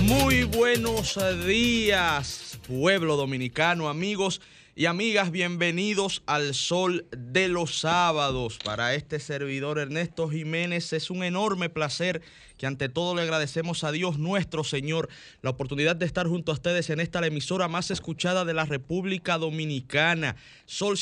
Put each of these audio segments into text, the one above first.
Muy buenos días, pueblo dominicano, amigos y amigas, bienvenidos al Sol de los Sábados. Para este servidor Ernesto Jiménez es un enorme placer que ante todo le agradecemos a Dios nuestro Señor la oportunidad de estar junto a ustedes en esta la emisora más escuchada de la República Dominicana, Sol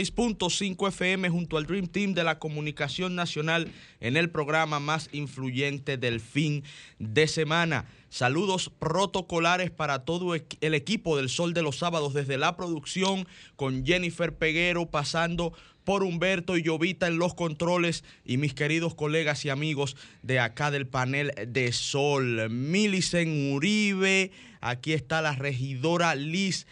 106.5 FM, junto al Dream Team de la Comunicación Nacional en el programa más influyente del fin de semana. Saludos protocolares para todo el equipo del Sol de los Sábados, desde la producción con Jennifer Peguero, pasando por Humberto y Jovita en los controles y mis queridos colegas y amigos de acá del panel de Sol. Milicen Uribe, aquí está la regidora Liz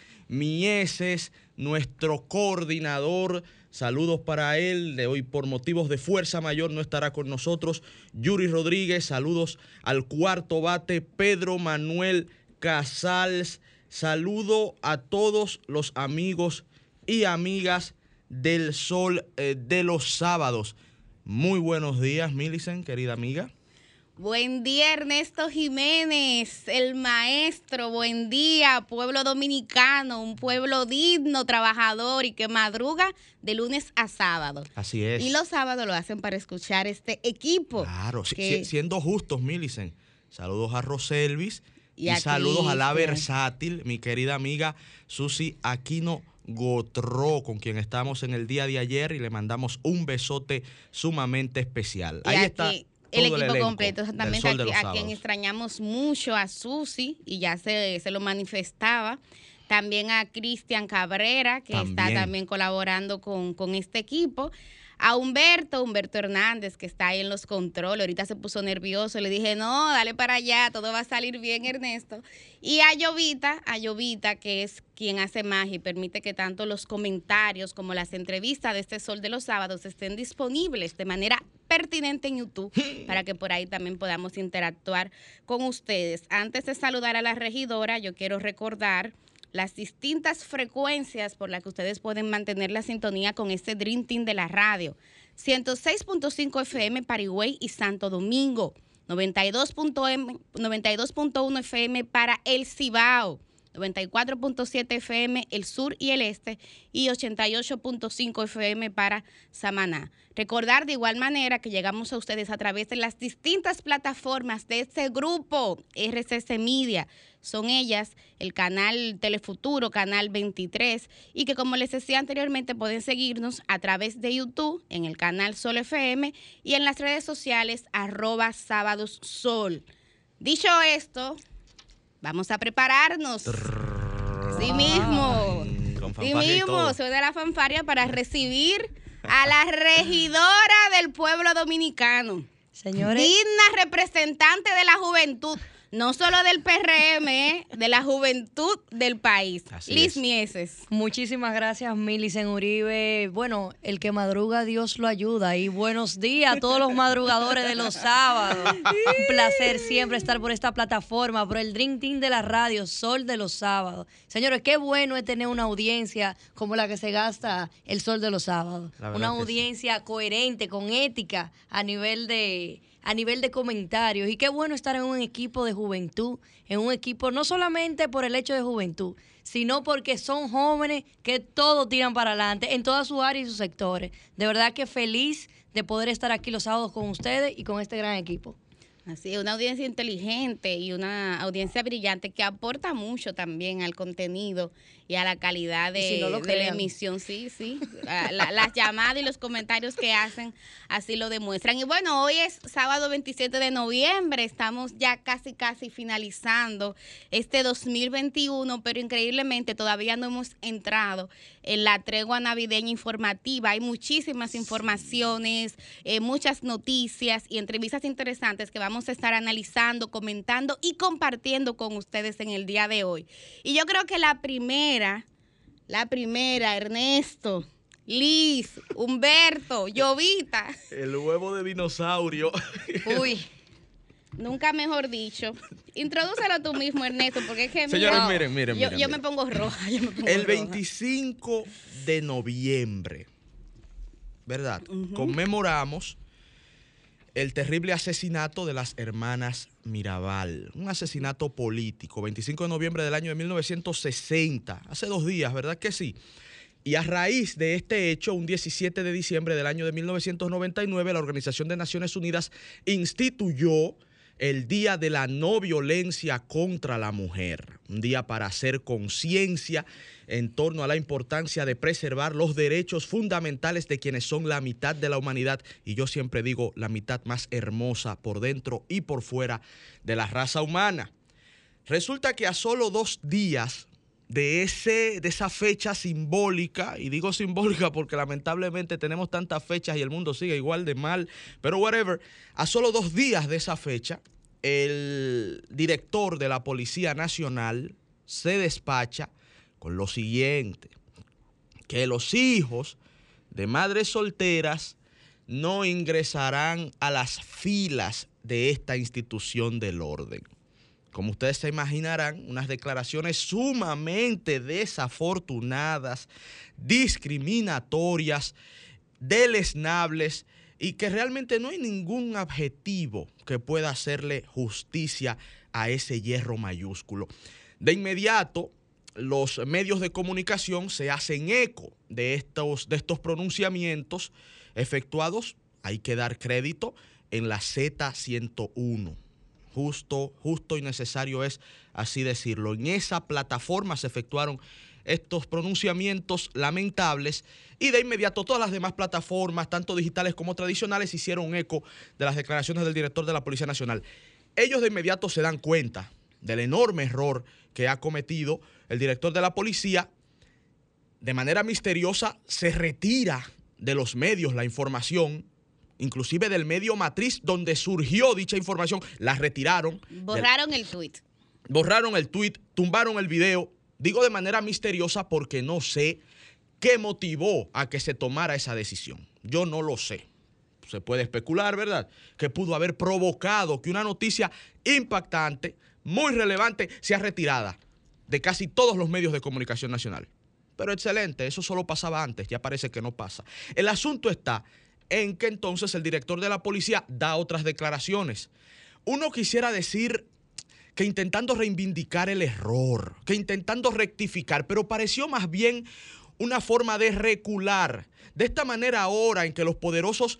Mieses, nuestro coordinador. Saludos para él, de hoy por motivos de fuerza mayor no estará con nosotros. Yuri Rodríguez, saludos al cuarto bate, Pedro Manuel Casals. Saludo a todos los amigos y amigas del Sol de los Sábados. Muy buenos días, Milicen, querida amiga. Buen día, Ernesto Jiménez, el maestro. Buen día, pueblo dominicano, un pueblo digno, trabajador y que madruga de lunes a sábado. Así es. Y los sábados lo hacen para escuchar este equipo. Claro, siendo justos, Milicen. Saludos a Roselvis y saludos a la versátil, mi querida amiga Susi Aquino Gotró, con quien estamos en el día de ayer y le mandamos un besote sumamente especial. Y ahí aquí está el equipo completo, exactamente, a quien extrañamos mucho, a Susi, y ya se lo manifestaba. También a Cristian Cabrera, que está también colaborando con este equipo. A Humberto Hernández, que está ahí en los controles. Ahorita se puso nervioso. Le dije, no, dale para allá, todo va a salir bien, Ernesto. Y a Jovita, que es quien hace magia y permite que tanto los comentarios como las entrevistas de este Sol de los Sábados estén disponibles de manera pertinente en YouTube, para que por ahí también podamos interactuar con ustedes. Antes de saludar a la regidora, yo quiero recordar las distintas frecuencias por las que ustedes pueden mantener la sintonía con este Dream Team de la radio. 106.5 FM para Higüey y Santo Domingo, 92.1 FM para El Cibao, 94.7 FM el sur y el este y 88.5 FM para Samaná. Recordar de igual manera que llegamos a ustedes a través de las distintas plataformas de este grupo RCC Media. Son ellas el canal Telefuturo, canal 23, y que, como les decía anteriormente, pueden seguirnos a través de YouTube en el canal Sol FM y en las redes sociales @sábadossol. Dicho esto, vamos a prepararnos. Sí mismo. Soy de la fanfarria para recibir a la regidora del pueblo dominicano. Señores, digna representante de la juventud, no solo del PRM, de la juventud del país. Liz Mieses. Muchísimas gracias, Milicen Uribe. Bueno, el que madruga, Dios lo ayuda. Y buenos días a todos los madrugadores de los sábados. Un placer siempre estar por esta plataforma, por el Dream Team de la radio, Sol de los Sábados. Señores, qué bueno es tener una audiencia como la que se gasta el Sol de los Sábados. Una audiencia coherente, con ética, a nivel de comentarios. Y qué bueno estar en un equipo de juventud, en un equipo no solamente por el hecho de juventud, sino porque son jóvenes que todo tiran para adelante en todas sus áreas y sus sectores. De verdad que feliz de poder estar aquí los sábados con ustedes y con este gran equipo. Así, una audiencia inteligente y una audiencia brillante que aporta mucho también al contenido y a la calidad de la emisión. Sí. Las llamadas y los comentarios que hacen así lo demuestran. Y bueno, hoy es sábado 27 de noviembre, estamos ya casi finalizando este 2021, pero increíblemente todavía no hemos entrado en la tregua navideña informativa. Hay muchísimas informaciones, muchas noticias y entrevistas interesantes que vamos a estar analizando, comentando y compartiendo con ustedes en el día de hoy. Y yo creo que la primera, Ernesto, Liz, Humberto, Jovita. El huevo de dinosaurio. Uy, nunca mejor dicho. Introdúcelo tú mismo, Ernesto, porque es que... Señores, miren. Yo me pongo roja. El 25 de noviembre, ¿verdad? Conmemoramos el terrible asesinato de las hermanas Mirabal, un asesinato político, 25 de noviembre del año de 1960, hace 2 días, ¿verdad que sí? Y a raíz de este hecho, un 17 de diciembre del año de 1999, la Organización de Naciones Unidas instituyó el Día de la No Violencia contra la Mujer, un día para hacer conciencia en torno a la importancia de preservar los derechos fundamentales de quienes son la mitad de la humanidad, y yo siempre digo la mitad más hermosa por dentro y por fuera de la raza humana. Resulta que a solo 2 días de esa fecha simbólica, y digo simbólica porque lamentablemente tenemos tantas fechas y el mundo sigue igual de mal, pero whatever, a solo 2 días de esa fecha, el director de la Policía Nacional se despacha con lo siguiente: que los hijos de madres solteras no ingresarán a las filas de esta institución del orden. Como ustedes se imaginarán, unas declaraciones sumamente desafortunadas, discriminatorias, deleznables, y que realmente no hay ningún adjetivo que pueda hacerle justicia a ese hierro mayúsculo. De inmediato, los medios de comunicación se hacen eco de estos pronunciamientos efectuados, hay que dar crédito, en la Z101. Justo y necesario es así decirlo. En esa plataforma se efectuaron estos pronunciamientos lamentables, y de inmediato todas las demás plataformas, tanto digitales como tradicionales, hicieron eco de las declaraciones del director de la Policía Nacional. Ellos de inmediato se dan cuenta del enorme error que ha cometido el director de la policía. De manera misteriosa se retira de los medios la información, inclusive del medio matriz donde surgió dicha información, la retiraron. Borraron el tuit. Borraron el tuit, tumbaron el video. Digo de manera misteriosa porque no sé qué motivó a que se tomara esa decisión. Yo no lo sé. Se puede especular, ¿verdad?, que pudo haber provocado que una noticia impactante, muy relevante, sea retirada de casi todos los medios de comunicación nacional. Pero excelente, eso solo pasaba antes, ya parece que no pasa. El asunto está en que entonces el director de la policía da otras declaraciones. Uno quisiera decir que intentando reivindicar el error, que intentando rectificar, pero pareció más bien una forma de recular. De esta manera ahora en que los poderosos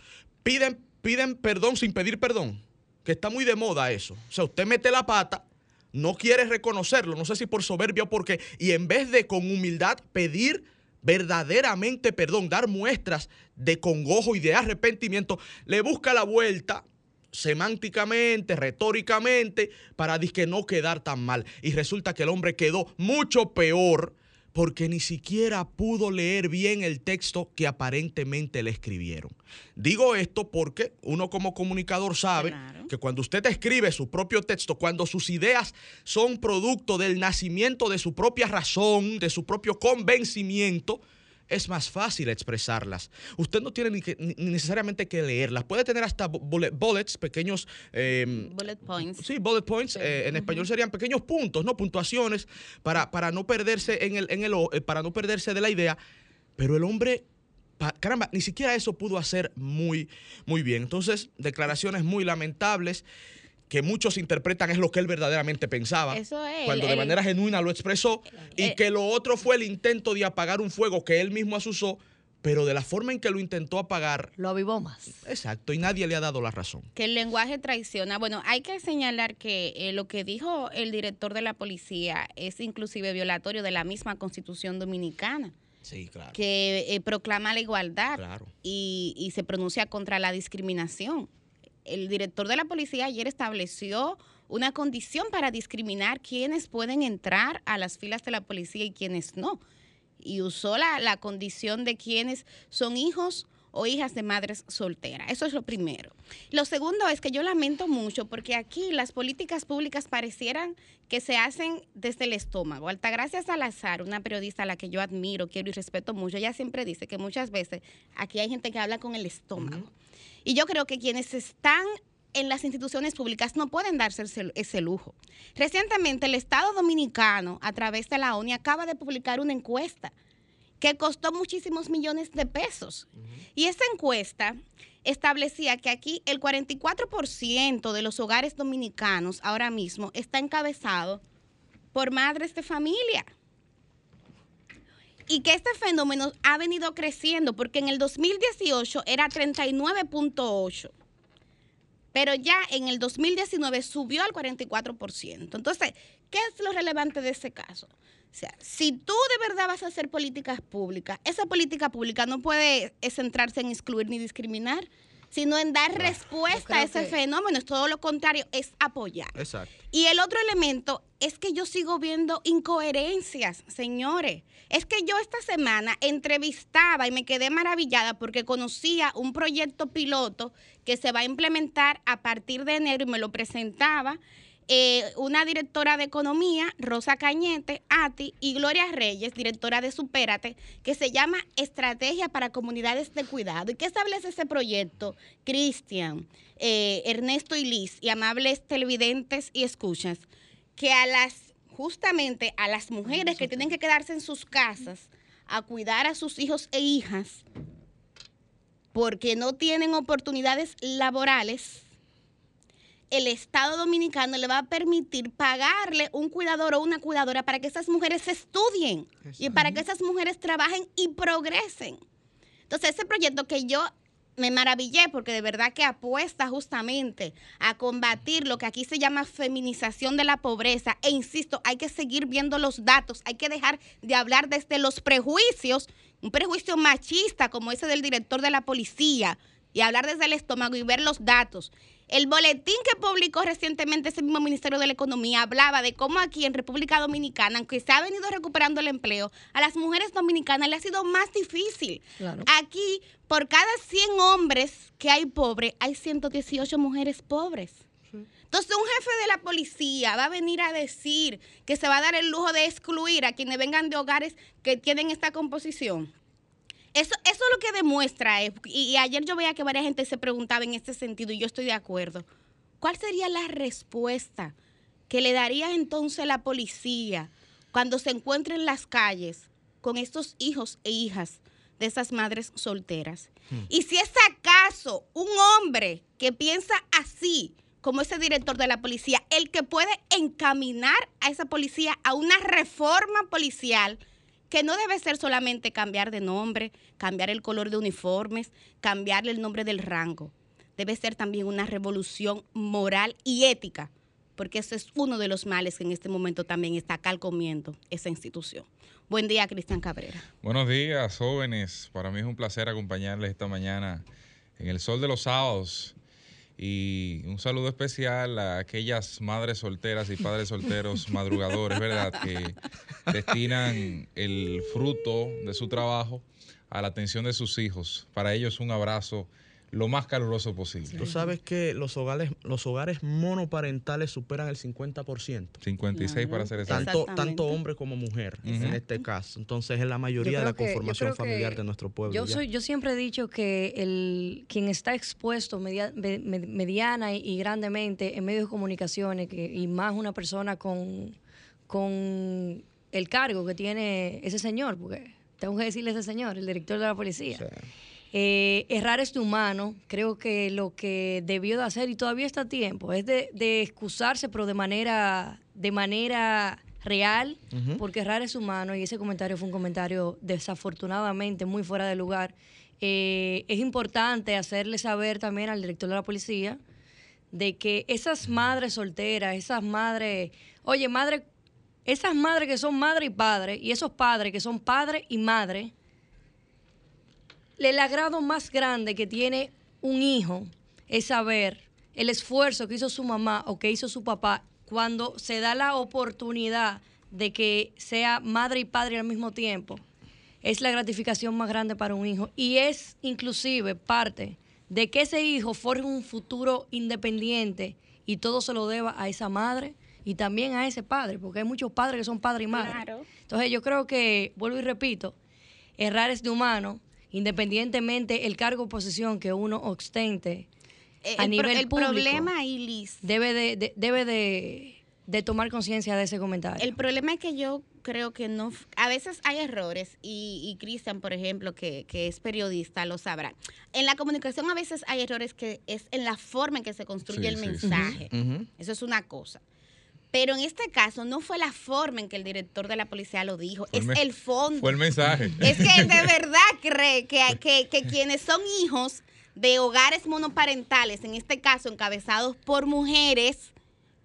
piden perdón sin pedir perdón, que está muy de moda eso. O sea, usted mete la pata, no quiere reconocerlo, no sé si por soberbia o por qué, y en vez de con humildad pedir verdaderamente perdón, dar muestras de congojo y de arrepentimiento, le busca la vuelta semánticamente, retóricamente, para que no quedar tan mal. Y resulta que el hombre quedó mucho peor porque ni siquiera pudo leer bien el texto que aparentemente le escribieron. Digo esto porque uno como comunicador sabe que cuando usted escribe su propio texto, cuando sus ideas son producto del nacimiento de su propia razón, de su propio convencimiento, es más fácil expresarlas. Usted no tiene ni necesariamente que leerlas. Puede tener hasta bullets, pequeños... bullet points. Sí, bullet points. Sí. En español serían pequeños puntos, ¿no? Puntuaciones para no perderse para no perderse de la idea. Pero el hombre, caramba, ni siquiera eso pudo hacer muy bien. Entonces, declaraciones muy lamentables, que muchos interpretan es lo que él verdaderamente pensaba, eso es, cuando de manera genuina lo expresó, y que lo otro fue el intento de apagar un fuego que él mismo asusó, pero de la forma en que lo intentó apagar, lo avivó más. Exacto, y nadie le ha dado la razón. Que el lenguaje traiciona. Bueno, hay que señalar que lo que dijo el director de la policía es inclusive violatorio de la misma Constitución Dominicana. Sí, claro. Que proclama la igualdad, claro, y se pronuncia contra la discriminación. El director de la policía ayer estableció una condición para discriminar quiénes pueden entrar a las filas de la policía y quiénes no. Y usó la condición de quienes son hijos o hijas de madres solteras. Eso es lo primero. Lo segundo es que yo lamento mucho porque aquí las políticas públicas parecieran que se hacen desde el estómago. Altagracia Salazar, una periodista a la que yo admiro, quiero y respeto mucho, ella siempre dice que muchas veces aquí hay gente que habla con el estómago. Y yo creo que quienes están en las instituciones públicas no pueden darse ese lujo. Recientemente el Estado Dominicano, a través de la ONU, acaba de publicar una encuesta que costó muchísimos millones de pesos. Y esa encuesta establecía que aquí el 44% de los hogares dominicanos ahora mismo está encabezado por madres de familia. Y que este fenómeno ha venido creciendo porque en el 2018 era 39.8%. Pero ya en el 2019 subió al 44%. Entonces, ¿qué es lo relevante de ese caso? O sea, si tú de verdad vas a hacer políticas públicas, esa política pública no puede centrarse en excluir ni discriminar, sino en dar respuesta a ese fenómeno. Es todo lo contrario, es apoyar. Exacto. Y el otro elemento es que yo sigo viendo incoherencias, señores. Es que yo esta semana entrevistaba y me quedé maravillada porque conocía un proyecto piloto que se va a implementar a partir de enero y me lo presentaba una directora de economía, Rosa Cañete, ATI, y Gloria Reyes, directora de Supérate, que se llama Estrategia para Comunidades de Cuidado. ¿Y qué establece ese proyecto? Cristian, Ernesto y Liz, y amables televidentes y escuchas, que justamente a las mujeres que tienen que quedarse en sus casas a cuidar a sus hijos e hijas porque no tienen oportunidades laborales, el Estado Dominicano le va a permitir pagarle un cuidador o una cuidadora para que esas mujeres estudien y para que esas mujeres trabajen y progresen. Entonces, ese proyecto que yo me maravillé porque de verdad que apuesta justamente a combatir lo que aquí se llama feminización de la pobreza. E insisto, hay que seguir viendo los datos, hay que dejar de hablar desde los prejuicios, un prejuicio machista como ese del director de la policía, y hablar desde el estómago y ver los datos. El boletín que publicó recientemente ese mismo Ministerio de la Economía hablaba de cómo aquí en República Dominicana, aunque se ha venido recuperando el empleo, a las mujeres dominicanas le ha sido más difícil. Claro. Aquí, por cada 100 hombres que hay pobres, hay 118 mujeres pobres. Sí. Entonces, un jefe de la policía va a venir a decir que se va a dar el lujo de excluir a quienes vengan de hogares que tienen esta composición. Eso es lo que demuestra, y ayer yo veía que varias gente se preguntaba en este sentido, y yo estoy de acuerdo. ¿Cuál sería la respuesta que le daría entonces la policía cuando se encuentre en las calles con estos hijos e hijas de esas madres solteras? Y si es acaso un hombre que piensa así, como ese director de la policía, el que puede encaminar a esa policía a una reforma policial, que no debe ser solamente cambiar de nombre, cambiar el color de uniformes, cambiarle el nombre del rango. Debe ser también una revolución moral y ética, porque eso es uno de los males que en este momento también está calcomiendo esa institución. Buen día, Cristian Cabrera. Buenos días, jóvenes. Para mí es un placer acompañarles esta mañana en el Sol de los Sábados. Y un saludo especial a aquellas madres solteras y padres solteros madrugadores, ¿verdad?, que destinan el fruto de su trabajo a la atención de sus hijos. Para ellos un abrazo lo más caluroso posible. Tú sabes que los hogares monoparentales superan el 50%. 56 para ser exacto. Tanto hombre como mujer en este caso. Entonces es la mayoría de la conformación familiar de nuestro pueblo. Yo siempre he dicho que quien está expuesto mediana y grandemente en medios de comunicaciones, y más una persona con el cargo que tiene ese señor, porque tengo que decirle ese señor, el director de la policía. Sí. Errar es de humano. Creo que lo que debió de hacer, y todavía está a tiempo, es de excusarse, pero de manera real, porque errar es humano, y ese comentario fue un comentario desafortunadamente muy fuera de lugar. Es importante hacerle saber también al director de la policía de que esas madres solteras, esas madres que son madre y padre, y esos padres que son padre y madre, el agrado más grande que tiene un hijo es saber el esfuerzo que hizo su mamá o que hizo su papá cuando se da la oportunidad de que sea madre y padre al mismo tiempo. Es la gratificación más grande para un hijo, y es inclusive parte de que ese hijo forje un futuro independiente, y todo se lo deba a esa madre y también a ese padre, porque hay muchos padres que son padre y madre. Claro. Entonces yo creo que, vuelvo y repito, errar es de humano, independientemente el cargo o posición que uno ostente a nivel público. El problema ahí, Liz, debe de tomar conciencia de ese comentario? El problema es que yo creo que no, a veces hay errores y Cristian, por ejemplo, que es periodista, lo sabrá. En la comunicación a veces hay errores que es en la forma en que se construye el mensaje. Eso es una cosa. Pero en este caso no fue la forma en que el director de la policía lo dijo, es el fondo. Fue el mensaje. Es que él de verdad cree que quienes son hijos de hogares monoparentales, en este caso encabezados por mujeres,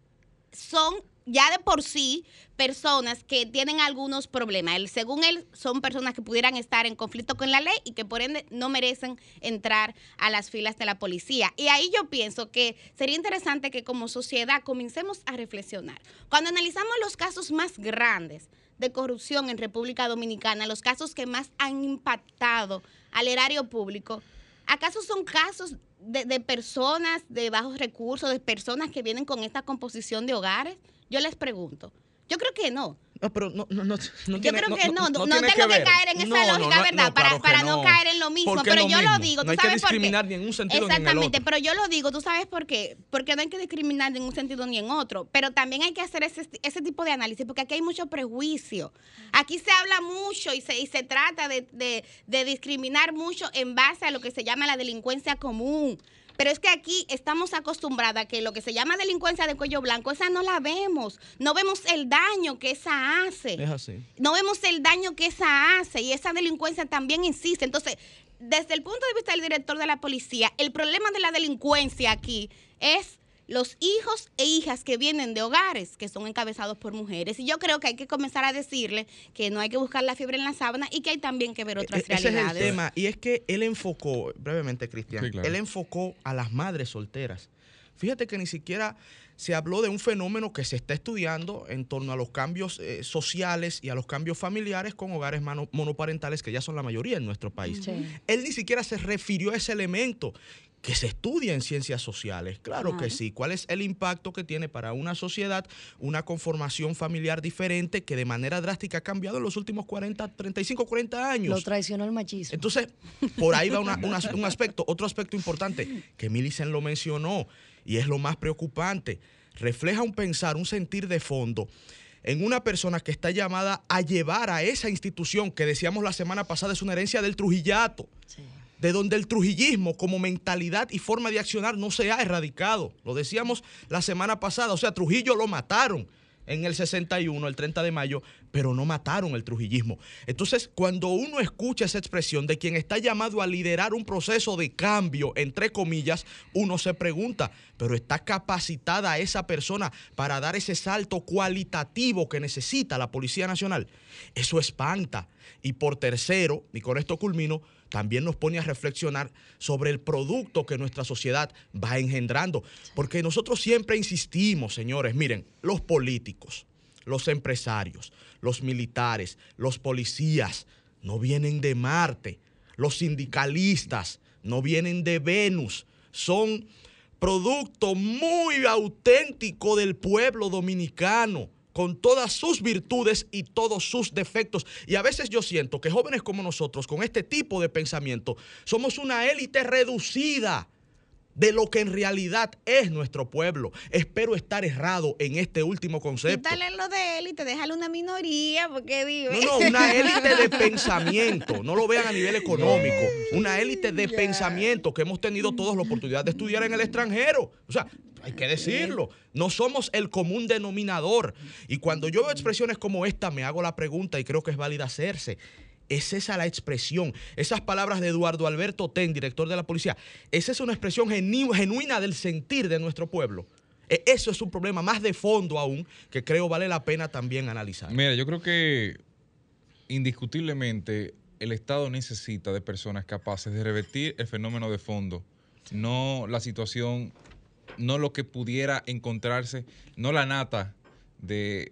son ya de por sí personas que tienen algunos problemas. Según él, son personas que pudieran estar en conflicto con la ley y que por ende no merecen entrar a las filas de la policía. Y ahí yo pienso que sería interesante que como sociedad comencemos a reflexionar. Cuando analizamos los casos más grandes de corrupción en República Dominicana, los casos que más han impactado al erario público, ¿acaso son casos de personas de bajos recursos, de personas que vienen con esta composición de hogares? Yo les pregunto. Yo creo que no. No, pero no yo creo que no tengo que caer en esa lógica, ¿verdad? Para no caer en lo mismo. Pero yo lo digo, ¿tú sabes por qué? No hay que discriminar ni en un sentido ni en el otro. Exactamente, pero yo lo digo, ¿tú sabes por qué? Porque no hay que discriminar ni en un sentido ni en otro. Pero también hay que hacer ese tipo de análisis, porque aquí hay mucho prejuicio. Aquí se habla mucho y se trata de discriminar mucho en base a lo que se llama la delincuencia común. Pero es que aquí estamos acostumbradas a que lo que se llama delincuencia de cuello blanco, esa no la vemos. No vemos el daño que esa hace. Es así. No vemos el daño que esa hace y esa delincuencia también existe. Entonces, desde el punto de vista del director de la policía, el problema de la delincuencia aquí es los hijos e hijas que vienen de hogares que son encabezados por mujeres. Y yo creo que hay que comenzar a decirle que no hay que buscar la fiebre en la sábana y que hay también que ver otras realidades. Ese es el tema. Y es que él enfocó, brevemente, Cristian, sí, claro, él enfocó a las madres solteras. Fíjate que ni siquiera se habló de un fenómeno que se está estudiando en torno a los cambios sociales y a los cambios familiares con hogares monoparentales, que ya son la mayoría en nuestro país. Sí. Él ni siquiera se refirió a ese elemento que se estudia en ciencias sociales. Claro que sí. ¿Cuál es el impacto que tiene para una sociedad una conformación familiar diferente que de manera drástica ha cambiado en los últimos 35, 40 años? Lo traicionó el machismo. Entonces, por ahí va un aspecto. Otro aspecto importante que Millicent lo mencionó y es lo más preocupante. Refleja un pensar, un sentir de fondo en una persona que está llamada a llevar a esa institución que decíamos la semana pasada es una herencia del trujillato. Sí. De donde el trujillismo como mentalidad y forma de accionar no se ha erradicado. Lo decíamos la semana pasada, o sea, Trujillo lo mataron en el 61, el 30 de mayo, pero no mataron el trujillismo. Entonces, cuando uno escucha esa expresión de quien está llamado a liderar un proceso de cambio, entre comillas, uno se pregunta, ¿pero está capacitada esa persona para dar ese salto cualitativo que necesita la Policía Nacional? Eso espanta. Y por tercero, y con esto culmino, también nos pone a reflexionar sobre el producto que nuestra sociedad va engendrando. Porque nosotros siempre insistimos, señores, miren, los políticos, los empresarios, los militares, los policías no vienen de Marte, los sindicalistas no vienen de Venus, son producto muy auténtico del pueblo dominicano, con todas sus virtudes y todos sus defectos. Y a veces yo siento que jóvenes como nosotros, con este tipo de pensamiento, somos una élite reducida de lo que en realidad es nuestro pueblo. Espero estar errado en este último concepto. Quítale lo de élite, déjale una minoría, porque dime. No, una élite de pensamiento. No lo vean a nivel económico. Una élite de pensamiento que hemos tenido todos la oportunidad de estudiar en el extranjero. O sea, hay que decirlo. No somos el común denominador. Y cuando yo veo expresiones como esta, me hago la pregunta y creo que es válida hacerse. ¿Es esa la expresión? Esas palabras de Eduardo Alberto Ten, director de la policía, ¿esa es una expresión genuina del sentir de nuestro pueblo? Eso es un problema más de fondo aún que creo vale la pena también analizar. Mira, yo creo que indiscutiblemente el Estado necesita de personas capaces de revertir el fenómeno de fondo, no la situación, no lo que pudiera encontrarse, no la nata de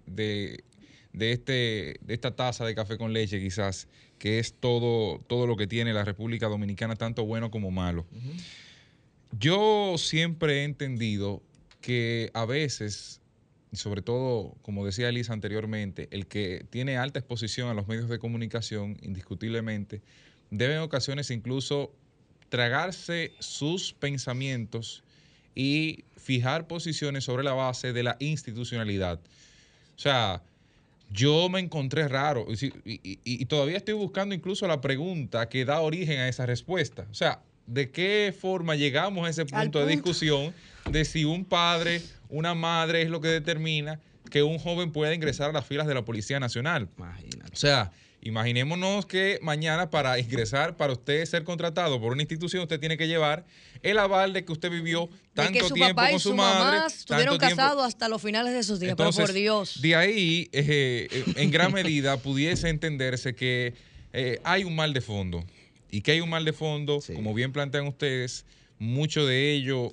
esta taza de café con leche quizás, que es todo lo que tiene la República Dominicana, tanto bueno como malo. Yo siempre he entendido que a veces, y sobre todo, como decía Elisa anteriormente, el que tiene alta exposición a los medios de comunicación, indiscutiblemente, debe en ocasiones incluso tragarse sus pensamientos y fijar posiciones sobre la base de la institucionalidad. O sea, yo me encontré raro y todavía estoy buscando incluso la pregunta que da origen a esa respuesta. O sea, ¿de qué forma llegamos a ese punto de discusión de si un padre, una madre es lo que determina que un joven pueda ingresar a las filas de la Policía Nacional? Imagínate. O sea, imaginémonos que mañana para ingresar, para usted ser contratado por una institución, usted tiene que llevar el aval de que usted vivió tanto tiempo con su madre. Mamá estuvieron casados hasta los finales de sus días. Entonces, pero por Dios. De ahí, en gran medida, pudiese entenderse que hay un mal de fondo. Y que hay un mal de fondo, como bien plantean ustedes, mucho de ello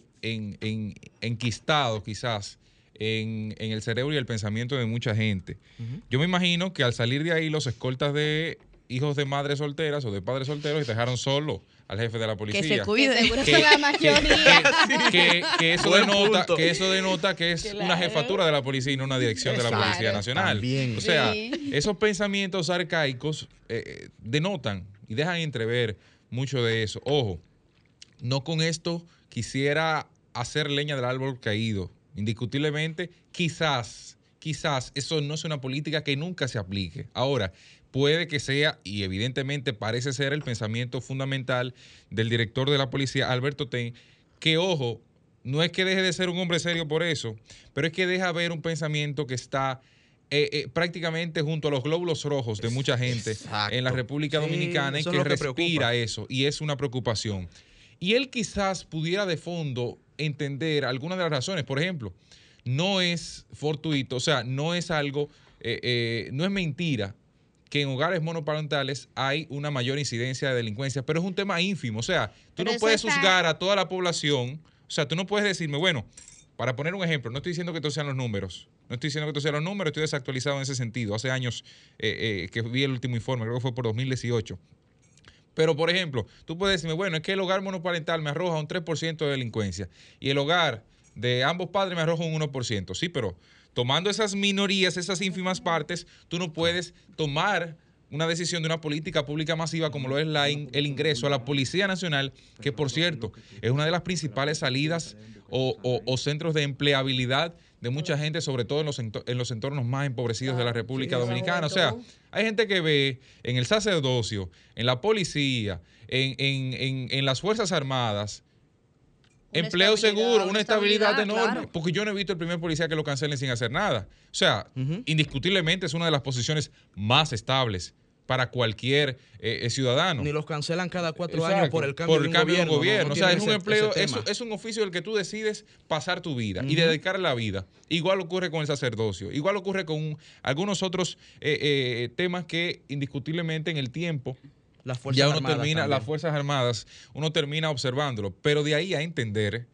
enquistado quizás en el cerebro y el pensamiento de mucha gente. Yo me imagino que al salir de ahí los escoltas de hijos de madres solteras o de padres solteros dejaron solo al jefe de la policía. Que se cuide. Seguro son la mayoría. Que eso denota que es una jefatura de la policía y no una dirección de la Policía Nacional. También. O sea, esos pensamientos arcaicos denotan y dejan entrever mucho de eso. Ojo, no con esto quisiera hacer leña del árbol caído. Indiscutiblemente, quizás eso no es una política que nunca se aplique. Ahora, puede que sea, y evidentemente parece ser el pensamiento fundamental del director de la policía, Alberto Ten, que, ojo, no es que deje de ser un hombre serio por eso, pero es que deja ver un pensamiento que está prácticamente junto a los glóbulos rojos de mucha gente en la República Dominicana y que respira eso, y es una preocupación. Y él quizás pudiera de fondo entender algunas de las razones. Por ejemplo, no es fortuito, o sea, no es algo, no es mentira que en hogares monoparentales hay una mayor incidencia de delincuencia, pero es un tema ínfimo. O sea, tú no puedes juzgar a toda la población. O sea, tú no puedes decirme, bueno, para poner un ejemplo, no estoy diciendo que estos sean los números. No estoy diciendo que estos sean los números, estoy desactualizado en ese sentido. Hace años que vi el último informe, creo que fue por 2018. Pero, por ejemplo, tú puedes decirme, bueno, es que el hogar monoparental me arroja un 3% de delincuencia y el hogar de ambos padres me arroja un 1%. Sí, pero tomando esas minorías, esas ínfimas partes, tú no puedes tomar una decisión de una política pública masiva como lo es el ingreso a la Policía Nacional, que, por cierto, es una de las principales salidas o centros de empleabilidad de mucha gente, sobre todo en los entornos más empobrecidos de la República Dominicana. O sea, hay gente que ve en el sacerdocio, en la policía, en las Fuerzas Armadas, empleo seguro, una estabilidad enorme. Claro. Porque yo no he visto el primer policía que lo cancelen sin hacer nada. O sea, indiscutiblemente es una de las posiciones más estables para cualquier ciudadano. Ni los cancelan cada 4 años por el cambio de gobierno. No, o sea, es un empleo, es un oficio del que tú decides pasar tu vida y dedicar la vida. Igual ocurre con el sacerdocio, igual ocurre con algunos otros temas que indiscutiblemente en el tiempo las Fuerzas Armadas, uno termina observándolo. Pero de ahí a entender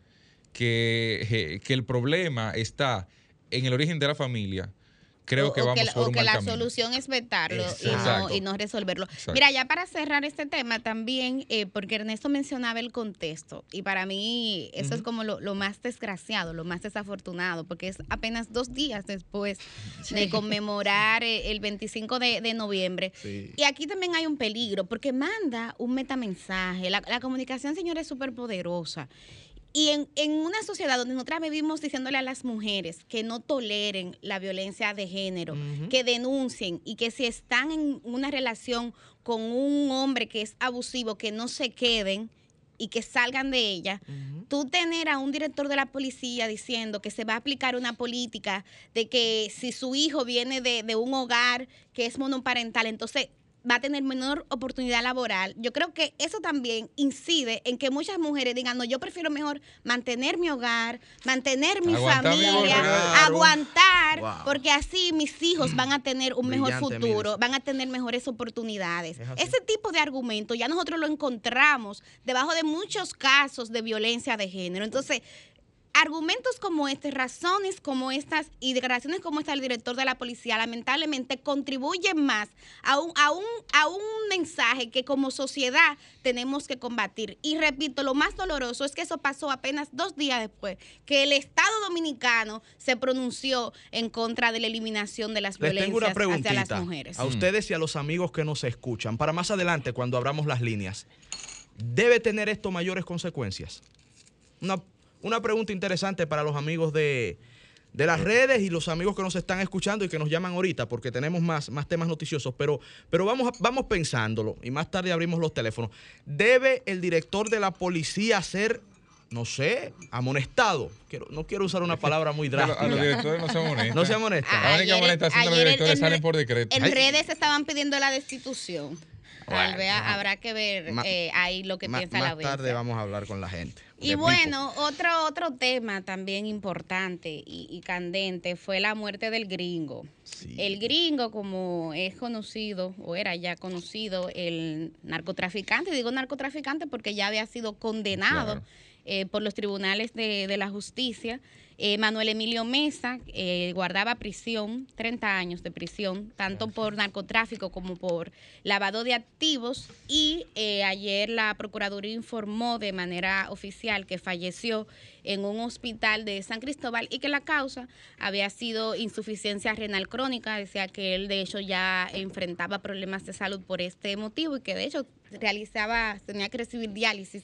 que el problema está en el origen de la familia, creo que vamos por un mal camino. O que la solución es vetarlo y no resolverlo. Exacto. Mira, ya para cerrar este tema también, porque Ernesto mencionaba el contexto, y para mí eso es como lo más desgraciado, lo más desafortunado, porque es apenas 2 días después de conmemorar el 25 de noviembre. Sí. Y aquí también hay un peligro, porque manda un metamensaje. La comunicación, señores, es súper poderosa. Y en una sociedad donde nosotras vivimos diciéndole a las mujeres que no toleren la violencia de género, que denuncien y que si están en una relación con un hombre que es abusivo, que no se queden y que salgan de ella, tú tener a un director de la policía diciendo que se va a aplicar una política de que si su hijo viene de un hogar que es monoparental, entonces va a tener menor oportunidad laboral. Yo creo que eso también incide en que muchas mujeres digan, no, yo prefiero mejor mantener mi hogar, mantener mi familia, aguantar, porque así mis hijos van a tener un mejor futuro, van a tener mejores oportunidades. Ese tipo de argumento ya nosotros lo encontramos debajo de muchos casos de violencia de género. Entonces, argumentos como este, razones como estas y declaraciones como esta del director de la policía lamentablemente contribuyen más a un mensaje que como sociedad tenemos que combatir. Y repito, lo más doloroso es que eso pasó apenas 2 días después que el Estado Dominicano se pronunció en contra de la eliminación de las violencias hacia las mujeres. A ustedes y a los amigos que nos escuchan, para más adelante cuando abramos las líneas, ¿debe tener esto mayores consecuencias? una pregunta interesante para los amigos de las redes y los amigos que nos están escuchando y que nos llaman ahorita, porque tenemos más temas noticiosos, pero vamos pensándolo y más tarde abrimos los teléfonos. ¿Debe el director de la policía ser, no sé, amonestado? No quiero usar una palabra muy drástica. A los directores no se amonestan. No se amonestan. La única amonestación de los directores salen por decreto. En redes estaban pidiendo la destitución. Tal vez habrá que ver ahí lo que piensa la audiencia. Más tarde vamos a hablar con la gente. Y bueno, otro tema también importante y candente fue la muerte del Gringo. Sí. El Gringo, como es conocido, o era ya conocido, el narcotraficante, digo narcotraficante porque ya había sido condenado por los tribunales de la justicia. Manuel Emilio Mesa guardaba prisión, 30 años de prisión, tanto por narcotráfico como por lavado de activos, y ayer la Procuraduría informó de manera oficial que falleció en un hospital de San Cristóbal y que la causa había sido insuficiencia renal crónica. Decía que él de hecho ya enfrentaba problemas de salud por este motivo y que de hecho tenía que recibir diálisis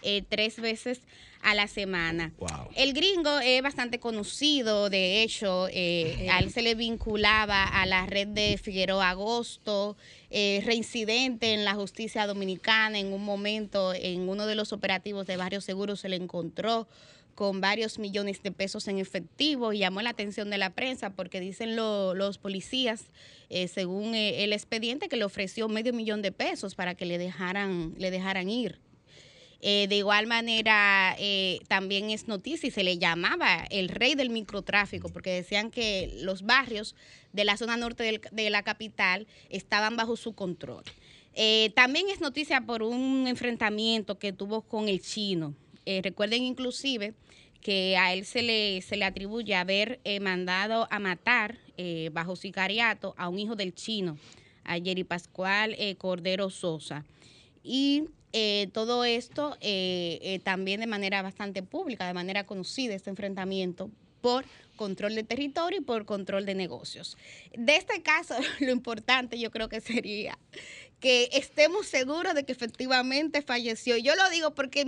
3 veces a la semana. Wow. El Gringo es bastante conocido, de hecho, a él se le vinculaba a la red de Figueroa Agosto, reincidente en la justicia dominicana. En un momento, en uno de los operativos de Barrio Seguro, se le encontró con varios millones de pesos en efectivo y llamó la atención de la prensa porque dicen los policías, según el expediente, que le ofreció $500,000 de pesos para que le dejaran ir. De igual manera, también es noticia y se le llamaba el rey del microtráfico porque decían que los barrios de la zona norte de la capital estaban bajo su control. También es noticia por un enfrentamiento que tuvo con el chino. Recuerden inclusive que a él se le atribuye haber mandado a matar bajo sicariato a un hijo del chino, a Yeri Pascual Cordero Sosa. Y todo esto también de manera bastante pública, de manera conocida, este enfrentamiento por control de territorio y por control de negocios. De este caso, lo importante yo creo que sería que estemos seguros de que efectivamente falleció. Yo lo digo porque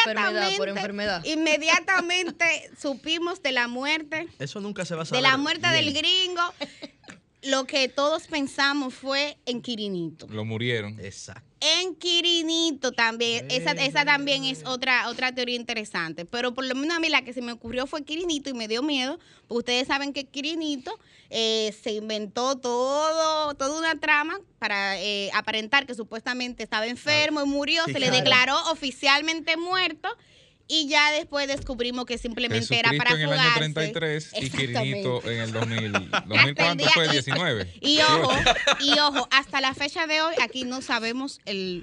inmediatamente supimos de la muerte. Eso nunca se va a saber. De la muerte del Gringo. Lo que todos pensamos fue en Quirinito. Lo murieron. Exacto. En Quirinito también. Esa también es otra teoría interesante. Pero por lo menos a mí la que se me ocurrió fue Quirinito y me dio miedo. Porque ustedes saben que Quirinito se inventó toda una trama para aparentar que supuestamente estaba enfermo y murió. Sí, se le declaró oficialmente muerto. Y ya después descubrimos que simplemente era para fugarse. en el año 33 y Quirinito en el 2000. ¿Cuánto fue? 19. Y ojo, hasta la fecha de hoy aquí no sabemos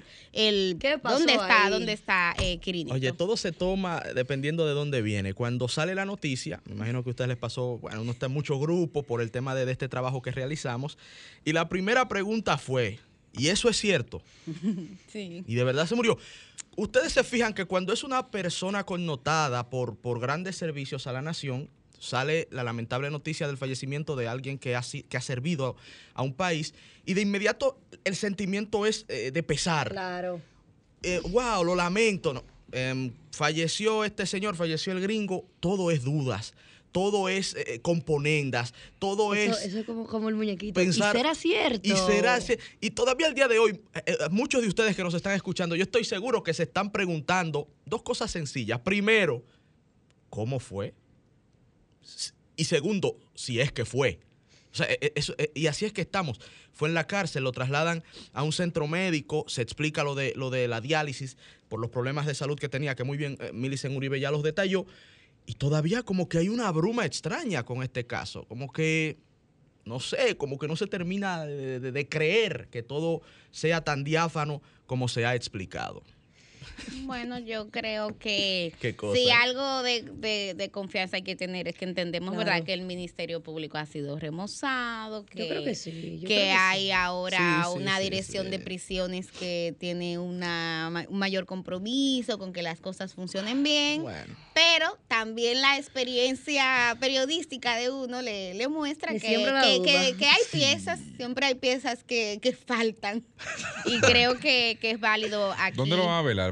dónde está Quirinito. Oye, todo se toma dependiendo de dónde viene. Cuando sale la noticia, me imagino que a ustedes les pasó, bueno, uno está en muchos grupos por el tema de este trabajo que realizamos. Y la primera pregunta fue, ¿y eso es cierto? Sí. Y de verdad se murió. Ustedes se fijan que cuando es una persona connotada por grandes servicios a la nación, sale la lamentable noticia del fallecimiento de alguien que ha servido a un país y de inmediato el sentimiento es de pesar. Claro. Wow, lo lamento. No. Falleció este señor, falleció el Gringo, todo es dudas. Todo es componendas, todo eso es... Eso es como el muñequito. Pensar, ¿y será cierto? Y todavía al día de hoy, muchos de ustedes que nos están escuchando, yo estoy seguro que se están preguntando 2 cosas sencillas. Primero, ¿cómo fue? Y segundo, si es que fue. O sea, y así es que estamos. Fue en la cárcel, lo trasladan a un centro médico, se explica lo de la diálisis por los problemas de salud que tenía, que muy bien Milicen Uribe ya los detalló. Y todavía como que hay una bruma extraña con este caso, como que, no sé, como que no se termina de creer que todo sea tan diáfano como se ha explicado. Bueno, yo creo que cosa, si algo de confianza hay que tener es que entendemos, claro, ¿verdad?, que el Ministerio Público ha sido remozado, que, yo creo que sí, que hay ahora una dirección de prisiones que tiene un mayor compromiso con que las cosas funcionen bien, bueno, pero también la experiencia periodística de uno le muestra que hay piezas, siempre hay piezas que faltan y creo que es válido aquí. ¿Dónde lo van a velar?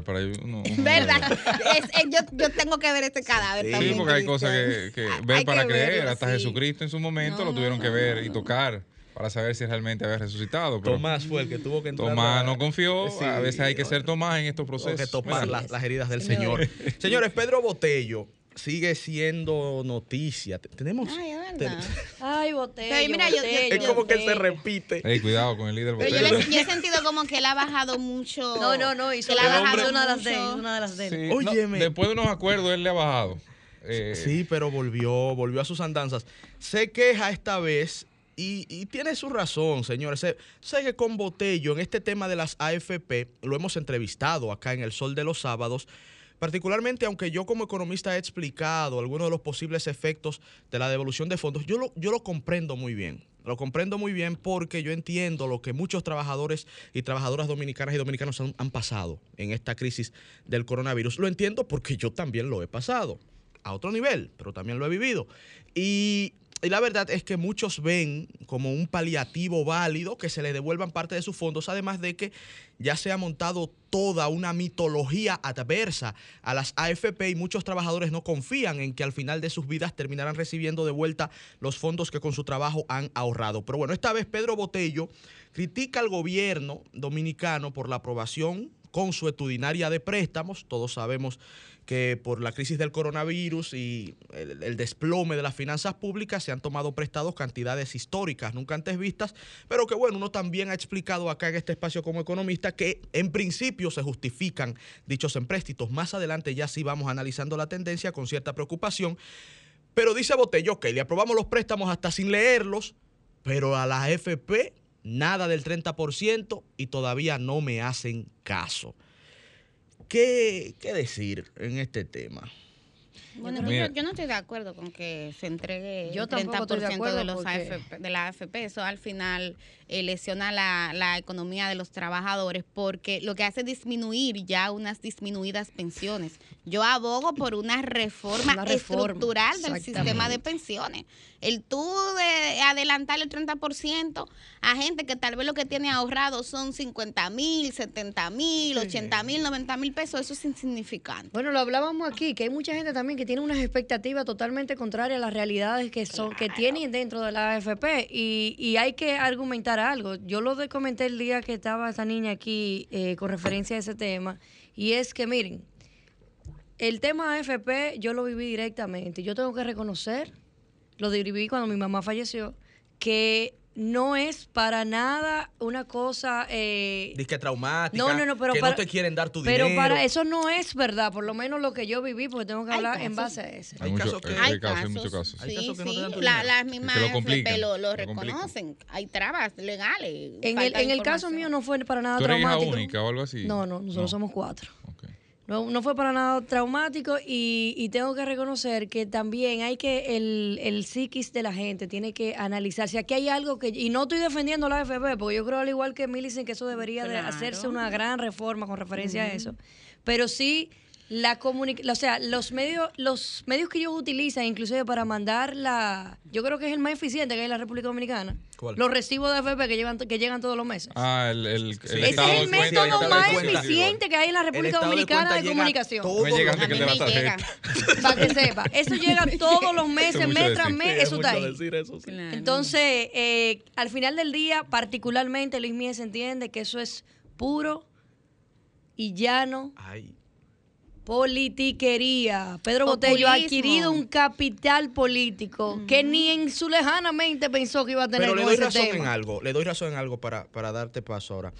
investigar para uno ¿verdad? Yo tengo que ver este cadáver también. Sí, porque hay cosas que ver para creer. Hasta Jesucristo en su momento lo tuvieron que ver y tocar para saber si realmente había resucitado. Pero Tomás fue el que tuvo que entrar. Tomás no confió. Sí, a veces hay que ser Tomás en estos procesos. Que topar las heridas del Señor. Señores, Pedro Botello sigue siendo noticia. Tenemos. Ay, es verdad. Ay, Botello. Pero mira, Botello, es como que él se repite. Ey, cuidado con el líder Pero Botello. yo he sentido como que él ha bajado mucho. No, hizo una de las de él. Sí, óyeme. Después de unos acuerdos, él le ha bajado. Sí, pero volvió a sus andanzas. Se queja esta vez y tiene su razón, señores. Sé que con Botello, en este tema de las AFP, lo hemos entrevistado acá en El Sol de los Sábados. Particularmente, aunque yo como economista he explicado algunos de los posibles efectos de la devolución de fondos, yo lo comprendo muy bien. Lo comprendo muy bien porque yo entiendo lo que muchos trabajadores y trabajadoras dominicanas y dominicanos han pasado en esta crisis del coronavirus. Lo entiendo porque yo también lo he pasado, a otro nivel, pero también lo he vivido. Y la verdad es que muchos ven como un paliativo válido que se les devuelvan parte de sus fondos, además de que ya se ha montado toda una mitología adversa a las AFP y muchos trabajadores no confían en que al final de sus vidas terminarán recibiendo de vuelta los fondos que con su trabajo han ahorrado. Pero bueno, esta vez Pedro Botello critica al gobierno dominicano por la aprobación consuetudinaria de préstamos. Todos sabemos que por la crisis del coronavirus y el desplome de las finanzas públicas se han tomado prestados cantidades históricas, nunca antes vistas, pero que bueno, uno también ha explicado acá en este espacio como economista que en principio se justifican dichos empréstitos. Más adelante ya sí vamos analizando la tendencia con cierta preocupación, pero dice Botello que le aprobamos los préstamos hasta sin leerlos, pero a la AFP nada del 30% y todavía no me hacen caso. ¿Qué decir en este tema? Bueno, yo no estoy de acuerdo con que se entregue el 30% de los AFP, de la AFP. Eso al final lesiona la economía de los trabajadores porque lo que hace es disminuir ya unas disminuidas pensiones. Yo abogo por una reforma estructural del sistema de pensiones. El tú de adelantarle el 30% a gente que tal vez lo que tiene ahorrado son 50,000, 70,000, 80,000, 90,000 pesos, eso es insignificante. Bueno, lo hablábamos aquí, que hay mucha gente también que tiene unas expectativas totalmente contrarias a las realidades que tienen dentro de la AFP y hay que argumentar algo. Yo lo comenté el día que estaba esa niña aquí con referencia a ese tema, y es que miren, el tema AFP yo lo viví directamente. Yo tengo que reconocer, lo viví cuando mi mamá falleció, que no es para nada una cosa... Disque traumática, no, pero que no te quieren dar tu dinero. Pero para eso no es verdad, por lo menos lo que yo viví, porque tengo que hablar en base a eso. Hay muchos casos. Hay muchos casos. Sí, hay casos que no te dan tu las dinero. mismas AFP lo reconocen. Hay trabas legales. En el caso mío no fue para nada ¿Tú eres traumático. hija única o algo así? No, nosotros somos 4. Okay. No fue para nada traumático y tengo que reconocer que también hay que el psiquis de la gente tiene que analizarse. Aquí hay algo que, y no estoy defendiendo la AFP, porque yo creo al igual que Millicent que eso debería de hacerse una gran reforma con referencia a eso, pero sí los medios que ellos utilizan inclusive para mandar yo creo que es el más eficiente que hay en la República Dominicana. ¿Cuál? Los recibos de AFP que llegan todos los meses. El Ese estado es el de cuenta, método más eficiente que hay en la República Dominicana de comunicación. Me llega antes que el de la tarjeta. Para que sepa, eso llega todos los meses, mes tras mes, eso está ahí. Eso, sí. Claro. Entonces, al final del día, particularmente Luis Mies entiende que eso es puro y llano politiquería. Pedro Botello ha adquirido un capital político que ni en su lejana mente pensó que iba a tener. Pero le doy razón en algo para darte paso ahora.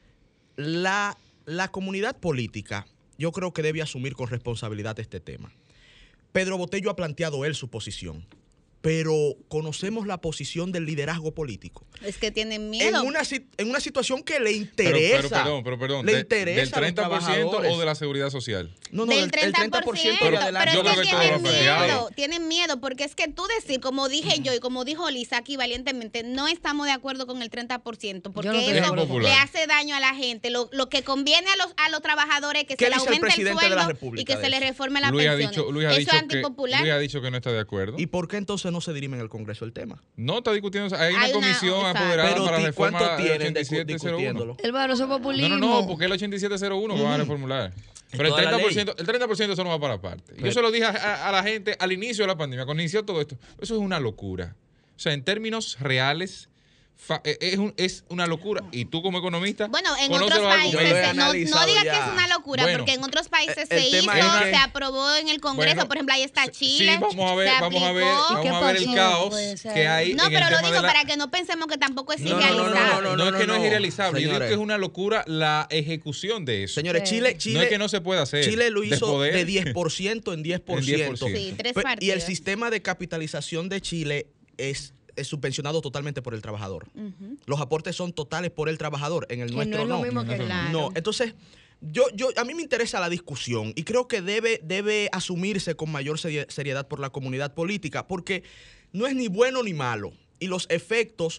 La comunidad política yo creo que debe asumir con responsabilidad este tema. Pedro Botello ha planteado él su posición, pero conocemos la posición del liderazgo político. Es que tienen miedo. En una situación que le interesa. Pero perdón. Le interesa ¿Del 30% o de la seguridad social? No, del 30%. Pero yo creo que tienen miedo, porque es que tú decir, como dije yo y como dijo Lisa aquí valientemente, no estamos de acuerdo con el 30%, porque eso le hace daño a la gente. Lo que conviene a los trabajadores es que se le aumente el sueldo y que se le reforme la pensión. Luis ha dicho que no está de acuerdo. ¿Y por qué entonces no se dirime en el Congreso el tema. No está discutiendo. Hay una comisión apoderada para la reforma ¿cuánto del tienen 8701. El barro es populismo. No, porque el 8701 que van a reformular. Pero el 30% eso no va para parte. Yo se lo dije a la gente al inicio de la pandemia, cuando inició todo esto. Eso es una locura. O sea, en términos reales, es una locura. Y tú como economista, bueno, en otros países no digas que es una locura, porque en otros países se hizo, se aprobó en el Congreso. Por ejemplo, ahí está Chile. Sí, vamos a ver el caos que hay. No, pero lo digo para que no pensemos que tampoco es irrealizable. No es que no es irrealizable. Yo digo que es una locura la ejecución de eso. Señores, Chile no es que no se pueda hacer. Chile lo hizo de 10% en 10%. Sí, 3 partidos. Y el sistema de capitalización de Chile es subvencionado totalmente por el trabajador. Los aportes son totales por el trabajador. En el nuestro no. Es lo mismo que no. Entonces, a mí me interesa la discusión y creo que debe asumirse con mayor seriedad por la comunidad política, porque no es ni bueno ni malo. Y los efectos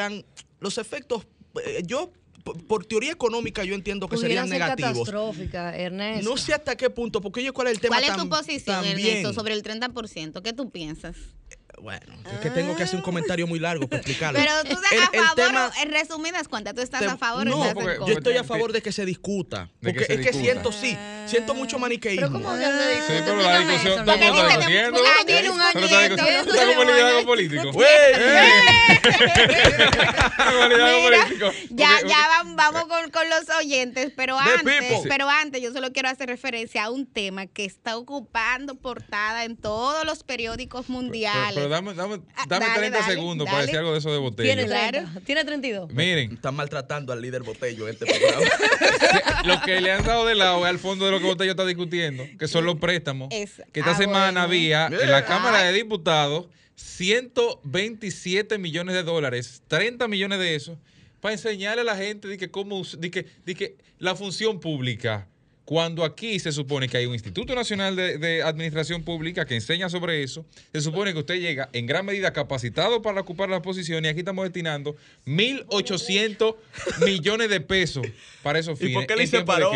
por teoría económica yo entiendo que serían negativos. Catastrófica, Ernesto. No sé hasta qué punto, porque ¿cuál es el tema? ¿Cuál es tu posición, Ernesto, sobre el 30%? ¿Qué tú piensas? Bueno, es que tengo que hacer un comentario muy largo para explicarlo. Pero tú estás a favor, en resumidas cuentas, ¿tú estás a favor o estás en contra? Yo estoy a favor de que se discuta. Porque es que siento mucho maniqueísmo. Pero ¿cómo hablan de discusión? Sí, pero la discusión porque tiene un año. ¿Está como liderazgo político? Ya vamos con los oyentes, pero antes yo solo quiero hacer referencia a un tema que está ocupando portada en todos los periódicos mundiales. Pero dame 30 segundos para decir algo de eso de Botello. Tiene 32. Miren. Están maltratando al líder Botello en este programa. Lo que le han dado de lado es al fondo de lo que Botello está discutiendo, que son los préstamos. Que esta semana había en la Cámara de Diputados 127 millones de dólares, 30 millones de esos, para enseñarle a la gente de que la función pública. Cuando aquí se supone que hay un Instituto Nacional de Administración Pública que enseña sobre eso, se supone que usted llega en gran medida capacitado para ocupar la posición y aquí estamos destinando 1.800 millones de pesos para esos fines. ¿Y por qué le separó?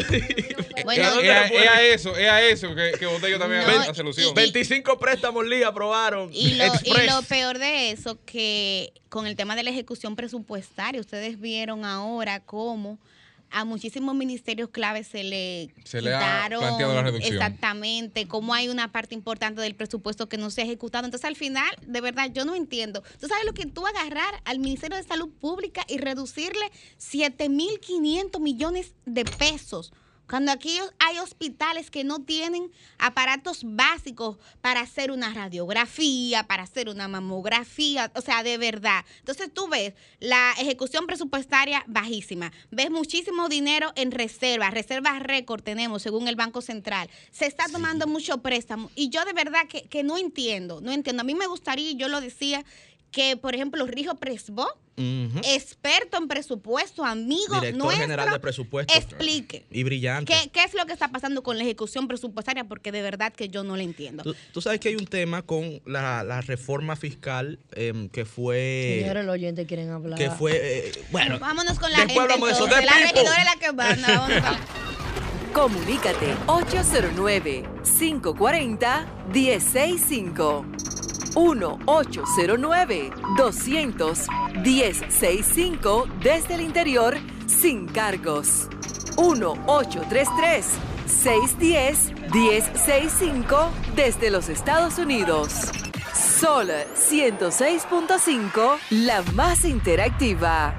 Es a eso que Botello también hace alusión. 25 préstamos Lee aprobaron. Y lo peor de eso, que con el tema de la ejecución presupuestaria, ustedes vieron ahora cómo a muchísimos ministerios claves se le quitaron, ha planteado la reducción. Exactamente, cómo hay una parte importante del presupuesto que no se ha ejecutado. Entonces, al final, de verdad, yo no entiendo. ¿Tú sabes lo que tú agarrar al Ministerio de Salud Pública y reducirle 7.500 millones de pesos? Cuando aquí hay hospitales que no tienen aparatos básicos para hacer una radiografía, para hacer una mamografía, o sea, de verdad. Entonces tú ves la ejecución presupuestaria bajísima, ves muchísimo dinero en reservas récord tenemos según el Banco Central. Se está tomando mucho préstamo y yo de verdad que no entiendo. A mí me gustaría, y yo lo decía, que, por ejemplo, Rijo Presbó, experto en presupuesto, amigo director nuestro, general de presupuesto, explique y brillante qué es lo que está pasando con la ejecución presupuestaria, porque de verdad que yo no lo entiendo. Tú sabes que hay un tema con la reforma fiscal que fue... Señores, los oyentes quieren hablar. Que fue... bueno, vámonos con la gente. Hablamos de eso. La regidora es la que manda. Comunícate 809-540-1065. 1-809-200-1065 desde el interior sin cargos. 1-833-610-1065 desde los Estados Unidos. Sol 106.5, la más interactiva.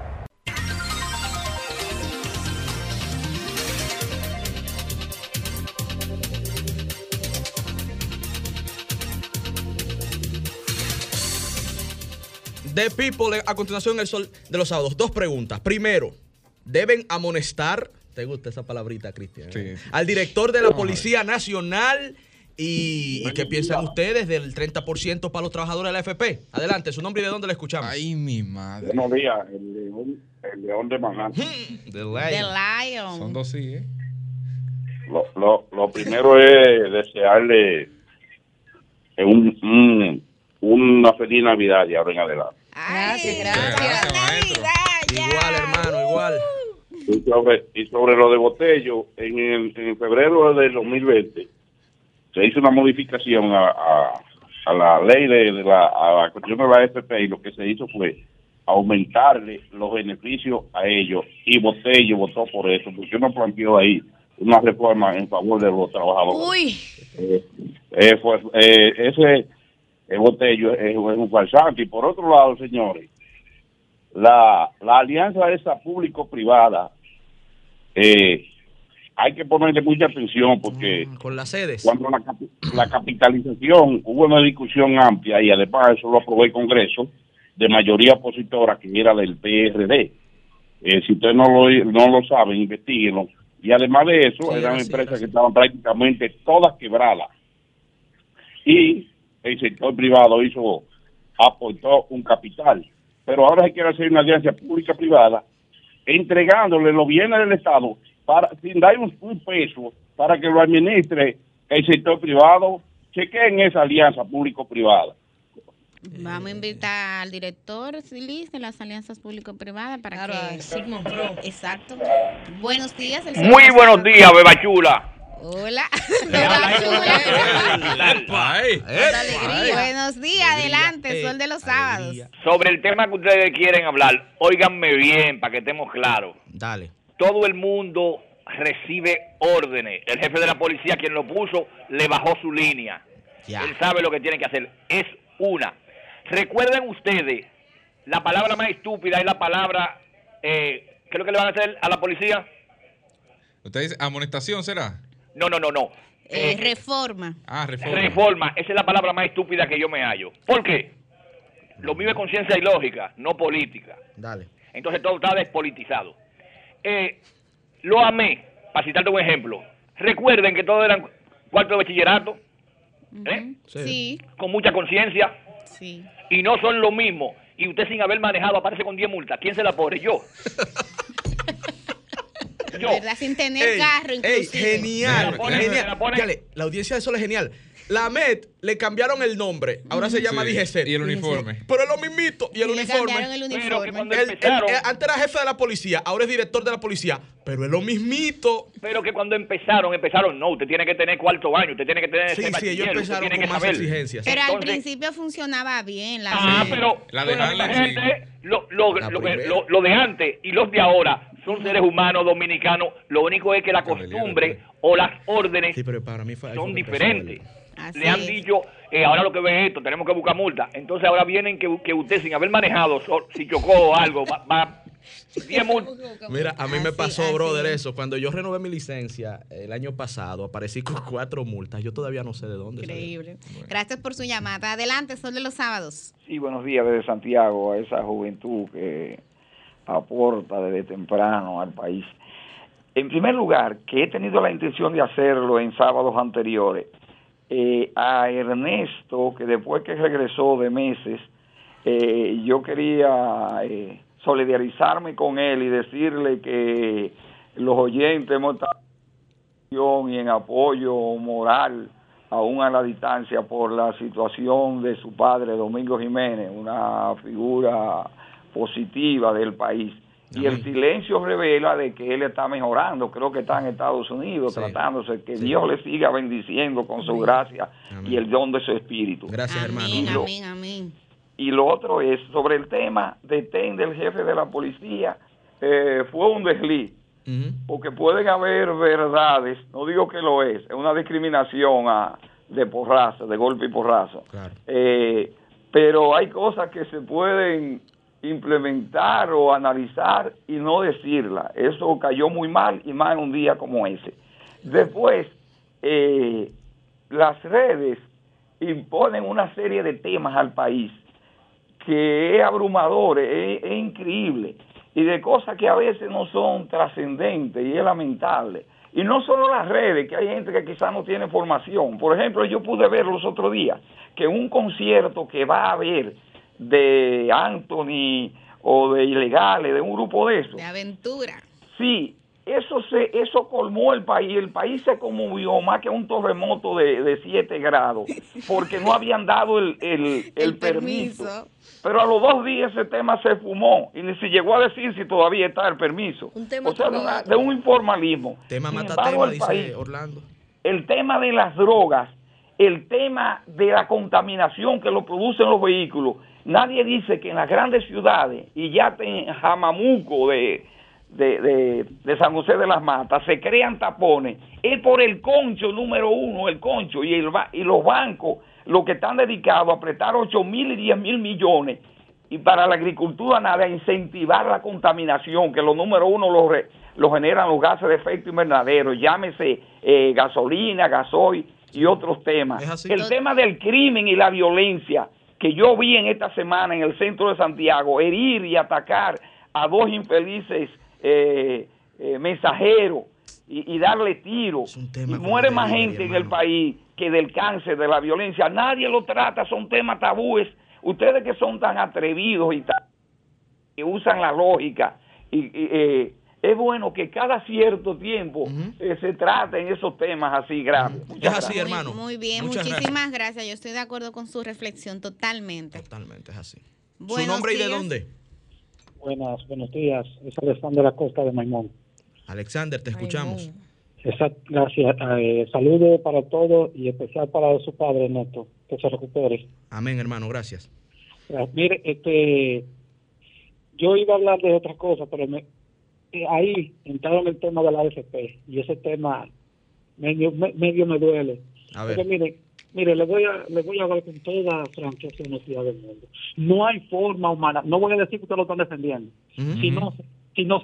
The People, a continuación, el Sol de los Sábados. 2 preguntas. Primero, ¿deben amonestar, te gusta esa palabrita, Cristian, sí, al director de la Policía Nacional? ¿Y qué piensan ustedes del 30% para los trabajadores de la AFP? Adelante, su nombre y de dónde le escuchamos. Ay, mi madre. Buenos días, el león de Manhattan. The Lion. Son 2 sí, ¿eh? Lo primero es desearle una feliz Navidad y ahora en adelante. Gracias. Igual, hermano, igual. Y sobre lo de Botello, en febrero del 2020 se hizo una modificación a la ley a la cuestión de la FP, y lo que se hizo fue aumentarle los beneficios a ellos, y Botello votó por eso, porque uno planteó ahí una reforma en favor de los trabajadores. Uy. Ese Botello es un farsante. Y por otro lado, señores, la alianza esa público-privada, hay que ponerle mucha atención, porque con las sedes, cuando la capitalización, hubo una discusión amplia, y además eso lo aprobó el Congreso, de mayoría opositora, que era del PRD. Si ustedes no lo saben, investíguenlo. Y además de eso, eran empresas que estaban prácticamente todas quebradas. Y el sector privado aportó un capital. Pero ahora se quiere hacer una alianza pública-privada, entregándole los bienes del Estado sin dar un peso para que lo administre el sector privado. Chequen esa alianza público-privada. Vamos a invitar al director Liz de las alianzas público-privadas para que... Sigmund Pro. Exacto. Buenos días. Muy buenos días, Bebachula. Hola. Buenos días, adelante, Sol de los Sábados. Sobre el tema que ustedes quieren hablar, óiganme bien para que estemos claros. Dale. Todo el mundo recibe órdenes. El jefe de la policía, quien lo puso, le bajó su línea. Ya. Él sabe lo que tiene que hacer. Es una. Recuerden ustedes, la palabra más estúpida es la palabra, ¿qué es lo que le van a hacer a la policía? ¿Usted dice amonestación, será? No. Reforma. Reforma, esa es la palabra más estúpida que yo me hallo. ¿Por qué? Lo mío es conciencia y lógica, no política. Dale. Entonces todo está despolitizado. Lo amé, para citarte un ejemplo. Recuerden que todos eran cuarto de bachillerato, Sí. Con mucha conciencia. Sí. Y no son lo mismo. Y usted sin haber manejado aparece con 10 multas. ¿Quién se la pone? Yo. Yo. ¿Verdad? Sin tener carro, inclusive. Genial. La audiencia de Sol es genial. La MET le cambiaron el nombre. Ahora se llama DGC. Y el uniforme. Pero es lo mismito. Y el uniforme. Pero que cuando empezaron... antes era jefe de la policía, ahora es director de la policía. Pero es lo mismito. Pero que cuando empezaron, no, usted tiene que tener cuarto baño, usted tiene que tener... Sí, ellos empezaron con más exigencias. Pero al principio funcionaba bien. Pero la de gente, lo de antes y los de ahora son seres humanos dominicanos. Lo único es que la costumbre o las órdenes para mí son diferentes. Así le han dicho, ahora lo que ve esto, tenemos que buscar multa. Entonces ahora vienen que usted sin haber manejado, si chocó o algo, va 10 multas. Mira, a mí me pasó, brother, eso. Cuando yo renové mi licencia el año pasado, aparecí con 4 multas. Yo todavía no sé de dónde. Increíble. Bueno. Gracias por su llamada. Adelante, Sol de los Sábados. Sí, buenos días desde Santiago, a esa juventud que aporta desde temprano al país. En primer lugar, que he tenido la intención de hacerlo en sábados anteriores, a Ernesto, que después que regresó de meses, yo quería solidarizarme con él y decirle que los oyentes hemos estado y en apoyo moral, aún a la distancia, por la situación de su padre, Domingo Jiménez, una figura positiva del país. Y el silencio revela de que él está mejorando, creo que está en Estados Unidos, tratándose, que Dios le siga bendiciendo con su gracia y el don de su espíritu. Gracias, hermano. Amén. Y lo otro es, sobre el tema del jefe de la policía, fue un desliz, porque pueden haber verdades, no digo que lo es una discriminación de porrazo, de golpe y porrazo, claro. Pero hay cosas que se pueden implementar o analizar y no decirla. Eso cayó muy mal, y más en un día como ese. Después, las redes imponen una serie de temas al país que es abrumador, es increíble, y de cosas que a veces no son trascendentes, y es lamentable. Y no solo las redes, que hay gente que quizás no tiene formación. Por ejemplo, yo pude ver los otros días que un concierto que va a haber de Anthony o de Ilegales, de un grupo de esos. De aventura. Sí, eso colmó el país se conmovió más que un terremoto de 7 grados, porque no habían dado el permiso. Pero a los 2 días ese tema se fumó, y ni se llegó a decir si todavía está el permiso. O sea, de un informalismo. Tema mata tema, dice Orlando. El tema de las drogas el tema de la contaminación que lo producen los vehículos. Nadie dice que en las grandes ciudades, y ya en Jamamuco de San José de las Matas, se crean tapones. Es por el concho número uno, el concho, y los bancos, los que están dedicados a prestar 8.000 y 10.000 millones, y para la agricultura nada, a incentivar la contaminación, que lo número uno lo generan los gases de efecto invernadero, llámese gasolina, gasoil y otros temas. El tema del crimen y la violencia, que yo vi en esta semana en el centro de Santiago, herir y atacar a 2 infelices mensajeros y darle tiros, y muere más gente en el país que del cáncer, de la violencia. Nadie lo trata, son temas tabúes. Ustedes que son tan atrevidos y que usan la lógica, es bueno que cada cierto tiempo se traten esos temas así graves. Es así, hermano. Muy bien, muchísimas gracias. Yo estoy de acuerdo con su reflexión totalmente. Totalmente, es así. Buenos ¿Su nombre días. y de dónde? Buenos días. Es Alexander Acosta de Maimón. Alexander, te escuchamos. Gracias. Saludos para todos y especial para su padre, Neto. Que se recupere. Amén, hermano. Gracias. Mire, yo iba a hablar de otra cosa, pero ahí entraron el tema de la AFP y ese tema medio me duele. A ver. Porque mire, le voy a hablar con toda franqueza y honestidad del mundo. No hay forma humana, no voy a decir que ustedes lo están defendiendo, sino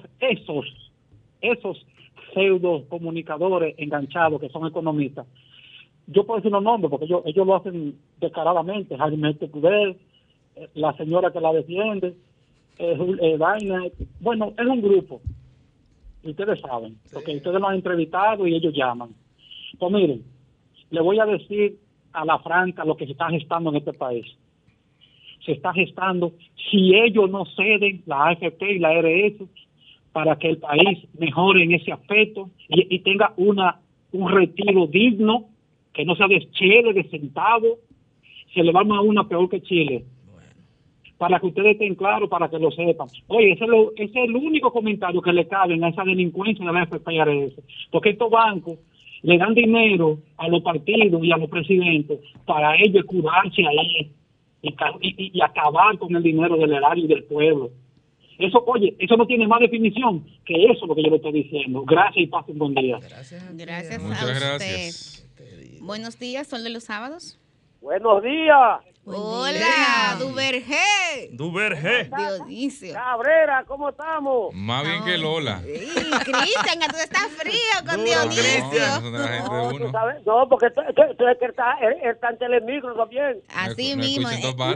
esos pseudo comunicadores enganchados que son economistas. Yo puedo decir los nombres porque ellos lo hacen descaradamente. Jaime Tecudel, la señora que la defiende, Vaina. Bueno, es un grupo. Y ustedes saben, porque ustedes lo han entrevistado y ellos llaman. Pues miren, le voy a decir a la franca lo que se está gestando en este país. Se está gestando, si ellos no ceden, la AFP y la ARS, para que el país mejore en ese aspecto y tenga un retiro digno, que no sea de Chile, de centavo, se le va a una peor que Chile. Para que ustedes estén claros, para que lo sepan. Oye, ese es el único comentario que le cabe a esa delincuencia de la AFP y ARS, porque estos bancos le dan dinero a los partidos y a los presidentes para ellos curarse ahí y acabar con el dinero del erario y del pueblo. Eso, oye, eso no tiene más definición que eso lo que yo le estoy diciendo. Gracias y pasen buen día. Gracias Muchas a usted. gracias. Buenos días, ¿son de los sábados? Buenos días. Hola, Duvergé. Dionisio. Cabrera, ¿cómo estamos? Más bien que Lola. Cristian, tú estás frío con Dionisio. No, porque tú está en Telemicro también. Así mismo.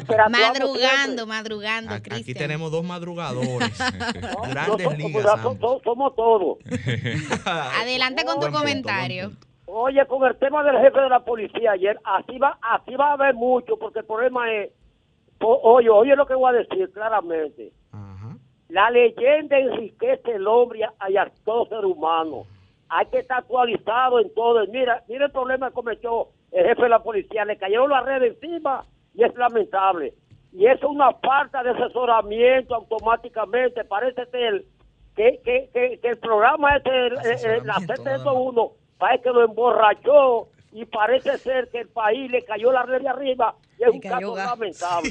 Madrugando, Cristian. Aquí tenemos 2 madrugadores. Grandes ligas. Somos todos. Adelante con tu comentario. Oye, con el tema del jefe de la policía ayer, así va a haber mucho, porque el problema es, oye lo que voy a decir claramente. La leyenda enriquece el hombre y a todo ser humano. Hay que estar actualizado en todo. Mira el problema que cometió el jefe de la policía, le cayeron las redes encima y es lamentable. Y eso es una falta de asesoramiento automáticamente. Parece ser que el programa la C101 parece que lo emborrachó y parece ser que el país le cayó la red de arriba y es un caso lamentable.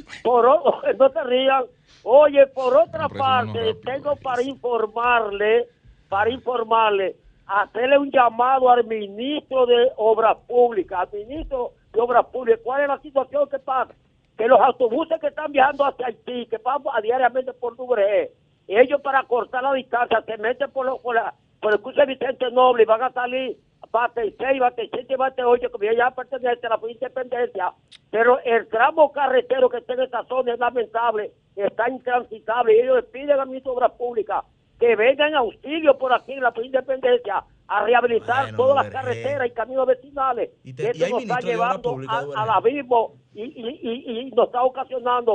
No te rían. Oye, por otra parte, tengo para informarle, hacerle un llamado al ministro de Obras Públicas, ¿Cuál es la situación que pasa? Que los autobuses que están viajando hacia Haití, que van diariamente por Duvergé, ellos para cortar la distancia se meten por el cruce Vicente Noble y van a salir bate 6, bate 7, bate 8, que ya pertenece a la Independencia, pero el tramo carretero que está en esta zona es lamentable, está intransitable, y ellos le piden al ministro de Obras Públicas que venga en auxilio por aquí en la Independencia a rehabilitar todas las carreteras y caminos vecinales, que esto nos está llevando al abismo y nos está ocasionando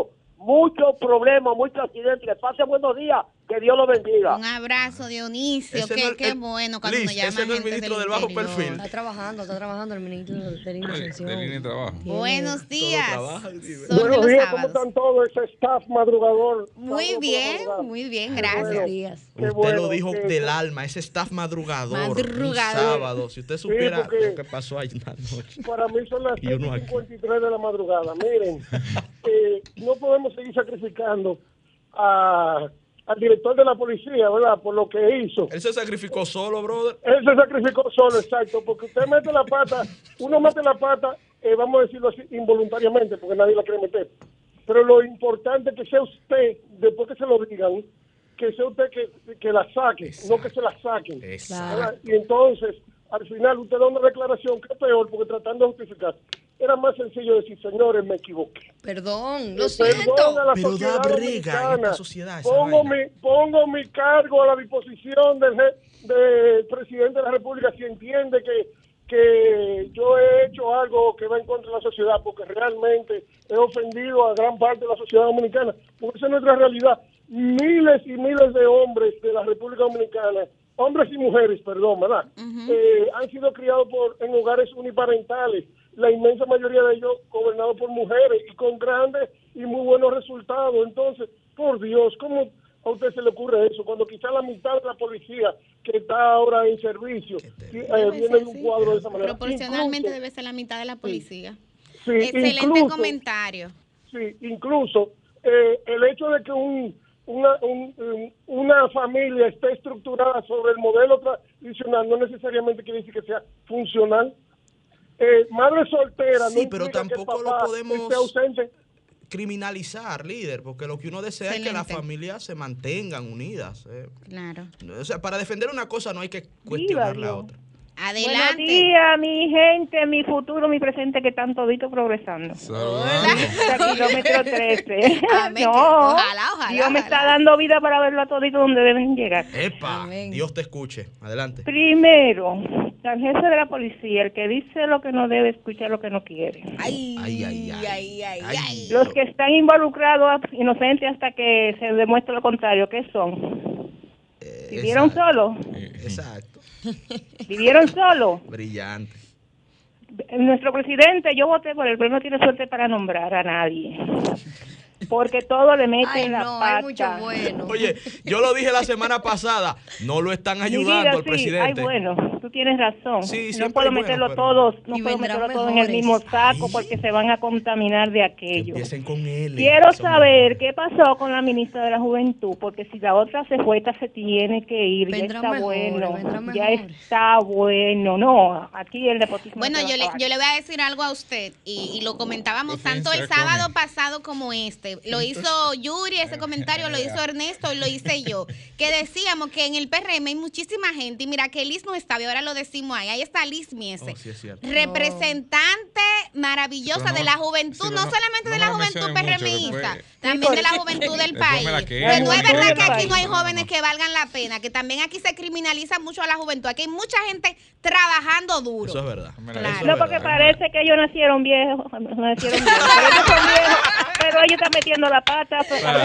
muchos problemas, muchos accidentes. Que pase buenos días, que Dios lo bendiga. Un abrazo, Dionisio, qué bueno cuando nos llama ese no es el ministro del bajo perfil. Está trabajando el ministro de línea de trabajo. Buenos días. Buenos días, ¿cómo están todos ese staff madrugador? Muy bien, gracias. Usted lo dijo del alma, ese staff madrugador. Sábado, si usted supiera lo que pasó ayer en la noche. Para mí son las 7:53 de la madrugada. Miren, no podemos seguir sacrificando al director de la policía, ¿verdad? Por lo que hizo. Él se sacrificó solo, brother. Él se sacrificó solo, exacto, porque usted mete la pata, uno mete la pata, vamos a decirlo así, involuntariamente, porque nadie la quiere meter. Pero lo importante es que sea usted, después que se lo digan, que sea usted que la saque, no que se la saquen. Y entonces, al final, usted da una declaración que es peor, porque tratando de justificar. Era más sencillo decir, señores, me equivoqué. Perdón, lo siento. Pero da brega en esta sociedad. Pongo mi cargo a la disposición del presidente de la República si entiende que yo he hecho algo que va en contra de la sociedad, porque realmente he ofendido a gran parte de la sociedad dominicana. Porque esa es nuestra realidad. Miles y miles de hombres de la República Dominicana, hombres y mujeres, perdón, ¿verdad? Han sido criados en hogares uniparentales. La inmensa mayoría de ellos gobernados por mujeres y con grandes y muy buenos resultados. Entonces, por Dios, ¿cómo a usted se le ocurre eso? Cuando quizá la mitad de la policía que está ahora en servicio viene de un cuadro de esa manera. Proporcionalmente debe ser la mitad de la policía. Sí, excelente comentario. Sí, incluso el hecho de que una familia esté estructurada sobre el modelo tradicional no necesariamente quiere decir que sea funcional. Madre soltera, sí, pero tampoco lo podemos criminalizar, líder, porque lo que uno desea es que las familias se mantengan unidas. Claro. O sea, para defender una cosa no hay que cuestionar la otra. Adelante. Buenos días, mi gente, mi futuro, mi presente, que están toditos progresando. Hasta kilómetro 13. Amén. Ojalá. Dios me está dando vida para verlo a toditos donde deben llegar. ¡Epa! Amén. Dios te escuche. Adelante. Primero, al jefe de la policía, el que dice lo que no debe, escuchar lo que no quiere. Ay. Los que están involucrados, inocentes hasta que se demuestre lo contrario, ¿qué son? ¿Vivieron solos? Exacto. ¿Vivieron solo? Brillante. Nuestro presidente, yo voté por él, pero no tiene suerte para nombrar a nadie. Porque todo le mete en la pata. Hay mucho bueno. Oye, yo lo dije la semana pasada, no lo están ayudando al presidente. Ay, bueno, tú tienes razón. Sí, no puedo meterlo todos, en el mismo saco porque se van a contaminar de aquello. Empiecen con él. Quiero saber qué pasó con la ministra de la Juventud, porque si la otra se fue, esta se tiene que ir. Ya está bueno. Ya está bueno. No, aquí el nepotismo. Bueno, yo le voy a decir algo a usted y lo comentábamos tanto el sábado pasado como este. Lo hizo Yuri, ese comentario lo hizo Ernesto y lo hice yo, que decíamos que en el PRM hay muchísima gente, y mira que Liz no estaba, y ahora lo decimos ahí está Liz Miese, representante maravillosa de la juventud, no solamente de la juventud PRMista, también de la juventud del país. Pero no es verdad que aquí no hay jóvenes que valgan la pena, que también aquí se criminaliza mucho a la juventud, aquí hay mucha gente trabajando duro. Eso es verdad. Claro. No, porque parece que ellos nacieron viejos, pero ellos son viejos, pero ellos están metiendo la pata.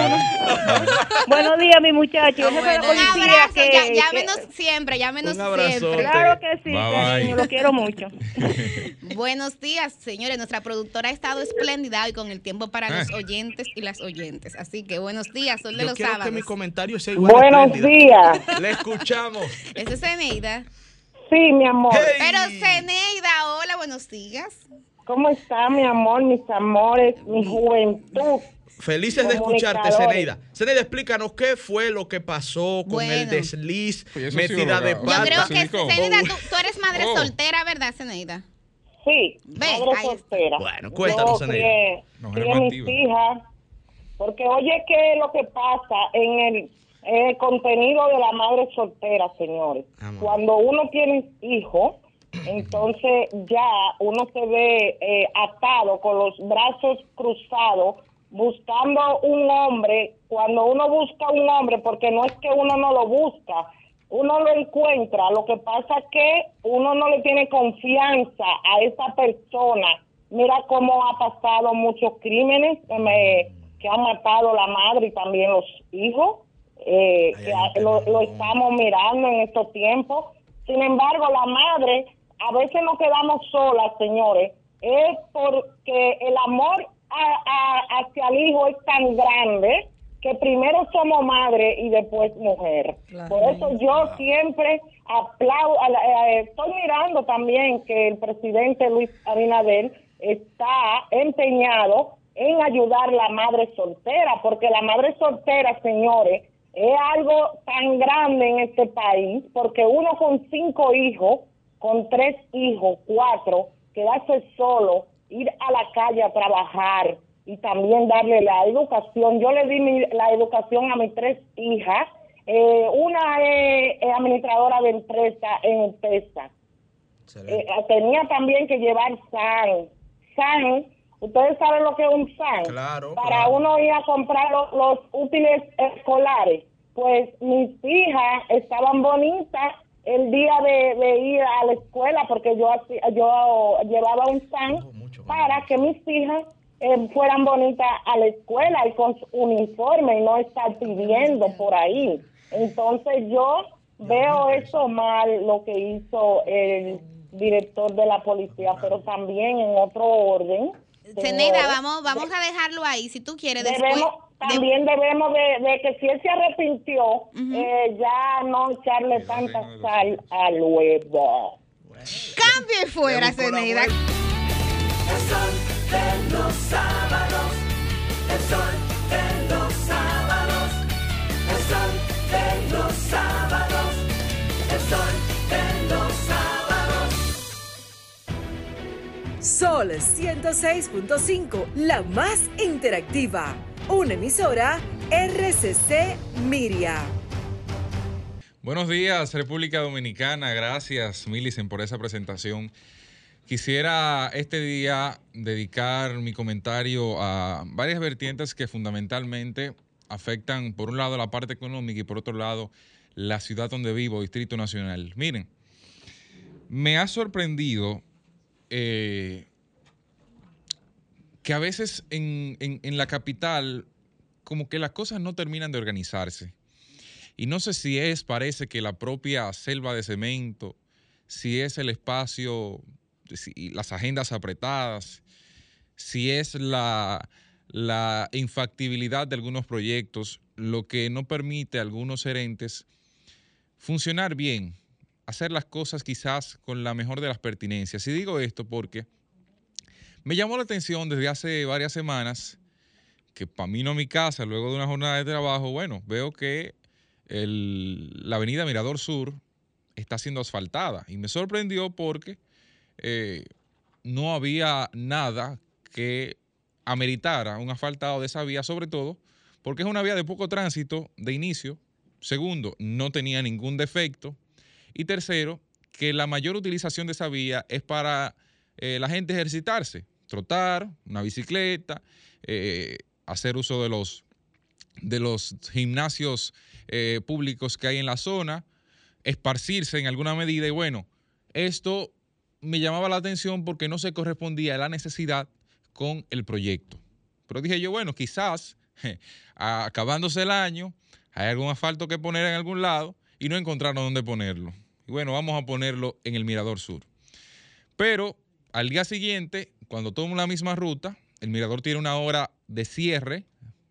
Buenos días, mi muchacho. Un abrazo, llámenos siempre. Claro que sí, cariño, lo quiero mucho. Buenos días, señores. Nuestra productora ha estado espléndida hoy con el tiempo para los oyentes y las oyentes. Así que buenos días, Sol de los Sábados. Que mi comentario sea igual. Buenos días. Le escuchamos. ¿Esa es Zeneida? Sí, mi amor. Hey. Pero Zeneida, hola, buenos días. ¿Cómo está, mi amor, mis amores, mi juventud? Felices de escucharte, Zeneida. Zeneida, explícanos qué fue lo que pasó con el desliz, metida de pata. Yo creo que, Zeneida, tú eres madre soltera, ¿verdad, Zeneida? Sí, madre soltera. Bueno, cuéntanos, Zeneida. Crié mis hijas, porque oye, ¿qué es lo que pasa en el contenido de la madre soltera, señores? Cuando uno tiene hijos, entonces ya uno se ve atado con los brazos cruzados buscando un hombre. Cuando uno busca un hombre, porque no es que uno no lo busca, uno lo encuentra. Lo que pasa es que uno no le tiene confianza a esa persona. Mira cómo ha pasado muchos crímenes que han matado la madre y también los hijos, lo estamos mirando en estos tiempos. Sin embargo, la madre, a veces nos quedamos solas, señores, es porque el amor hacia el hijo es tan grande que primero somos madre y después mujer. Claro. Por eso yo siempre aplaudo, estoy mirando también que el presidente Luis Abinader está empeñado en ayudar a la madre soltera, porque la madre soltera, señores, es algo tan grande en este país, porque uno con 5 hijos, con 3 hijos, 4, quedarse solo, ir a la calle a trabajar y también darle la educación. Yo le di la educación a mis 3 hijas. Una es administradora de empresa en UTESA. Tenía también que llevar SAN. ¿Ustedes saben lo que es un SAN? Claro. Para uno ir a comprar los útiles escolares. Pues mis hijas estaban bonitas el día de ir a la escuela, porque yo llevaba un SAN para que mis hijas fueran bonitas a la escuela y con su uniforme y no estar pidiendo por ahí. Entonces yo veo eso mal, lo que hizo el director de la policía, pero también en otro orden. Zeneida, vamos a dejarlo ahí, si tú quieres. También debemos de que si él se arrepintió, ya no echarle tanta sal al huevo. Cambie fuera, Zeneida. El sol de los sábados, el sol de los sábados, el sol de los sábados, el sol de los sábados. Sol 106.5, la más interactiva. Una emisora RCC Miria. Buenos días, República Dominicana. Gracias, Millicent, por esa presentación. Quisiera este día dedicar mi comentario a varias vertientes que fundamentalmente afectan, por un lado, la parte económica y por otro lado, la ciudad donde vivo, Distrito Nacional. Miren, me ha sorprendido que a veces en la capital como que las cosas no terminan de organizarse. Y no sé si parece que la propia selva de cemento, si es el espacio, las agendas apretadas, si es la infactibilidad de algunos proyectos, lo que no permite a algunos gerentes funcionar bien, hacer las cosas quizás con la mejor de las pertinencias. Y digo esto porque me llamó la atención desde hace varias semanas que camino a mi casa luego de una jornada de trabajo, veo que la avenida Mirador Sur está siendo asfaltada. Y me sorprendió porque no había nada que ameritara un asfaltado de esa vía, sobre todo porque es una vía de poco tránsito de inicio. Segundo, no tenía ningún defecto. Y tercero, que la mayor utilización de esa vía es para la gente ejercitarse, trotar, una bicicleta, hacer uso de los gimnasios públicos que hay en la zona, esparcirse en alguna medida. Y esto me llamaba la atención porque no se correspondía a la necesidad con el proyecto. Pero dije yo, quizás acabándose el año, hay algún asfalto que poner en algún lado y no encontraron dónde ponerlo. Y vamos a ponerlo en el Mirador Sur. Pero al día siguiente, cuando tomo la misma ruta, el Mirador tiene una hora de cierre,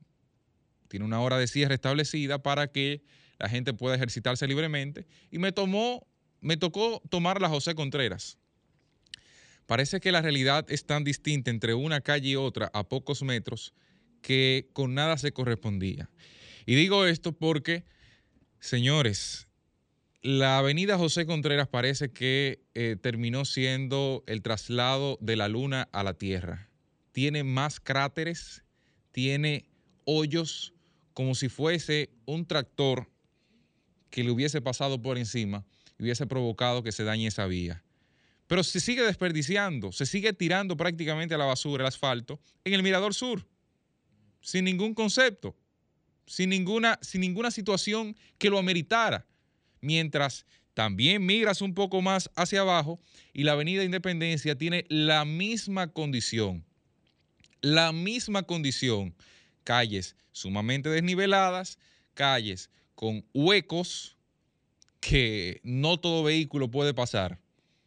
establecida para que la gente pueda ejercitarse libremente. Y me tocó tomar la José Contreras. Parece que la realidad es tan distinta entre una calle y otra a pocos metros que con nada se correspondía. Y digo esto porque, señores, la avenida José Contreras parece que terminó siendo el traslado de la luna a la tierra. Tiene más cráteres, tiene hoyos, como si fuese un tractor que le hubiese pasado por encima y hubiese provocado que se dañe esa vía. Pero se sigue desperdiciando, se sigue tirando prácticamente a la basura el asfalto en el Mirador Sur, sin ningún concepto, sin ninguna situación que lo ameritara. Mientras también migras un poco más hacia abajo y la avenida Independencia tiene la misma condición calles sumamente desniveladas, calles con huecos que no todo vehículo puede pasar,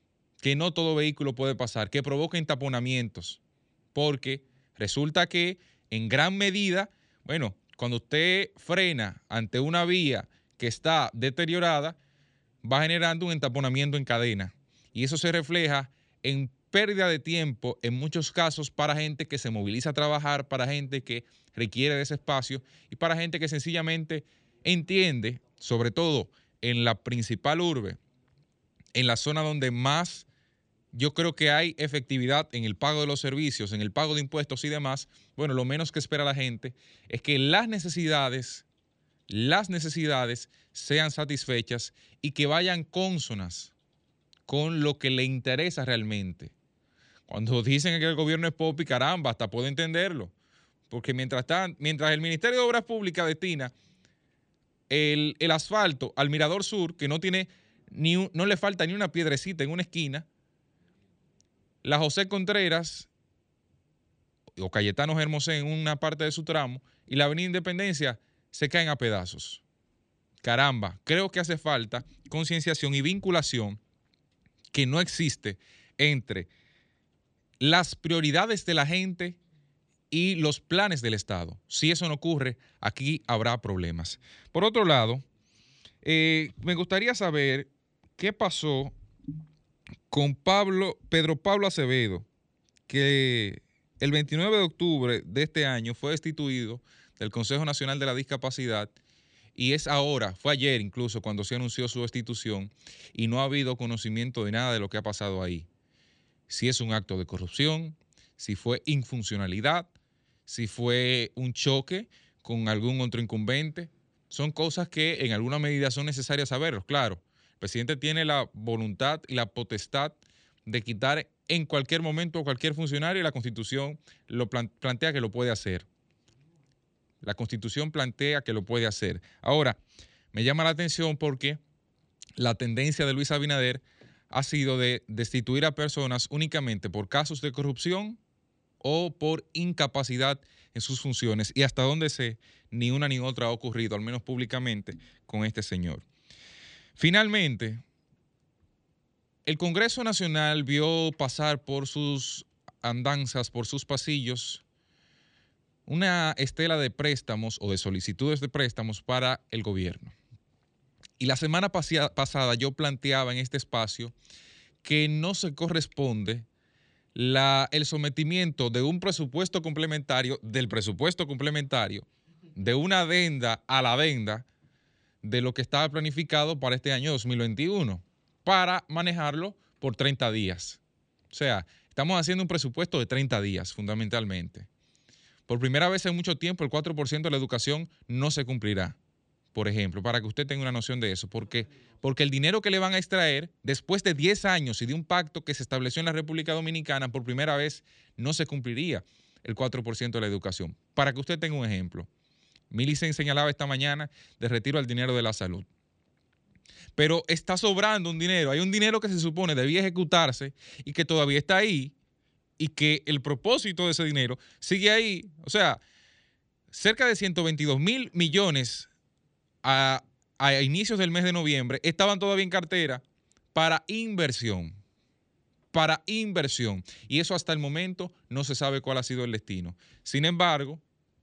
que provoquen taponamientos, porque resulta que en gran medida, bueno, cuando usted frena ante una vía que está deteriorada, va generando un entaponamiento en cadena, y eso se refleja en pérdida de tiempo en muchos casos para gente que se moviliza a trabajar, para gente que requiere de ese espacio y para gente que sencillamente entiende, sobre todo en la principal urbe, en la zona donde más yo creo que hay efectividad en el pago de los servicios, en el pago de impuestos y demás. Bueno, lo menos que espera la gente es que las necesidades sean satisfechas y que vayan cónsonas con lo que le interesa realmente. Cuando dicen que el gobierno es popi, caramba, hasta puedo entenderlo. Porque mientras el Ministerio de Obras Públicas destina el asfalto al Mirador Sur, que no le falta ni una piedrecita en una esquina, la José Contreras o Cayetano Hermosén en una parte de su tramo y la Avenida Independencia se caen a pedazos. Caramba, creo que hace falta concienciación y vinculación que no existe entre las prioridades de la gente y los planes del Estado. Si eso no ocurre, aquí habrá problemas. Por otro lado, me gustaría saber qué pasó con Pedro Pablo Acevedo, que el 29 de octubre de este año fue destituido del Consejo Nacional de la Discapacidad y fue ayer incluso cuando se anunció su destitución y no ha habido conocimiento de nada de lo que ha pasado ahí. Si es un acto de corrupción, si fue infuncionalidad, si fue un choque con algún otro incumbente, son cosas que en alguna medida son necesarias saberlos, claro. El presidente tiene la voluntad y la potestad de quitar en cualquier momento a cualquier funcionario y la Constitución lo plantea que lo puede hacer. La Constitución plantea que lo puede hacer. Ahora, me llama la atención porque la tendencia de Luis Abinader ha sido de destituir a personas únicamente por casos de corrupción o por incapacidad en sus funciones. Y hasta donde sé, ni una ni otra ha ocurrido, al menos públicamente, con este señor. Finalmente, el Congreso Nacional vio pasar por sus andanzas, por sus pasillos, una estela de préstamos o de solicitudes de préstamos para el gobierno. Y la semana pasada yo planteaba en este espacio que no se corresponde el sometimiento de un presupuesto complementario, de una adenda a la adenda de lo que estaba planificado para este año 2021, para manejarlo por 30 días. O sea, estamos haciendo un presupuesto de 30 días, fundamentalmente. Por primera vez en mucho tiempo, el 4% de la educación no se cumplirá, por ejemplo, para que usted tenga una noción de eso. Porque el dinero que le van a extraer, después de 10 años y de un pacto que se estableció en la República Dominicana, por primera vez no se cumpliría el 4% de la educación. Para que usted tenga un ejemplo. Millicent señalaba esta mañana de retiro al dinero de la salud. Pero está sobrando un dinero. Hay un dinero que se supone debía ejecutarse y que todavía está ahí y que el propósito de ese dinero sigue ahí. O sea, cerca de 122.000 millones a inicios del mes de noviembre estaban todavía en cartera para inversión. Y eso hasta el momento no se sabe cuál ha sido el destino. Sin embargo,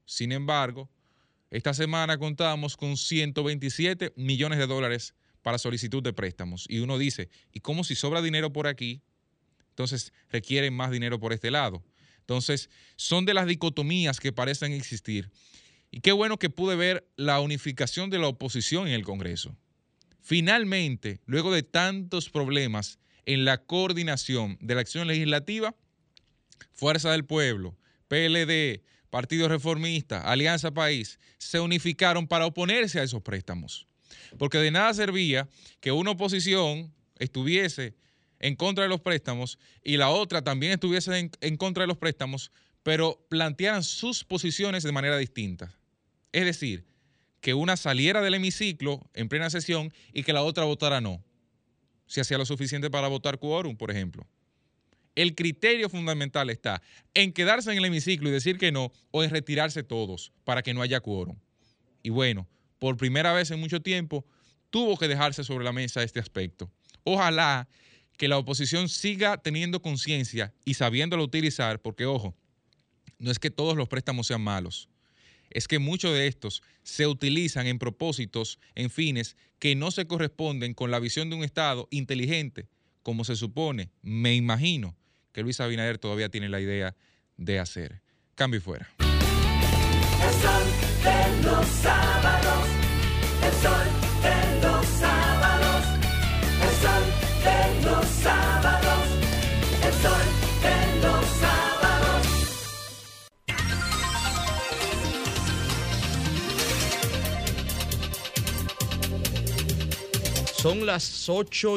esta semana contábamos con 127 millones de dólares para solicitud de préstamos. Y uno dice, ¿y cómo si sobra dinero por aquí? Entonces requieren más dinero por este lado. Entonces, son de las dicotomías que parecen existir. Y qué bueno que pude ver la unificación de la oposición en el Congreso. Finalmente, luego de tantos problemas en la coordinación de la acción legislativa, Fuerza del Pueblo, PLD, Partido Reformista, Alianza País, se unificaron para oponerse a esos préstamos. Porque de nada servía que una oposición estuviese en contra de los préstamos y la otra también estuviese en contra de los préstamos, pero plantearan sus posiciones de manera distinta. Es decir, que una saliera del hemiciclo en plena sesión y que la otra votara no. Si hacía lo suficiente para votar quórum, por ejemplo. El criterio fundamental está en quedarse en el hemiciclo y decir que no, o en retirarse todos para que no haya quórum. Y bueno, por primera vez en mucho tiempo, tuvo que dejarse sobre la mesa este aspecto. Ojalá que la oposición siga teniendo conciencia y sabiéndolo utilizar, porque ojo, no es que todos los préstamos sean malos, es que muchos de estos se utilizan en propósitos, en fines que no se corresponden con la visión de un Estado inteligente, como se supone, me imagino, que Luis Abinader todavía tiene la idea de hacer. Cambio y fuera. El sol de los sábados, el sol de los sábados, el sol de los sábados, el sol de los sábados. Son las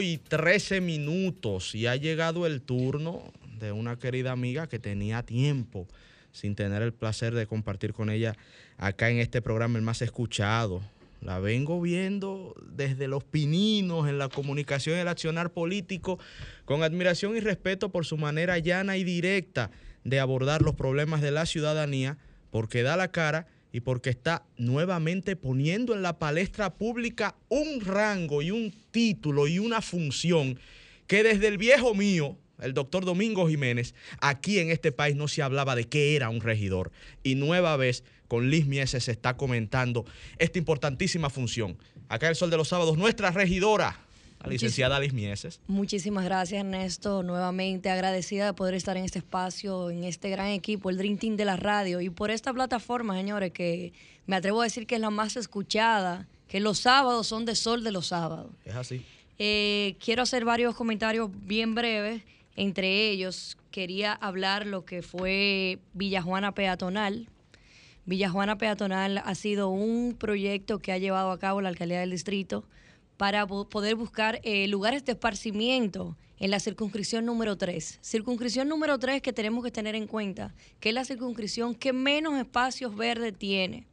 8:13 y ha llegado el turno de una querida amiga que tenía tiempo sin tener el placer de compartir con ella acá en este programa, el más escuchado. La vengo viendo desde los pininos en la comunicación y el accionar político, con admiración y respeto por su manera llana y directa de abordar los problemas de la ciudadanía, porque da la cara y porque está nuevamente poniendo en la palestra pública un rango y un título y una función que desde el viejo mío, el doctor Domingo Jiménez, aquí en este país no se hablaba de qué era un regidor. Y nueva vez con Liz Mieses se está comentando esta importantísima función. Acá en el Sol de los Sábados, nuestra regidora, la licenciada Liz Mieses. Muchísimas gracias, Ernesto. Nuevamente agradecida de poder estar en este espacio, en este gran equipo, el Dream Team de la radio, y por esta plataforma, señores, que me atrevo a decir que es la más escuchada, que los sábados son de Sol de los Sábados. Es así. Quiero hacer varios comentarios bien breves. Entre ellos, quería hablar lo que fue Villajuana Peatonal. Villajuana Peatonal ha sido un proyecto que ha llevado a cabo la Alcaldía del Distrito para poder buscar lugares de esparcimiento en la circunscripción número 3. Circunscripción número 3 que tenemos que tener en cuenta, que es la circunscripción que menos espacios verdes tiene.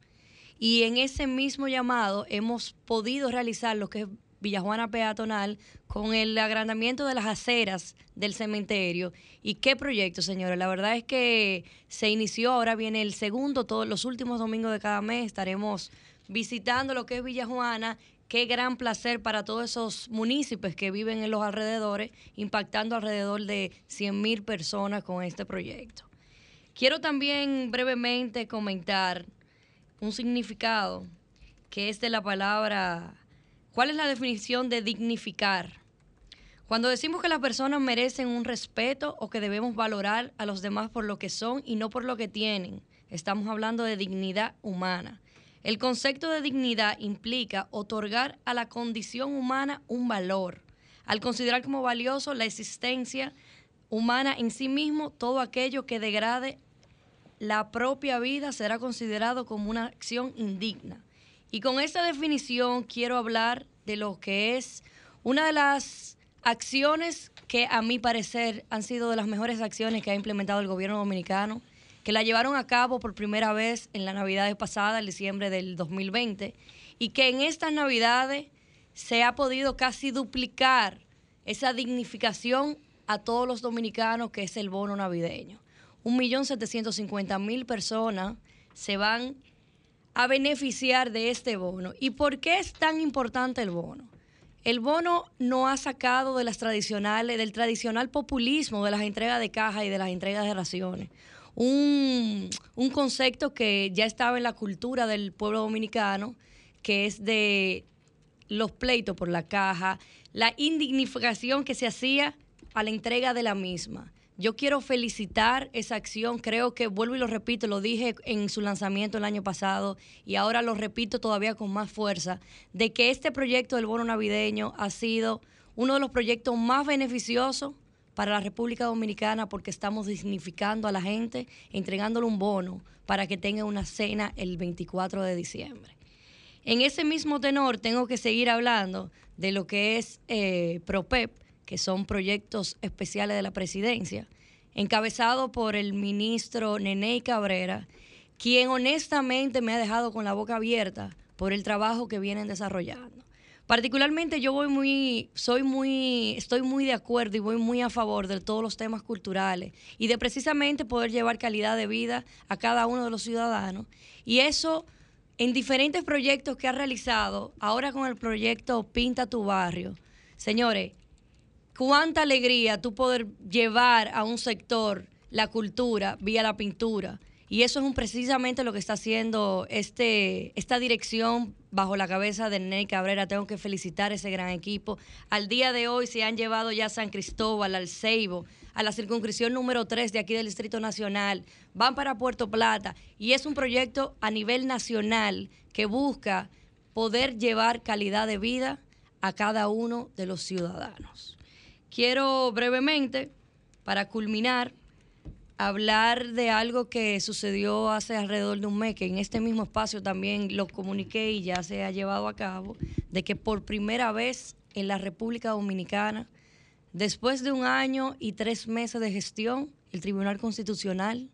Y en ese mismo llamado hemos podido realizar lo que es Villajuana Peatonal con el agrandamiento de las aceras del cementerio. ¿Y qué proyecto, señores? La verdad es que se inició, ahora viene el segundo, todos los últimos domingos de cada mes estaremos visitando lo que es Villajuana. Qué gran placer para todos esos municipios que viven en los alrededores, impactando alrededor de 100,000 personas con este proyecto. Quiero también brevemente comentar un significado que es de la palabra. ¿Cuál es la definición de dignificar? Cuando decimos que las personas merecen un respeto o que debemos valorar a los demás por lo que son y no por lo que tienen, estamos hablando de dignidad humana. El concepto de dignidad implica otorgar a la condición humana un valor, al considerar como valioso la existencia humana en sí mismo. Todo aquello que degrade la propia vida será considerado como una acción indigna. Y con esta definición quiero hablar de lo que es una de las acciones que a mi parecer han sido de las mejores acciones que ha implementado el gobierno dominicano, que la llevaron a cabo por primera vez en la Navidad pasada, el diciembre del 2020, y que en estas Navidades se ha podido casi duplicar esa dignificación a todos los dominicanos, que es el bono navideño. 1.750.000 personas se van a beneficiar de este bono. ¿Y por qué es tan importante el bono? El bono no ha sacado del tradicional populismo de las entregas de caja y de las entregas de raciones. Un concepto que ya estaba en la cultura del pueblo dominicano, que es de los pleitos por la caja, la indignificación que se hacía a la entrega de la misma. Yo quiero felicitar esa acción, creo que, vuelvo y lo repito, lo dije en su lanzamiento el año pasado y ahora lo repito todavía con más fuerza, de que este proyecto del bono navideño ha sido uno de los proyectos más beneficiosos para la República Dominicana, porque estamos dignificando a la gente, entregándole un bono para que tenga una cena el 24 de diciembre. En ese mismo tenor tengo que seguir hablando de lo que es PROPEP, que son proyectos especiales de la presidencia, encabezado por el ministro Neney Cabrera, quien honestamente me ha dejado con la boca abierta por el trabajo que vienen desarrollando. Particularmente estoy muy de acuerdo y voy muy a favor de todos los temas culturales y de precisamente poder llevar calidad de vida a cada uno de los ciudadanos. Y eso en diferentes proyectos que ha realizado, ahora con el proyecto Pinta tu Barrio. Señores, cuánta alegría tú poder llevar a un sector la cultura vía la pintura. Y eso es precisamente lo que está haciendo esta dirección bajo la cabeza de Ney Cabrera. Tengo que felicitar a ese gran equipo. Al día de hoy se han llevado ya a San Cristóbal, al Ceibo, a la circunscripción número 3 de aquí del Distrito Nacional. Van para Puerto Plata y es un proyecto a nivel nacional que busca poder llevar calidad de vida a cada uno de los ciudadanos. Quiero brevemente, para culminar, hablar de algo que sucedió hace alrededor de un mes, que en este mismo espacio también lo comuniqué y ya se ha llevado a cabo, de que por primera vez en la República Dominicana, después de 1 año y 3 meses de gestión, el Tribunal Constitucional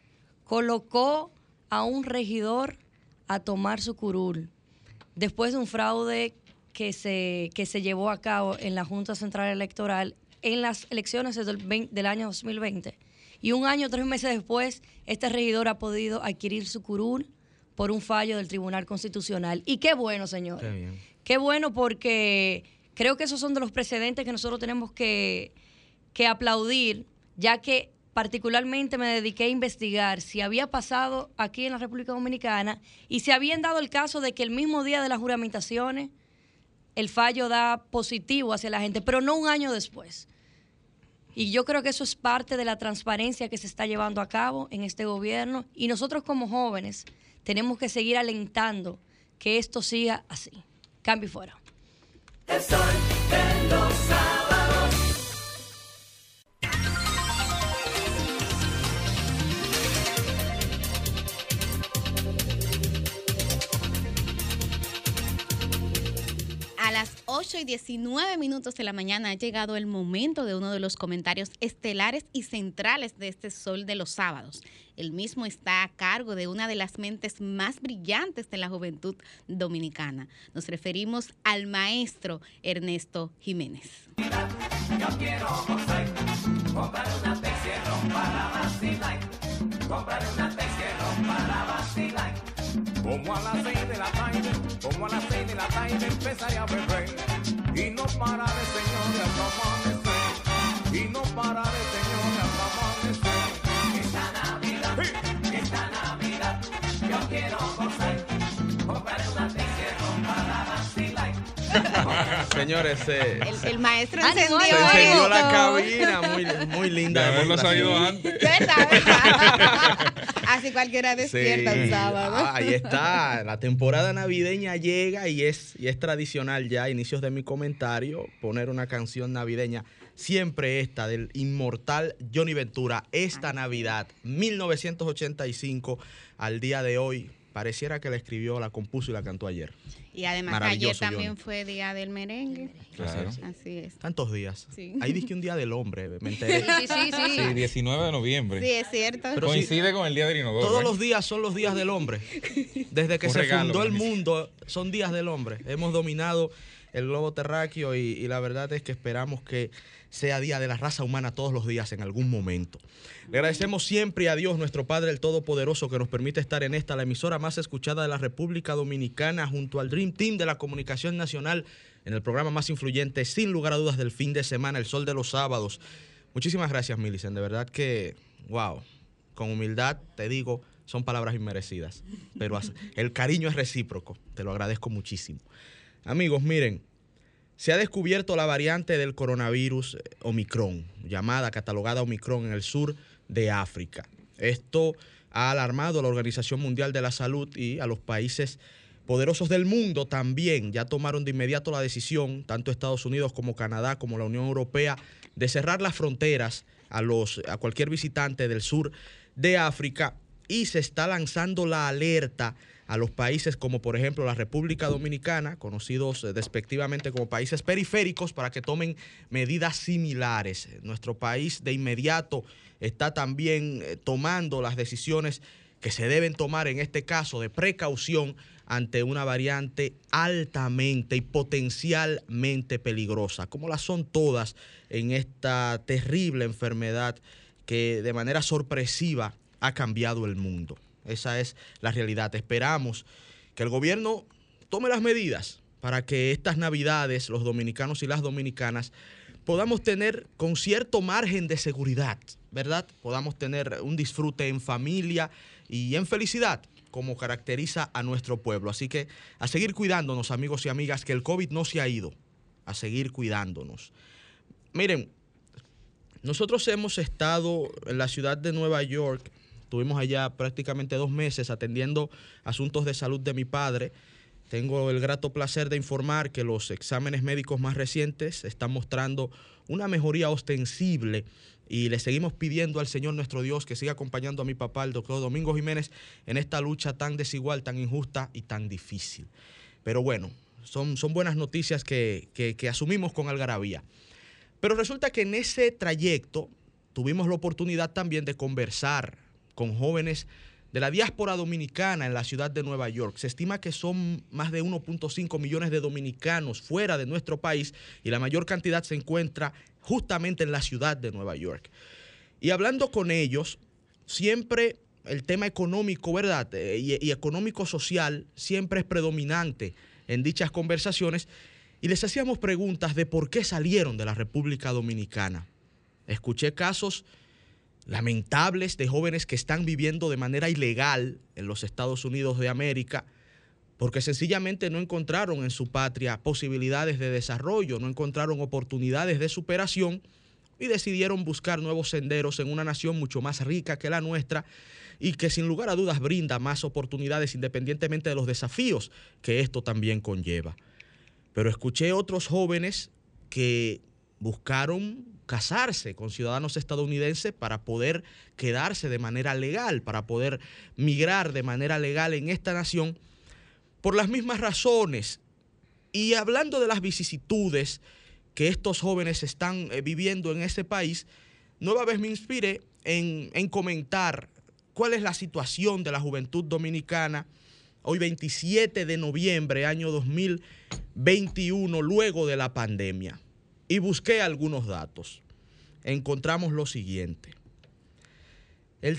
colocó a un regidor a tomar su curul, después de un fraude que se llevó a cabo en la Junta Central Electoral en las elecciones del año 2020. Y 1 año, 3 meses después, este regidor ha podido adquirir su curul por un fallo del Tribunal Constitucional. Y qué bueno, señores. Qué bien. Qué bueno, porque creo que esos son de los precedentes que nosotros tenemos que aplaudir, ya que particularmente me dediqué a investigar si había pasado aquí en la República Dominicana y se habían dado el caso de que el mismo día de las juramentaciones el fallo da positivo hacia la gente, pero no 1 año después. Y yo creo que eso es parte de la transparencia que se está llevando a cabo en este gobierno. Y nosotros como jóvenes tenemos que seguir alentando que esto siga así. Cambio y fuera. El sol de los sábados. A las 8:19 de la mañana ha llegado el momento de uno de los comentarios estelares y centrales de este Sol de los Sábados. El mismo está a cargo de una de las mentes más brillantes de la juventud dominicana. Nos referimos al maestro Ernesto Jiménez. Yo quiero comprar una Texierro para vacilar, comprar una Texierro para vacilar. Como a las 6 de la tarde, empezaré a beber. Y no pararé, señores, hasta amanecer. Y no pararé, señores, hasta amanecer. Esta Navidad, yo quiero gozar. Compraré una Texierro para vacilar. Señores, el maestro se encendió la cabina, muy linda. De haberlo sabido antes. ¿Verdad? Así cualquiera despierta un sábado. Ahí está, la temporada navideña llega y es tradicional ya, a inicios de mi comentario, poner una canción navideña, siempre esta, del inmortal Johnny Ventura, esta Navidad, 1985, al día de hoy. Pareciera que la escribió, la compuso y la cantó ayer. Y además ayer también fue Día del Merengue. Claro. Así es. Tantos días. Sí. Ahí dice que un Día del Hombre, me enteré. Sí, 19 de noviembre. Sí, es cierto. Pero coincide con el Día del Inodoro. Todos los días son los días del hombre. Desde que se fundó el mundo, son días del hombre. Hemos dominado el globo terráqueo y la verdad es que esperamos que sea Día de la Raza Humana todos los días en algún momento. Le agradecemos siempre a Dios, nuestro Padre el Todopoderoso, que nos permite estar en esta, la emisora más escuchada de la República Dominicana, junto al Dream Team de la Comunicación Nacional, en el programa más influyente, sin lugar a dudas, del fin de semana, El Sol de los Sábados. Muchísimas gracias, Millicent. De verdad que, wow, con humildad te digo, son palabras inmerecidas, pero el cariño es recíproco. Te lo agradezco muchísimo. Amigos, miren, se ha descubierto la variante del coronavirus Omicron, catalogada Omicron, en el sur de África. Esto ha alarmado a la Organización Mundial de la Salud y a los países poderosos del mundo también. Ya tomaron de inmediato la decisión, tanto Estados Unidos como Canadá, como la Unión Europea, de cerrar las fronteras a cualquier visitante del sur de África, y se está lanzando la alerta a los países como por ejemplo la República Dominicana, conocidos despectivamente como países periféricos, para que tomen medidas similares. Nuestro país de inmediato está también tomando las decisiones que se deben tomar en este caso de precaución ante una variante altamente y potencialmente peligrosa, como la son todas en esta terrible enfermedad que de manera sorpresiva ha cambiado el mundo. Esa es la realidad. Esperamos que el gobierno tome las medidas para que estas Navidades, los dominicanos y las dominicanas, podamos tener con cierto margen de seguridad, ¿verdad? Podamos tener un disfrute en familia y en felicidad, como caracteriza a nuestro pueblo. Así que a seguir cuidándonos, amigos y amigas, que el COVID no se ha ido, a seguir cuidándonos. Miren, nosotros hemos estado en la ciudad de Nueva York, estuvimos allá prácticamente 2 meses atendiendo asuntos de salud de mi padre. Tengo el grato placer de informar que los exámenes médicos más recientes están mostrando una mejoría ostensible y le seguimos pidiendo al Señor nuestro Dios que siga acompañando a mi papá, el doctor Domingo Jiménez, en esta lucha tan desigual, tan injusta y tan difícil. Pero bueno, son buenas noticias que asumimos con algarabía. Pero resulta que en ese trayecto tuvimos la oportunidad también de conversar con jóvenes de la diáspora dominicana en la ciudad de Nueva York. Se estima que son más de 1.5 millones de dominicanos fuera de nuestro país y la mayor cantidad se encuentra justamente en la ciudad de Nueva York. Y hablando con ellos, siempre el tema económico, ¿verdad? Y económico-social siempre es predominante en dichas conversaciones y les hacíamos preguntas de por qué salieron de la República Dominicana. Escuché casos lamentables de jóvenes que están viviendo de manera ilegal en los Estados Unidos de América porque sencillamente no encontraron en su patria posibilidades de desarrollo, no encontraron oportunidades de superación y decidieron buscar nuevos senderos en una nación mucho más rica que la nuestra y que sin lugar a dudas brinda más oportunidades independientemente de los desafíos que esto también conlleva. Pero escuché otros jóvenes que buscaron casarse con ciudadanos estadounidenses para poder quedarse de manera legal, para poder migrar de manera legal en esta nación por las mismas razones. Y hablando de las vicisitudes que estos jóvenes están viviendo en ese país, nueva vez me inspiré en comentar cuál es la situación de la juventud dominicana hoy 27 de noviembre, año 2021, luego de la pandemia. Y busqué algunos datos. Encontramos lo siguiente. El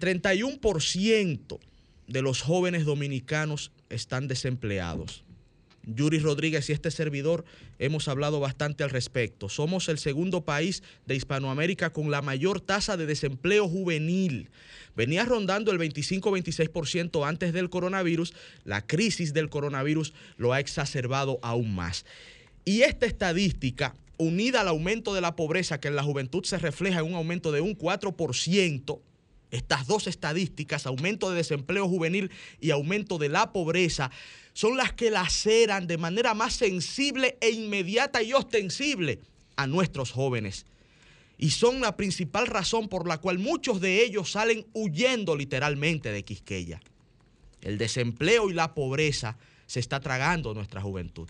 31% de los jóvenes dominicanos están desempleados. Yuri Rodríguez y este servidor hemos hablado bastante al respecto. Somos el segundo país de Hispanoamérica con la mayor tasa de desempleo juvenil. Venía rondando el 25-26% antes del coronavirus. La crisis del coronavirus lo ha exacerbado aún más. Y esta estadística, unida al aumento de la pobreza, que en la juventud se refleja en un aumento de un 4%, estas dos estadísticas, aumento de desempleo juvenil y aumento de la pobreza, son las que laceran de manera más sensible e inmediata y ostensible a nuestros jóvenes. Y son la principal razón por la cual muchos de ellos salen huyendo literalmente de Quisqueya. El desempleo y la pobreza se está tragando nuestra juventud.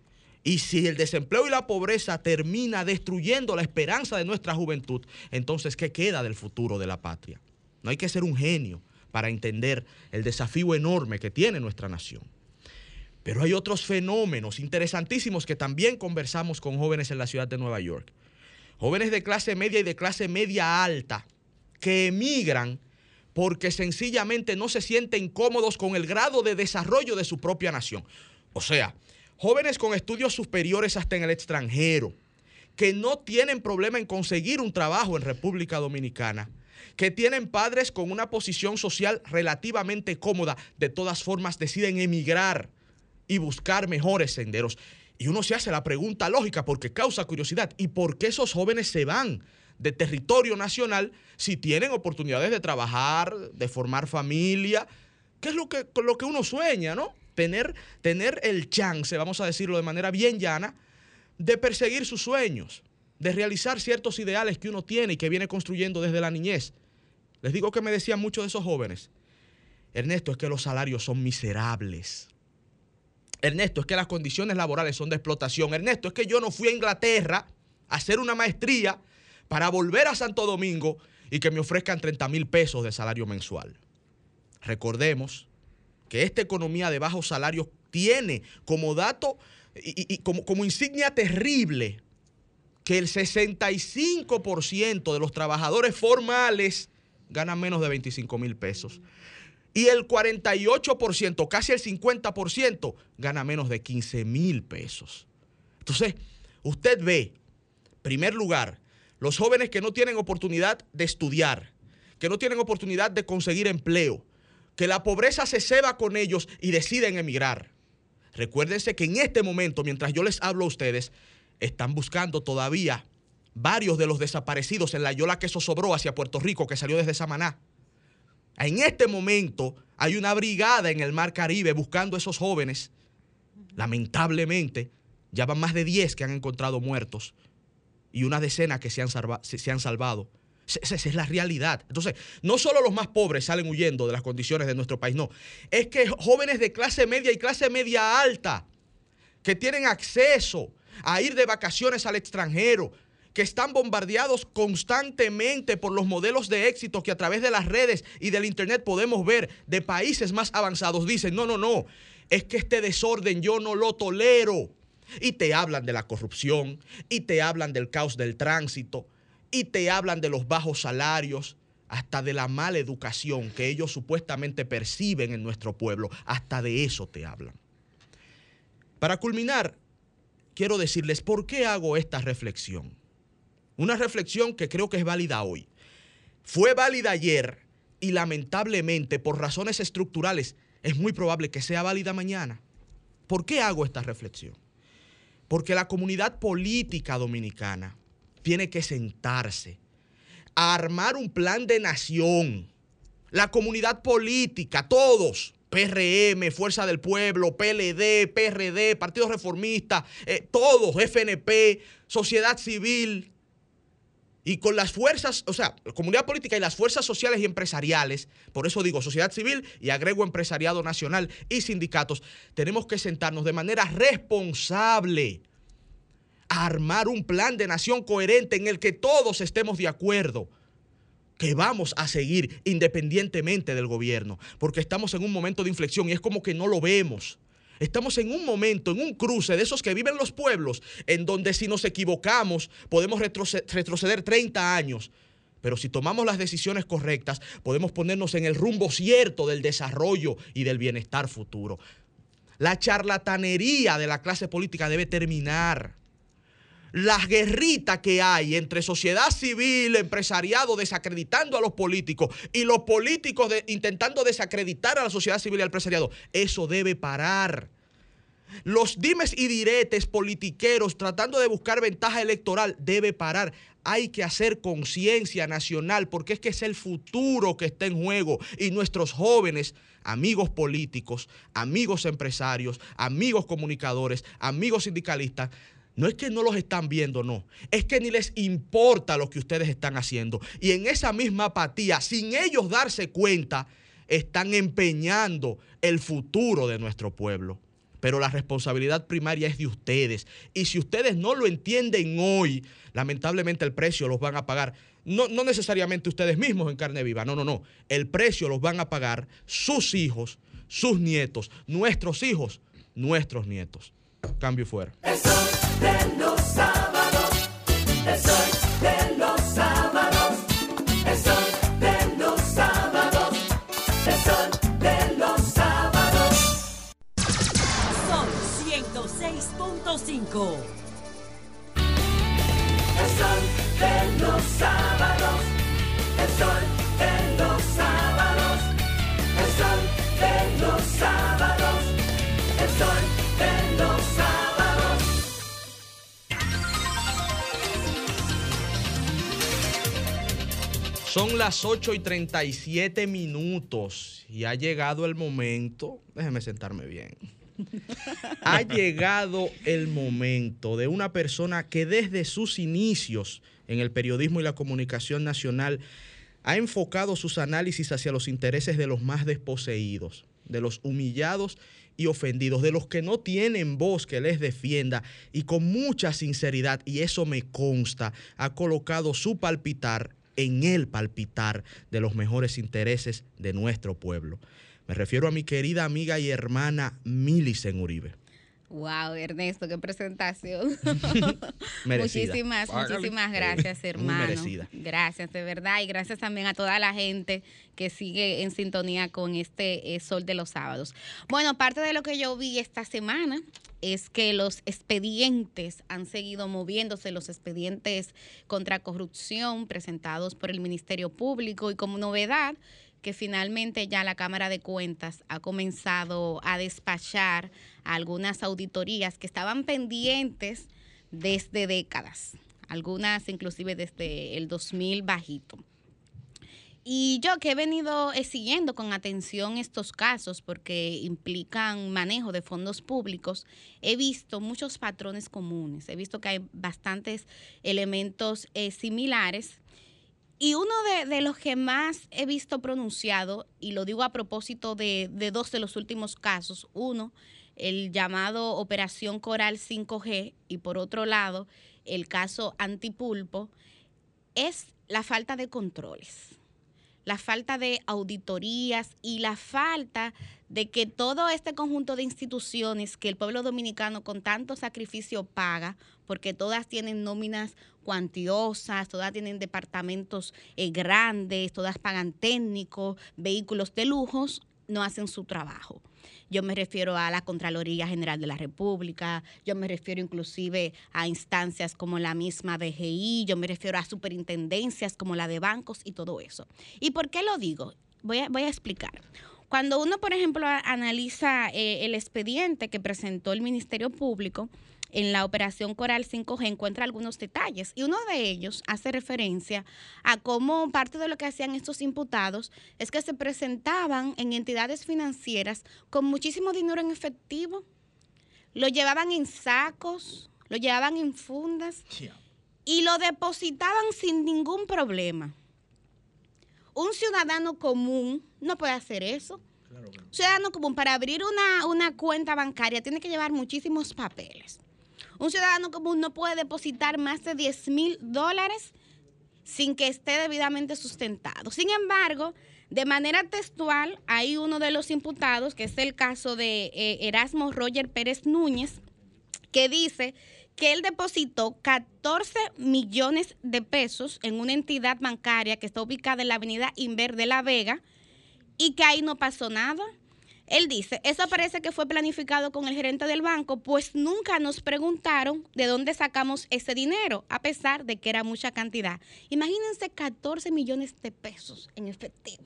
Y si el desempleo y la pobreza termina destruyendo la esperanza de nuestra juventud, entonces, ¿qué queda del futuro de la patria? No hay que ser un genio para entender el desafío enorme que tiene nuestra nación. Pero hay otros fenómenos interesantísimos que también conversamos con jóvenes en la ciudad de Nueva York. Jóvenes de clase media y de clase media alta que emigran porque sencillamente no se sienten cómodos con el grado de desarrollo de su propia nación. O sea, jóvenes con estudios superiores hasta en el extranjero, que no tienen problema en conseguir un trabajo en República Dominicana, que tienen padres con una posición social relativamente cómoda, de todas formas deciden emigrar y buscar mejores senderos. Y uno se hace la pregunta lógica porque causa curiosidad. ¿Y por qué esos jóvenes se van de territorio nacional si tienen oportunidades de trabajar, de formar familia? ¿Qué es lo que uno sueña, no? Tener el chance, vamos a decirlo de manera bien llana, de perseguir sus sueños, de realizar ciertos ideales que uno tiene y que viene construyendo desde la niñez. Les digo que me decían muchos de esos jóvenes: Ernesto, es que los salarios son miserables. Ernesto, es que las condiciones laborales son de explotación. Ernesto, es que yo no fui a Inglaterra a hacer una maestría para volver a Santo Domingo y que me ofrezcan 30,000 pesos de salario mensual. Recordemos que esta economía de bajos salarios tiene como dato y como insignia terrible que el 65% de los trabajadores formales ganan menos de 25,000 pesos. Y el 48%, casi el 50%, gana menos de 15,000 pesos. Entonces, usted ve, en primer lugar, los jóvenes que no tienen oportunidad de estudiar, que no tienen oportunidad de conseguir empleo, que la pobreza se ceba con ellos y deciden emigrar. Recuérdense que en este momento, mientras yo les hablo a ustedes, están buscando todavía varios de los desaparecidos en la Yola que zozobró hacia Puerto Rico, que salió desde Samaná. En este momento hay una brigada en el Mar Caribe buscando a esos jóvenes. Lamentablemente, ya van más de 10 que han encontrado muertos y una decena que se han salvado. Esa es la realidad. Entonces, no solo los más pobres salen huyendo de las condiciones de nuestro país, no. Es que jóvenes de clase media y clase media alta que tienen acceso a ir de vacaciones al extranjero, que están bombardeados constantemente por los modelos de éxito que a través de las redes y del internet podemos ver de países más avanzados, dicen, no, es que este desorden yo no lo tolero. Y te hablan de la corrupción, y te hablan del caos del tránsito, y te hablan de los bajos salarios, hasta de la mala educación que ellos supuestamente perciben en nuestro pueblo, hasta de eso te hablan. Para culminar, quiero decirles por qué hago esta reflexión. Una reflexión que creo que es válida hoy. Fue válida ayer y lamentablemente por razones estructurales es muy probable que sea válida mañana. ¿Por qué hago esta reflexión? Porque la comunidad política dominicana tiene que sentarse a armar un plan de nación. La comunidad política, todos, PRM, Fuerza del Pueblo, PLD, PRD, Partido Reformista, todos, FNP, sociedad civil, y con las fuerzas, o sea, la comunidad política y las fuerzas sociales y empresariales, por eso digo sociedad civil y agrego empresariado nacional y sindicatos, tenemos que sentarnos de manera responsable a armar un plan de nación coherente en el que todos estemos de acuerdo que vamos a seguir independientemente del gobierno, porque estamos en un momento de inflexión y es como que no lo vemos. Estamos en un momento, en un cruce de esos que viven los pueblos, en donde si nos equivocamos podemos retroceder 30 años. Pero si tomamos las decisiones correctas, podemos ponernos en el rumbo cierto del desarrollo y del bienestar futuro. La charlatanería de la clase política debe terminar. La guerrita que hay entre sociedad civil, empresariado, desacreditando a los políticos y los políticos intentando desacreditar a la sociedad civil y al empresariado, eso debe parar. Los dimes y diretes politiqueros tratando de buscar ventaja electoral debe parar. Hay que hacer conciencia nacional porque es que es el futuro que está en juego y nuestros jóvenes, amigos políticos, amigos empresarios, amigos comunicadores, amigos sindicalistas, no es que no los están viendo, no. Es que ni les importa lo que ustedes están haciendo. Y en esa misma apatía, sin ellos darse cuenta, están empeñando el futuro de nuestro pueblo. Pero la responsabilidad primaria es de ustedes. Y si ustedes no lo entienden hoy, lamentablemente el precio los van a pagar. No necesariamente ustedes mismos en carne viva, no. El precio los van a pagar sus hijos, sus nietos, nuestros hijos, nuestros nietos. Cambio fuera. El sol de los sábados, el sol de los sábados, el sol de los sábados, el sol de los sábados. Son 106.5. El sol de los sábados, el sol de los sábados, el sol de los sábados, el sol de los sábados. Son las 8:37 y ha llegado el momento, déjeme sentarme bien, ha llegado el momento de una persona que desde sus inicios en el periodismo y la comunicación nacional ha enfocado sus análisis hacia los intereses de los más desposeídos, de los humillados y ofendidos, de los que no tienen voz que les defienda, y con mucha sinceridad, y eso me consta, ha colocado su palpitar en el palpitar de los mejores intereses de nuestro pueblo. Me refiero a mi querida amiga y hermana Milicen Uribe. Wow, Ernesto, qué presentación. Muchísimas gracias, hermano. Muy merecida. Gracias, de verdad, y gracias también a toda la gente que sigue en sintonía con este Sol de los Sábados. Bueno, parte de lo que yo vi esta semana es que los expedientes han seguido moviéndose, los expedientes contra corrupción presentados por el Ministerio Público, y como novedad, que finalmente ya la Cámara de Cuentas ha comenzado a despachar algunas auditorías que estaban pendientes desde décadas, algunas inclusive desde el 2000 bajito. Y yo que he venido siguiendo con atención estos casos porque implican manejo de fondos públicos, he visto muchos patrones comunes, he visto que hay bastantes elementos similares. Y uno de los que más he visto pronunciado, y lo digo a propósito de dos de los últimos casos, uno, el llamado Operación Coral 5G, y por otro lado, el caso Antipulpo, es la falta de controles, la falta de auditorías y la falta de que todo este conjunto de instituciones que el pueblo dominicano con tanto sacrificio paga, porque todas tienen nóminas cuantiosas, todas tienen departamentos grandes, todas pagan técnicos, vehículos de lujos, no hacen su trabajo. Yo me refiero a la Contraloría General de la República, yo me refiero inclusive a instancias como la misma DGI, yo me refiero a superintendencias como la de bancos y todo eso. ¿Y por qué lo digo? Voy a explicar. Cuando uno, por ejemplo, analiza el expediente que presentó el Ministerio Público en la Operación Coral 5G, encuentra algunos detalles, y uno de ellos hace referencia a cómo parte de lo que hacían estos imputados es que se presentaban en entidades financieras con muchísimo dinero en efectivo, lo llevaban en sacos, lo llevaban en fundas y lo depositaban sin ningún problema. Un ciudadano común no puede hacer eso. Claro. Un ciudadano común, para abrir una cuenta bancaria, tiene que llevar muchísimos papeles. Un ciudadano común no puede depositar más de $10,000 sin que esté debidamente sustentado. Sin embargo, de manera textual, hay uno de los imputados, que es el caso de Erasmo Roger Pérez Núñez, que dice que él depositó 14 millones de pesos en una entidad bancaria que está ubicada en la avenida Inver de La Vega y que ahí no pasó nada. Él dice, eso parece que fue planificado con el gerente del banco, pues nunca nos preguntaron de dónde sacamos ese dinero, a pesar de que era mucha cantidad. Imagínense 14 millones de pesos en efectivo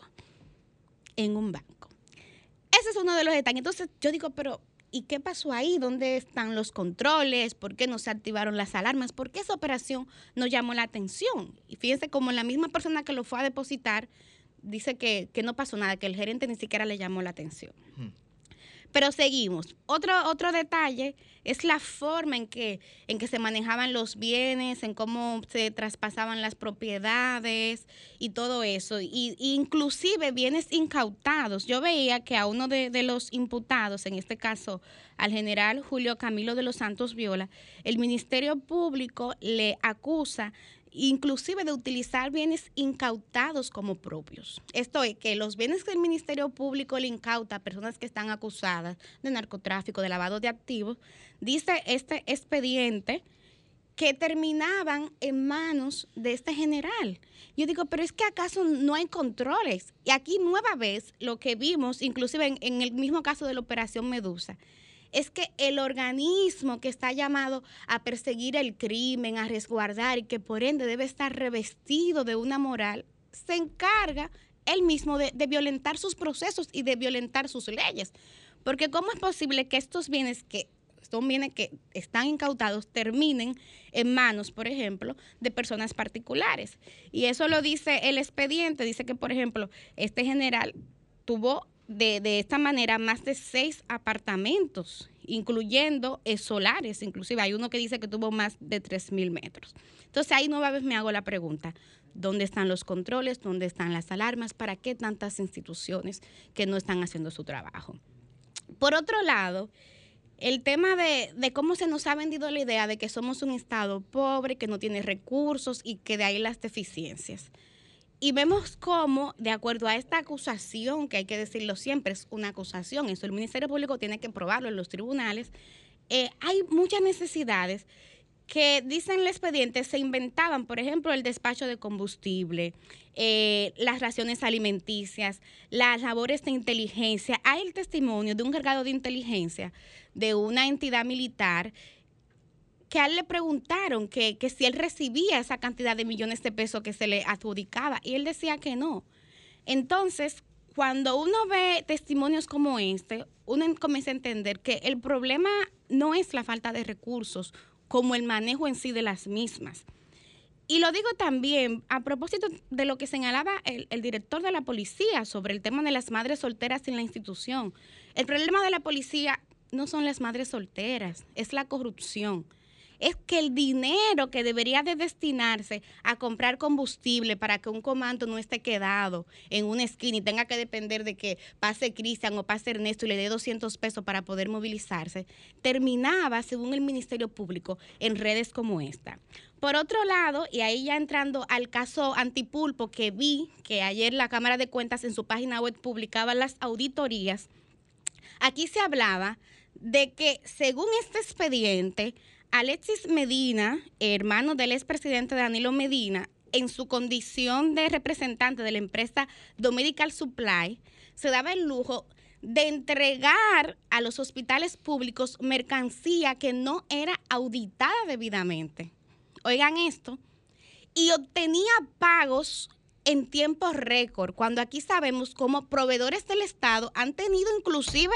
en un banco. Ese es uno de los detalles. Entonces yo digo, pero ¿y qué pasó ahí? ¿Dónde están los controles? ¿Por qué no se activaron las alarmas? ¿Por qué esa operación no llamó la atención? Y fíjense como la misma persona que lo fue a depositar dice que no pasó nada, que el gerente ni siquiera le llamó la atención. Pero seguimos. Otro detalle es la forma en que se manejaban los bienes, en cómo se traspasaban las propiedades y todo eso. Y inclusive bienes incautados. Yo veía que a uno de los imputados, en este caso al general Julio Camilo de los Santos Viola, el Ministerio Público le acusa inclusive de utilizar bienes incautados como propios. Esto es que los bienes que el Ministerio Público le incauta a personas que están acusadas de narcotráfico, de lavado de activos, dice este expediente que terminaban en manos de este general. Yo digo, pero es que ¿acaso no hay controles? Y aquí nueva vez lo que vimos, inclusive en el mismo caso de la Operación Medusa, es que el organismo que está llamado a perseguir el crimen, a resguardar y que por ende debe estar revestido de una moral, se encarga él mismo de violentar sus procesos y de violentar sus leyes. Porque ¿cómo es posible que estos bienes que son bienes que están incautados terminen en manos, por ejemplo, de personas particulares? Y eso lo dice el expediente, dice que, por ejemplo, este general tuvo de esta manera más de 6 apartamentos, incluyendo solares, inclusive hay uno que dice que tuvo más de 3,000 metros. Entonces ahí nueva vez me hago la pregunta, ¿dónde están los controles? ¿Dónde están las alarmas? ¿Para qué tantas instituciones que no están haciendo su trabajo? Por otro lado, el tema de cómo se nos ha vendido la idea de que somos un estado pobre, que no tiene recursos y que de ahí las deficiencias. Y vemos cómo, de acuerdo a esta acusación, que hay que decirlo siempre, es una acusación, eso el Ministerio Público tiene que probarlo en los tribunales, hay muchas necesidades que, dicen el expediente, se inventaban, por ejemplo, el despacho de combustible, las raciones alimenticias, las labores de inteligencia. Hay el testimonio de un cargado de inteligencia de una entidad militar que a él le preguntaron que si él recibía esa cantidad de millones de pesos que se le adjudicaba, y él decía que no. Entonces, cuando uno ve testimonios como este, uno comienza a entender que el problema no es la falta de recursos, como el manejo en sí de las mismas. Y lo digo también a propósito de lo que señalaba el director de la policía sobre el tema de las madres solteras en la institución. El problema de la policía no son las madres solteras, es la corrupción. Es que el dinero que debería de destinarse a comprar combustible para que un comando no esté quedado en una esquina y tenga que depender de que pase Cristian o pase Ernesto y le dé 200 pesos para poder movilizarse, terminaba, según el Ministerio Público, en redes como esta. Por otro lado, y ahí ya entrando al caso Antipulpo, que vi que ayer la Cámara de Cuentas en su página web publicaba las auditorías, aquí se hablaba de que, según este expediente, Alexis Medina, hermano del expresidente Danilo Medina, en su condición de representante de la empresa Domedical Supply, se daba el lujo de entregar a los hospitales públicos mercancía que no era auditada debidamente. Oigan esto. Y obtenía pagos en tiempo récord, cuando aquí sabemos cómo proveedores del Estado han tenido inclusive,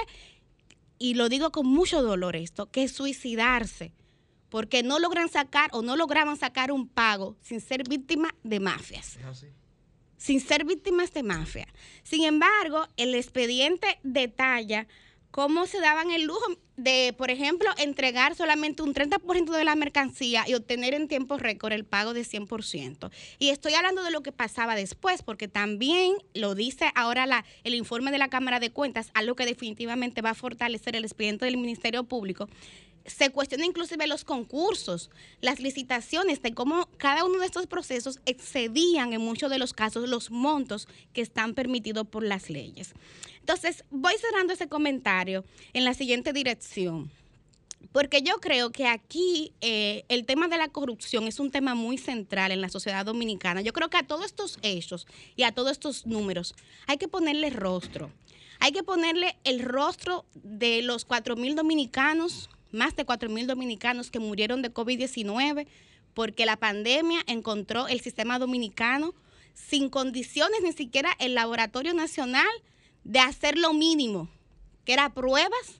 y lo digo con mucho dolor esto, que suicidarse, porque no logran sacar o no lograban sacar un pago sin ser víctimas de mafias. Sin ser víctimas de mafia. Sin embargo, el expediente detalla cómo se daban el lujo de, por ejemplo, entregar solamente un 30% de la mercancía y obtener en tiempo récord el pago de 100%. Y estoy hablando de lo que pasaba después, porque también lo dice ahora el informe de la Cámara de Cuentas, algo que definitivamente va a fortalecer el expediente del Ministerio Público. Se cuestiona inclusive los concursos, las licitaciones, de cómo cada uno de estos procesos excedían en muchos de los casos los montos que están permitidos por las leyes. Entonces, voy cerrando ese comentario en la siguiente dirección, porque yo creo que aquí el tema de la corrupción es un tema muy central en la sociedad dominicana. Yo creo que a todos estos hechos y a todos estos números hay que ponerle rostro. Hay que ponerle el rostro de los 4.000 dominicanos, más de 4.000 dominicanos que murieron de COVID-19 porque la pandemia encontró el sistema dominicano sin condiciones, ni siquiera el Laboratorio Nacional, de hacer lo mínimo, que era pruebas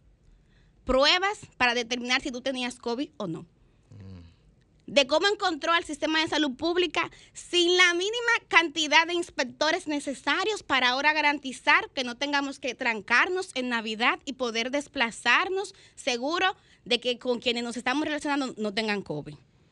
para determinar si tú tenías COVID o no. De cómo encontró al sistema de salud pública sin la mínima cantidad de inspectores necesarios para ahora garantizar que no tengamos que trancarnos en Navidad y poder desplazarnos seguro de que con quienes nos estamos relacionando no tengan COVID.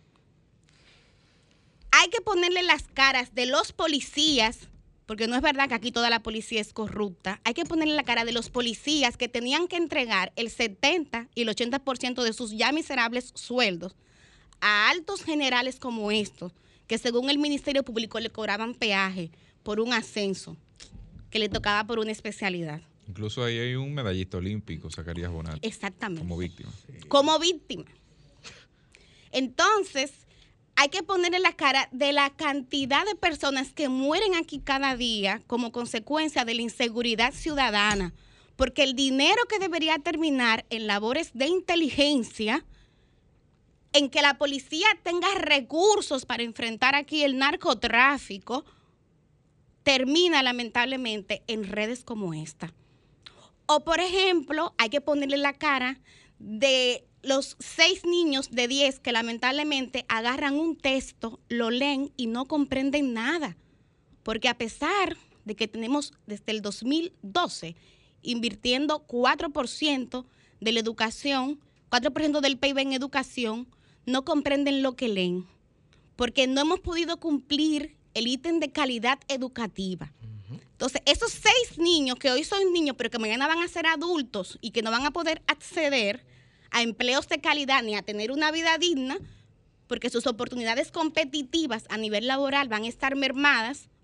Hay que ponerle las caras de los policías, porque no es verdad que aquí toda la policía es corrupta. Hay que ponerle la cara de los policías que tenían que entregar el 70 y el 80% de sus ya miserables sueldos a altos generales como estos, que según el Ministerio Público le cobraban peaje por un ascenso que le tocaba por una especialidad. Incluso ahí hay un medallista olímpico, Zacarías Bonal. Exactamente. Como víctima. Como víctima. Entonces, hay que ponerle la cara de la cantidad de personas que mueren aquí cada día como consecuencia de la inseguridad ciudadana, porque el dinero que debería terminar en labores de inteligencia, en que la policía tenga recursos para enfrentar aquí el narcotráfico, termina lamentablemente en redes como esta. O, por ejemplo, hay que ponerle la cara de los 6 niños de 10 que lamentablemente agarran un texto, lo leen y no comprenden nada. Porque a pesar de que tenemos desde el 2012 invirtiendo 4% de la educación, 4% del PIB en educación, no comprenden lo que leen, porque no hemos podido cumplir el ítem de calidad educativa. Entonces, esos 6 niños que hoy son niños, pero que mañana van a ser adultos y que no van a poder acceder a empleos de calidad ni a tener una vida digna, porque sus oportunidades competitivas a nivel laboral van a estar mermadas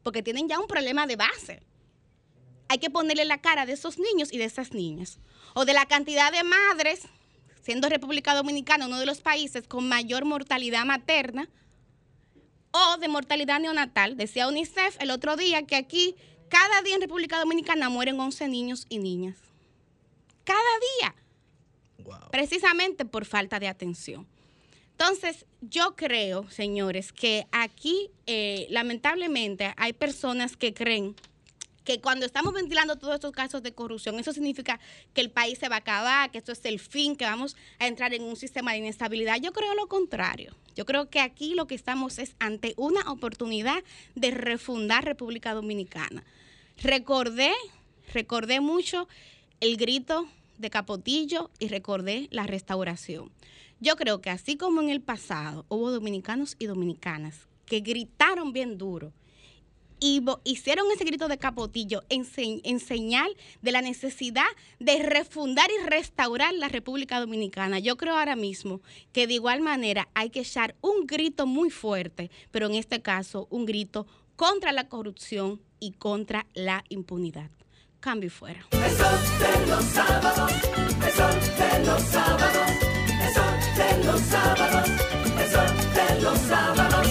porque tienen ya un problema de base. Hay que ponerle la cara de esos niños y de esas niñas. O de la cantidad de madres, siendo República Dominicana uno de los países con mayor mortalidad materna, o de mortalidad neonatal. Decía UNICEF el otro día que aquí, cada día en República Dominicana mueren 11 niños y niñas. Cada día. Wow. Precisamente por falta de atención. Entonces, yo creo, señores, que aquí, lamentablemente, hay personas que creen que cuando estamos ventilando todos estos casos de corrupción, eso significa que el país se va a acabar, que esto es el fin, que vamos a entrar en un sistema de inestabilidad. Yo creo lo contrario. Yo creo que aquí lo que estamos es ante una oportunidad de refundar República Dominicana. Recordé mucho el grito de Capotillo y recordé la restauración. Yo creo que así como en el pasado hubo dominicanos y dominicanas que gritaron bien duro y hicieron ese grito de Capotillo en señal de la necesidad de refundar y restaurar la República Dominicana. Yo creo ahora mismo que de igual manera hay que echar un grito muy fuerte, pero en este caso un grito contra la corrupción y contra la impunidad. Cambio y fuera. El sol de los sábados, el sol de los sábados, el sol de los sábados, el sol de los sábados.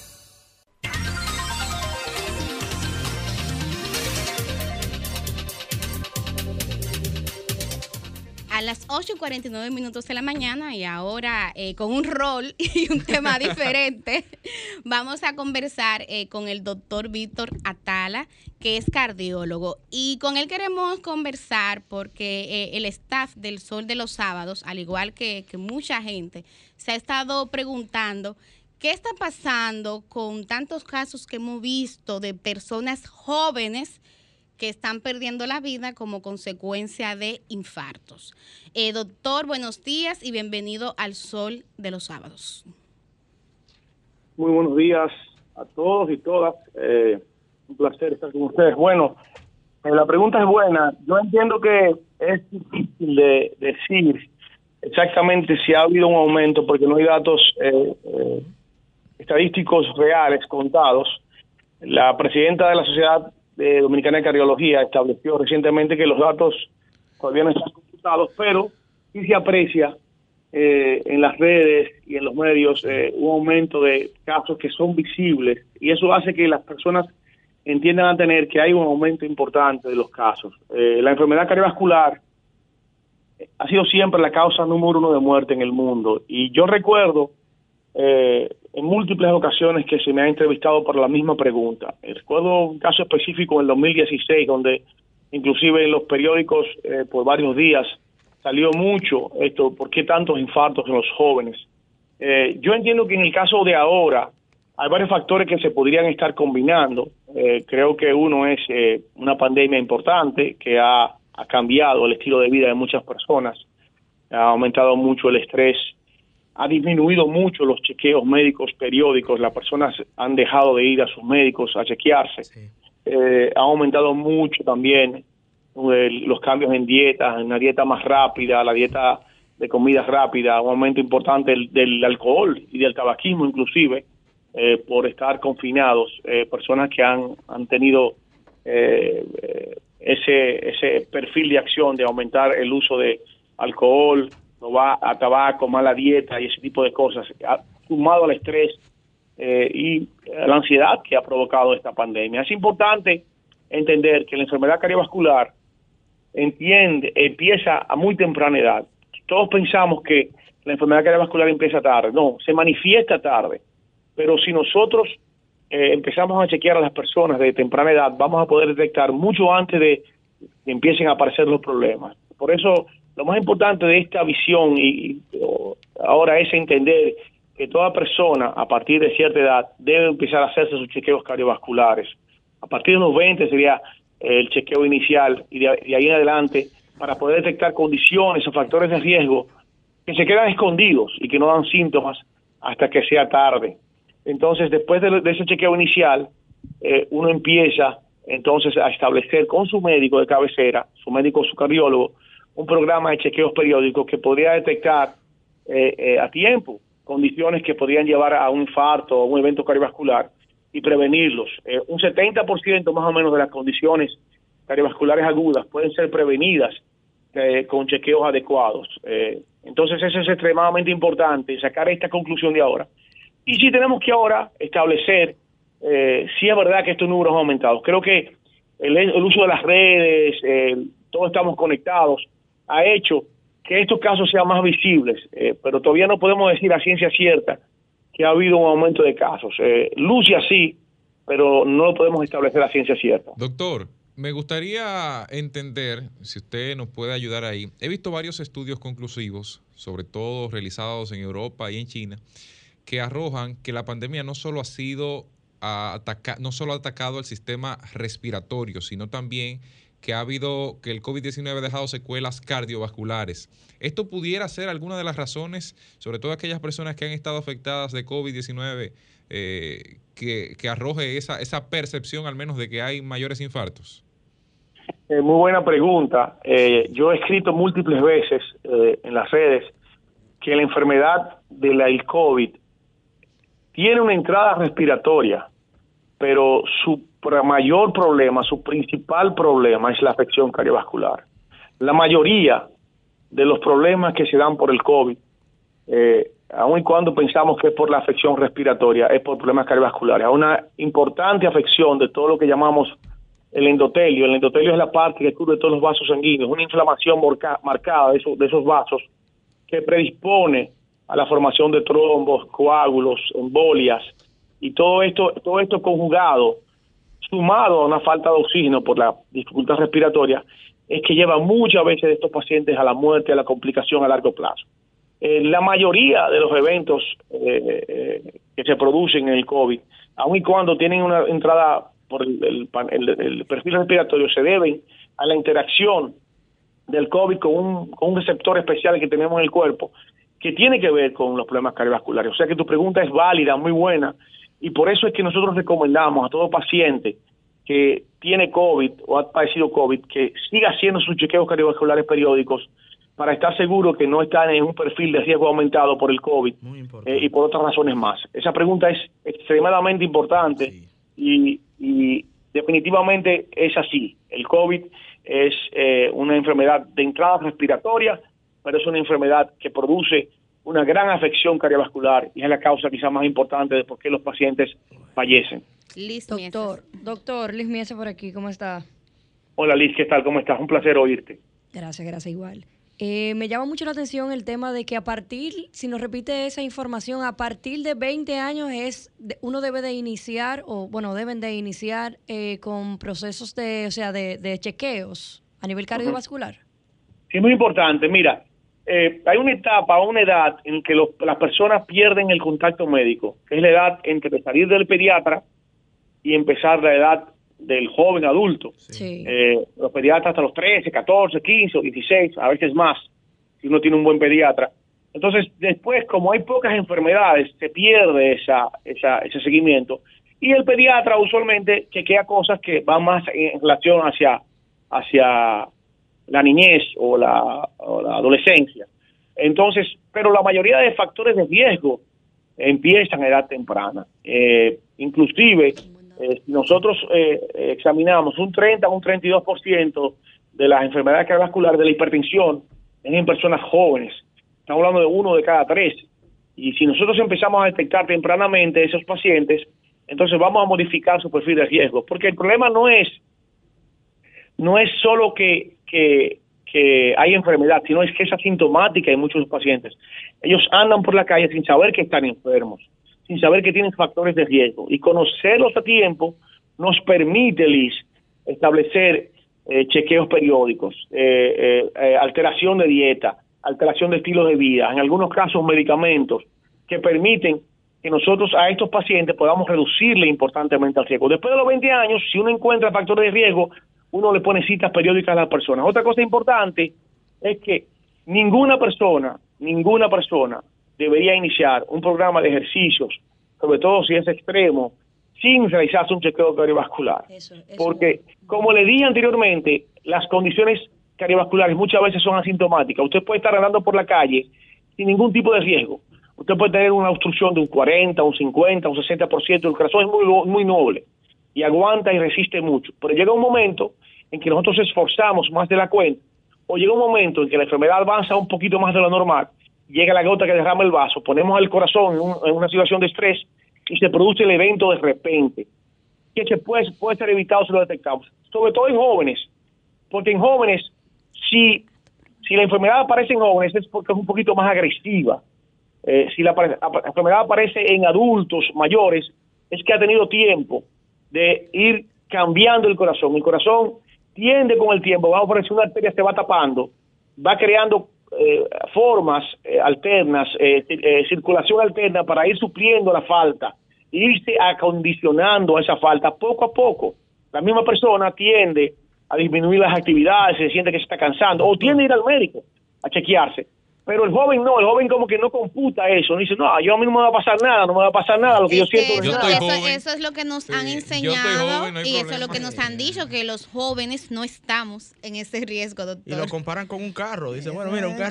A las 8:49 de la mañana y ahora con un rol y un tema diferente, vamos a conversar con el doctor Víctor Atala, que es cardiólogo. Y con él queremos conversar porque el staff del Sol de los Sábados, al igual que mucha gente, se ha estado preguntando qué está pasando con tantos casos que hemos visto de personas jóvenes que están perdiendo la vida como consecuencia de infartos. Doctor, buenos días y bienvenido al Sol de los Sábados. Muy buenos días a todos y todas. Un placer estar con ustedes. Bueno, la pregunta es buena. Yo entiendo que es difícil de decir exactamente si ha habido un aumento porque no hay datos estadísticos reales contados. La presidenta de la Sociedad Dominicana de Cardiología estableció recientemente que los datos todavía no están computados, pero sí se aprecia en las redes y en los medios un aumento de casos que son visibles y eso hace que las personas entiendan a tener que hay un aumento importante de los casos. La enfermedad cardiovascular ha sido siempre la causa número 1 de muerte en el mundo y yo recuerdo en múltiples ocasiones que se me ha entrevistado por la misma pregunta. Recuerdo un caso específico en el 2016 donde inclusive en los periódicos por varios días salió mucho esto, ¿por qué tantos infartos en los jóvenes? Yo entiendo que en el caso de ahora hay varios factores que se podrían estar combinando. Creo que uno es una pandemia importante que ha cambiado el estilo de vida de muchas personas, ha aumentado mucho el estrés, ha disminuido mucho los chequeos médicos periódicos, las personas han dejado de ir a sus médicos a chequearse. Sí. Ha aumentado mucho también los cambios en dieta, en una dieta más rápida, la dieta de comida rápida, un aumento importante del alcohol y del tabaquismo inclusive, por estar confinados, personas que han tenido ese perfil de acción de aumentar el uso de alcohol, a tabaco, mala dieta y ese tipo de cosas, sumado al estrés y a la ansiedad que ha provocado esta pandemia. Es importante entender que la enfermedad cardiovascular empieza a muy temprana edad. Todos pensamos que la enfermedad cardiovascular empieza tarde. No, se manifiesta tarde. Pero si nosotros empezamos a chequear a las personas de temprana edad, vamos a poder detectar mucho antes de que empiecen a aparecer los problemas. Por eso, lo más importante de esta visión y ahora es entender que toda persona a partir de cierta edad debe empezar a hacerse sus chequeos cardiovasculares. A partir de los 20 sería el chequeo inicial y de ahí en adelante para poder detectar condiciones o factores de riesgo que se quedan escondidos y que no dan síntomas hasta que sea tarde. Entonces, después de ese chequeo inicial, uno empieza entonces a establecer con su médico de cabecera, su médico o su cardiólogo, un programa de chequeos periódicos que podría detectar a tiempo condiciones que podrían llevar a un infarto o un evento cardiovascular y prevenirlos. Un 70% más o menos de las condiciones cardiovasculares agudas pueden ser prevenidas con chequeos adecuados. Entonces eso es extremadamente importante, sacar esta conclusión de ahora. Y sí tenemos que ahora establecer si es verdad que estos números han aumentado. Creo que el uso de las redes, todos estamos conectados, ha hecho que estos casos sean más visibles, pero todavía no podemos decir a ciencia cierta que ha habido un aumento de casos. Luce así, pero no lo podemos establecer a ciencia cierta. Doctor, me gustaría entender, si usted nos puede ayudar ahí. He visto varios estudios conclusivos, sobre todo realizados en Europa y en China, que arrojan que la pandemia no solo ha atacado el sistema respiratorio, sino también que el COVID-19 ha dejado secuelas cardiovasculares. ¿Esto pudiera ser alguna de las razones, sobre todo aquellas personas que han estado afectadas de COVID-19, que arroje esa percepción al menos de que hay mayores infartos? Muy buena pregunta. Yo he escrito múltiples veces en las redes que la enfermedad del COVID tiene una entrada respiratoria, pero su mayor problema, su principal problema es la afección cardiovascular. La mayoría de los problemas que se dan por el COVID, aun y cuando pensamos que es por la afección respiratoria, es por problemas cardiovasculares. Hay una importante afección de todo lo que llamamos el endotelio. El endotelio es la parte que cubre todos los vasos sanguíneos, una inflamación marcada de esos vasos que predispone a la formación de trombos, coágulos, embolias, y todo esto conjugado, sumado a una falta de oxígeno por la dificultad respiratoria, es que lleva muchas veces a estos pacientes a la muerte, a la complicación a largo plazo. La mayoría de los eventos que se producen en el COVID, aun y cuando tienen una entrada por el perfil respiratorio, se deben a la interacción del COVID con un receptor especial que tenemos en el cuerpo, que tiene que ver con los problemas cardiovasculares. O sea que tu pregunta es válida, muy buena, y por eso es que nosotros recomendamos a todo paciente que tiene COVID o ha padecido COVID que siga haciendo sus chequeos cardiovasculares periódicos para estar seguro que no están en un perfil de riesgo aumentado por el COVID y por otras razones más. Esa pregunta es extremadamente importante, sí. y definitivamente es así. El COVID es una enfermedad de entrada respiratoria, pero es una enfermedad que produce una gran afección cardiovascular y es la causa quizás más importante de por qué los pacientes fallecen. Liz, doctor, Liz Miese por aquí, ¿cómo está? Hola Liz, ¿qué tal? ¿Cómo estás? Un placer oírte. Gracias, igual. Me llama mucho la atención el tema de que si nos repite esa información, a partir de 20 años uno debe de iniciar, deben de iniciar con procesos de chequeos a nivel cardiovascular. Sí, es muy importante. Mira, hay una etapa, una edad en que las personas pierden el contacto médico, que es la edad entre salir del pediatra y empezar la edad del joven adulto. Sí. Los pediatras hasta los 13, 14, 15 o 16, a veces más, si uno tiene un buen pediatra. Entonces, después, como hay pocas enfermedades, se pierde ese seguimiento. Y el pediatra usualmente chequea cosas que van más en relación hacia la niñez o la adolescencia. Entonces, pero la mayoría de factores de riesgo empiezan a edad temprana. Inclusive, si nosotros examinamos un 30 a un 32% de las enfermedades cardiovasculares, de la hipertensión, es en personas jóvenes. Estamos hablando de 1 de cada 3. Y si nosotros empezamos a detectar tempranamente esos pacientes, entonces vamos a modificar su perfil de riesgo. Porque el problema no es solo que hay enfermedad, sino es que es asintomática en muchos pacientes. Ellos andan por la calle sin saber que están enfermos, sin saber que tienen factores de riesgo. Y conocerlos a tiempo nos permite, Liz, establecer chequeos periódicos, alteración de dieta, alteración de estilo de vida, en algunos casos medicamentos, que permiten que nosotros a estos pacientes podamos reducirle importantemente el riesgo. Después de los 20 años, si uno encuentra factores de riesgo, uno le pone citas periódicas a las personas. Otra cosa importante es que ninguna persona debería iniciar un programa de ejercicios, sobre todo si es extremo, sin realizarse un chequeo cardiovascular. Porque, como le dije anteriormente, las condiciones cardiovasculares muchas veces son asintomáticas. Usted puede estar andando por la calle sin ningún tipo de riesgo. usted puede tener una obstrucción de un 40, un 50, un 60%, el corazón es muy noble y aguanta y resiste mucho, pero llega un momento en que nosotros esforzamos más de la cuenta, o llega un momento en que la enfermedad avanza un poquito más de lo normal, llega la gota que derrama el vaso, ponemos el corazón en una situación de estrés y se produce el evento de repente, que se puede ser evitado si lo detectamos, sobre todo en jóvenes, porque en jóvenes, si la enfermedad aparece en jóvenes es porque es un poquito más agresiva. Si la enfermedad aparece en adultos mayores, es que ha tenido tiempo de ir cambiando el corazón. El corazón tiende con el tiempo, vamos a poner, si una arteria se va tapando, va creando formas alternas, circulación alterna para ir supliendo la falta, irse acondicionando a esa falta poco a poco. La misma persona tiende a disminuir las actividades, se siente que se está cansando, o tiende a ir al médico a chequearse. Pero el joven no, el joven como que no computa eso, no dice, no, yo a mí no me va a pasar nada, no me va a pasar nada, lo que yo siento es nada. Eso es lo que nos han enseñado joven, y eso es lo que nos han dicho, que los jóvenes no estamos en ese riesgo, doctor. Y lo comparan con un carro, dice, bueno, mira, un carro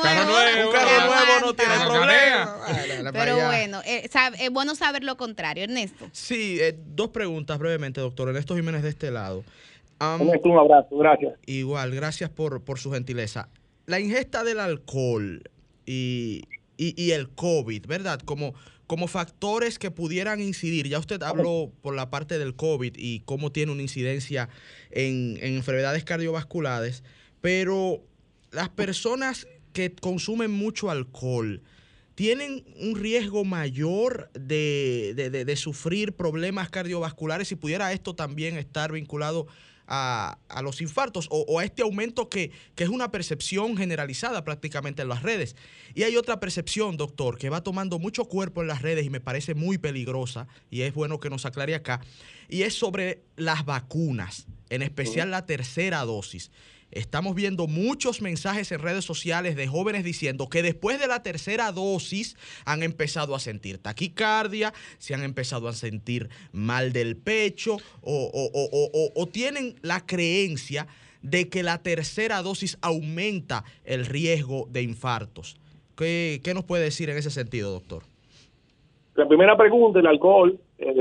nuevo no tiene problema. Pero bueno, es bueno saber lo contrario, Ernesto. Sí, dos preguntas brevemente, doctor. Ernesto Jiménez de este lado. Un abrazo, gracias. Igual, gracias por su gentileza. La ingesta del alcohol y el COVID, ¿verdad? Como factores que pudieran incidir. Ya usted habló por la parte del COVID y cómo tiene una incidencia en enfermedades cardiovasculares, pero las personas que consumen mucho alcohol tienen un riesgo mayor de sufrir problemas cardiovasculares, y pudiera esto también estar vinculado a los infartos o a este aumento que es una percepción generalizada prácticamente en las redes. Y hay otra percepción, doctor, que va tomando mucho cuerpo en las redes y me parece muy peligrosa, y es bueno que nos aclare acá, y es sobre las vacunas, en especial la tercera dosis. Estamos viendo muchos mensajes en redes sociales de jóvenes diciendo que después de la tercera dosis han empezado a sentir taquicardia, se han empezado a sentir mal del pecho o tienen la creencia de que la tercera dosis aumenta el riesgo de infartos. ¿Qué nos puede decir en ese sentido, doctor? La primera pregunta, el alcohol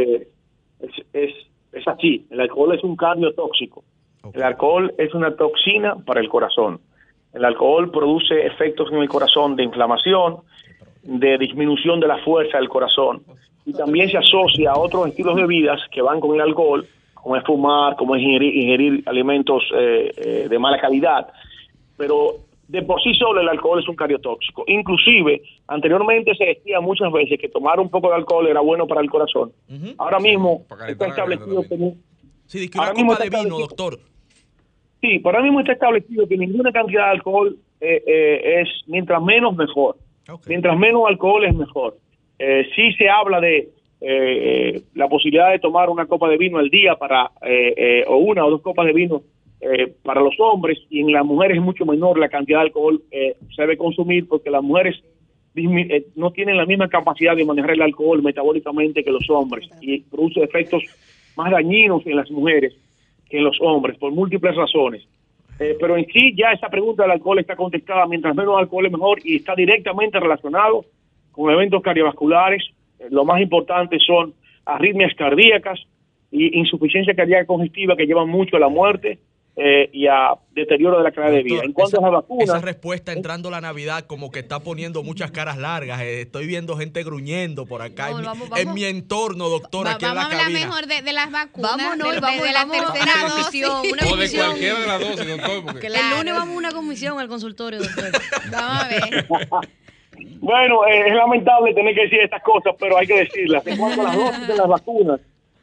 es así. El alcohol es un cardiotóxico. Okay. El alcohol es una toxina para el corazón. El alcohol produce efectos en el corazón de inflamación, de disminución de la fuerza del corazón, y también se asocia a otros estilos de vida que van con el alcohol, como es fumar, como es ingerir alimentos de mala calidad. Pero de por sí solo el alcohol es un cardiotóxico. Inclusive, anteriormente se decía muchas veces que tomar un poco de alcohol era bueno para el corazón. Ahora mismo está establecido que... Sí, que una copa de vino, doctor. Sí, pero ahora mismo está establecido que ninguna cantidad de alcohol es, mientras menos, mejor. Okay. Mientras menos alcohol es mejor. Sí se habla de la posibilidad de tomar una copa de vino al día o una o dos copas de vino para los hombres, y en las mujeres es mucho menor la cantidad de alcohol se debe consumir, porque las mujeres no tienen la misma capacidad de manejar el alcohol metabólicamente que los hombres, y produce efectos más dañinos en las mujeres que en los hombres, por múltiples razones. Pero en sí ya esa pregunta del alcohol está contestada: mientras menos alcohol es mejor, y está directamente relacionado con eventos cardiovasculares. Lo más importante son arritmias cardíacas y insuficiencia cardíaca congestiva, que llevan mucho a la muerte y a deterioro de la calidad de vida. En cuanto a las vacunas... Esa respuesta entrando la Navidad como que está poniendo muchas caras largas. Estoy viendo gente gruñendo por acá en mi entorno, doctor, aquí en la cabina. Vamos a hablar mejor de las vacunas. Vámonos, de la tercera dosis. O de cualquiera de las dosis, doctor. Porque... El lunes vamos a una comisión al consultorio, doctor. Vamos a ver. Bueno, es lamentable tener que decir estas cosas, pero hay que decirlas. En cuanto a las dosis de las vacunas,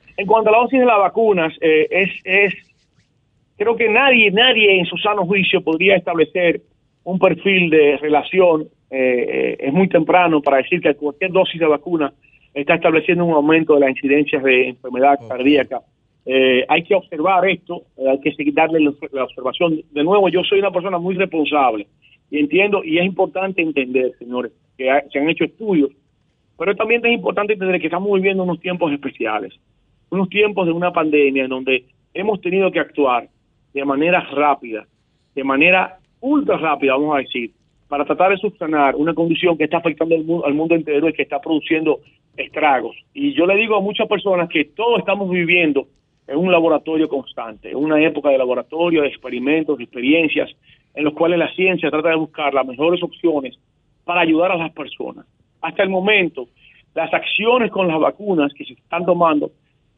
creo que nadie en su sano juicio podría establecer un perfil de relación. Es muy temprano para decir que cualquier dosis de vacuna está estableciendo un aumento de las incidencias de enfermedad cardíaca. Hay que observar esto, hay que seguir darle la observación. De nuevo, yo soy una persona muy responsable y entiendo, y es importante entender, señores, que se han hecho estudios, pero también es importante entender que estamos viviendo unos tiempos especiales, unos tiempos de una pandemia en donde hemos tenido que actuar de manera rápida, de manera ultra rápida, vamos a decir, para tratar de subsanar una condición que está afectando al mundo entero y que está produciendo estragos. Y yo le digo a muchas personas que todos estamos viviendo en un laboratorio constante, en una época de laboratorio, de experimentos, de experiencias, en los cuales la ciencia trata de buscar las mejores opciones para ayudar a las personas. Hasta el momento, las acciones con las vacunas que se han tomado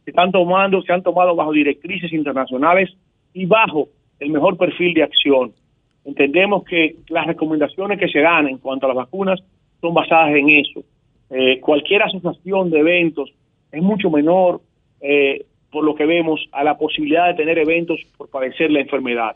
bajo directrices internacionales y bajo el mejor perfil de acción. Entendemos que las recomendaciones que se dan en cuanto a las vacunas son basadas en eso. Cualquier asociación de eventos es mucho menor, por lo que vemos, a la posibilidad de tener eventos por padecer la enfermedad.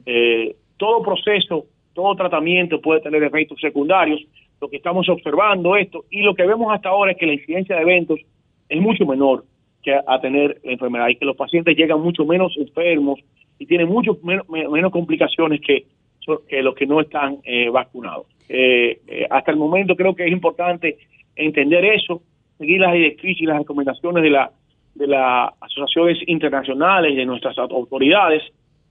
Todo proceso, todo tratamiento puede tener efectos secundarios. Lo que estamos observando esto y lo que vemos hasta ahora es que la incidencia de eventos es mucho menor que a tener la enfermedad y que los pacientes llegan mucho menos enfermos y tienen mucho menos complicaciones que los que no están vacunados. Hasta el momento creo que es importante entender eso, seguir las directrices y las recomendaciones de las asociaciones internacionales, de nuestras autoridades,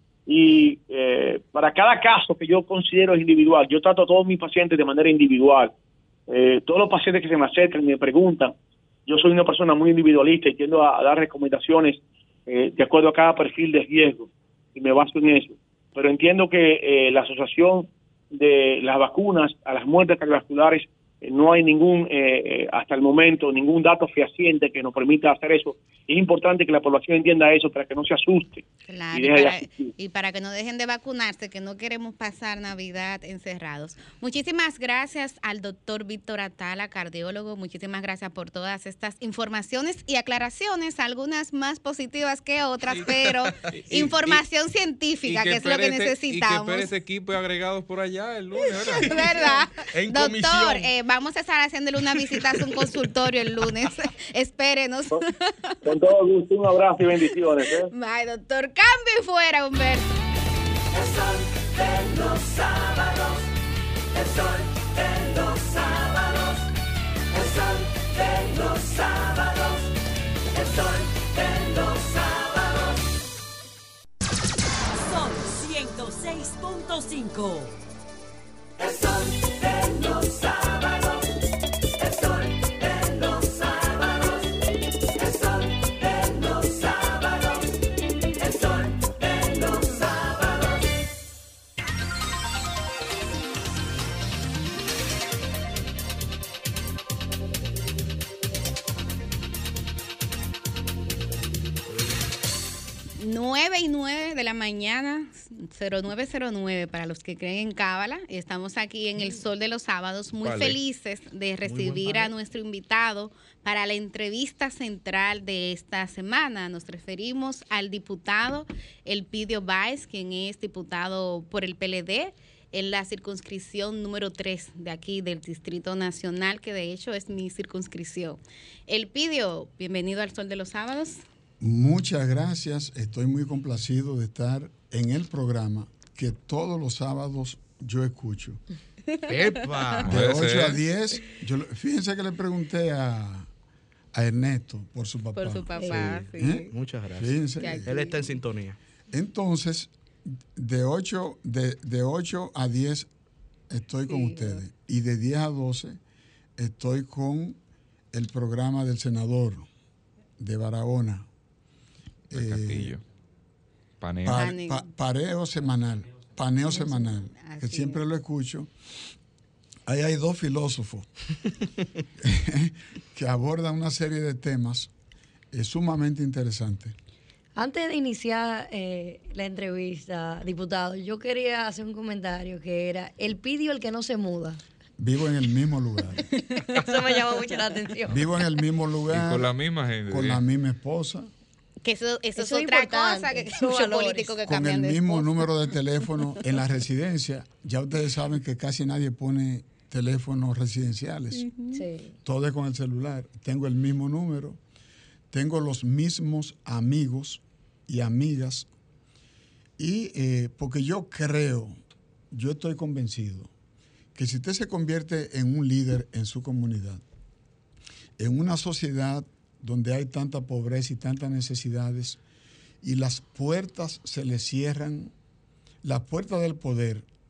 y para cada caso que yo considero es individual, yo trato a todos mis pacientes de manera individual. Todos los pacientes que se me acercan y me preguntan, yo soy una persona muy individualista y tiendo a dar recomendaciones de acuerdo a cada perfil de riesgo y me baso en eso. Pero entiendo que la asociación de las vacunas a las muertes cardiovasculares, no hay hasta el momento, ningún dato fehaciente que nos permita hacer eso. Es importante que la población entienda eso para que no se asuste. Claro, y para que no dejen de vacunarse, que no queremos pasar Navidad encerrados. Muchísimas gracias al doctor Víctor Atala, cardiólogo. Muchísimas gracias por todas estas informaciones y aclaraciones, algunas más positivas que otras, pero información científica, que es lo que necesitamos. Y que espere ese equipo agregados por allá el lunes, ¿verdad? ¿Verdad? En doctor, vamos a estar haciéndole una visita a su consultorio el lunes. Espérenos. Con todo gusto, un abrazo y bendiciones. Bye, doctor. Cambio y fuera, Humberto. El sol de los sábados. El sol de los sábados. El sol de los sábados. El sol de los sábados. Sol 106.5. El sol de los sábados. El sol de los sábados. El sol de los sábados. El sol de los sábados. Nueve y 9 de la mañana, 0909 para los que creen en Cábala. Estamos aquí en el Sol de los Sábados, muy felices de recibir a nuestro invitado para la entrevista central de esta semana. Nos referimos al diputado Elpidio Báez, quien es diputado por el PLD en la circunscripción número 3 de aquí del Distrito Nacional, que de hecho es mi circunscripción. Elpidio, bienvenido al Sol de los Sábados. Muchas gracias, estoy muy complacido de estar en el programa que todos los sábados yo escucho. ¡Epa! De 8 a 10, fíjense que le pregunté a Ernesto por su papá. Por su papá, sí. Muchas gracias. Fíjense, él está en sintonía. Entonces, de 8 a 10 estoy con ustedes y de 10 a 12 estoy con el programa del senador de Barahona. Castillo. Paneo semanal, que siempre lo escucho. Ahí hay dos filósofos que abordan una serie de temas sumamente interesantes. Antes de iniciar la entrevista, diputado, yo quería hacer un comentario que era: Elpidio, el que no se muda. Vivo en el mismo lugar. Eso me llamó mucho la atención. Vivo en el mismo lugar. Y con la misma gente. Con la misma esposa. Que eso es otra cosa, que muchos políticos que cambian de Con el mismo esposa. número de teléfono en la residencia. Ya ustedes saben que casi nadie pone teléfonos residenciales. Sí. Todo es con el celular. Tengo el mismo número. Tengo los mismos amigos y amigas. Y porque yo estoy convencido que si usted se convierte en un líder en su comunidad, en una sociedad donde hay tanta pobreza y tantas necesidades, y las puertas se le cierran, las puertas del poder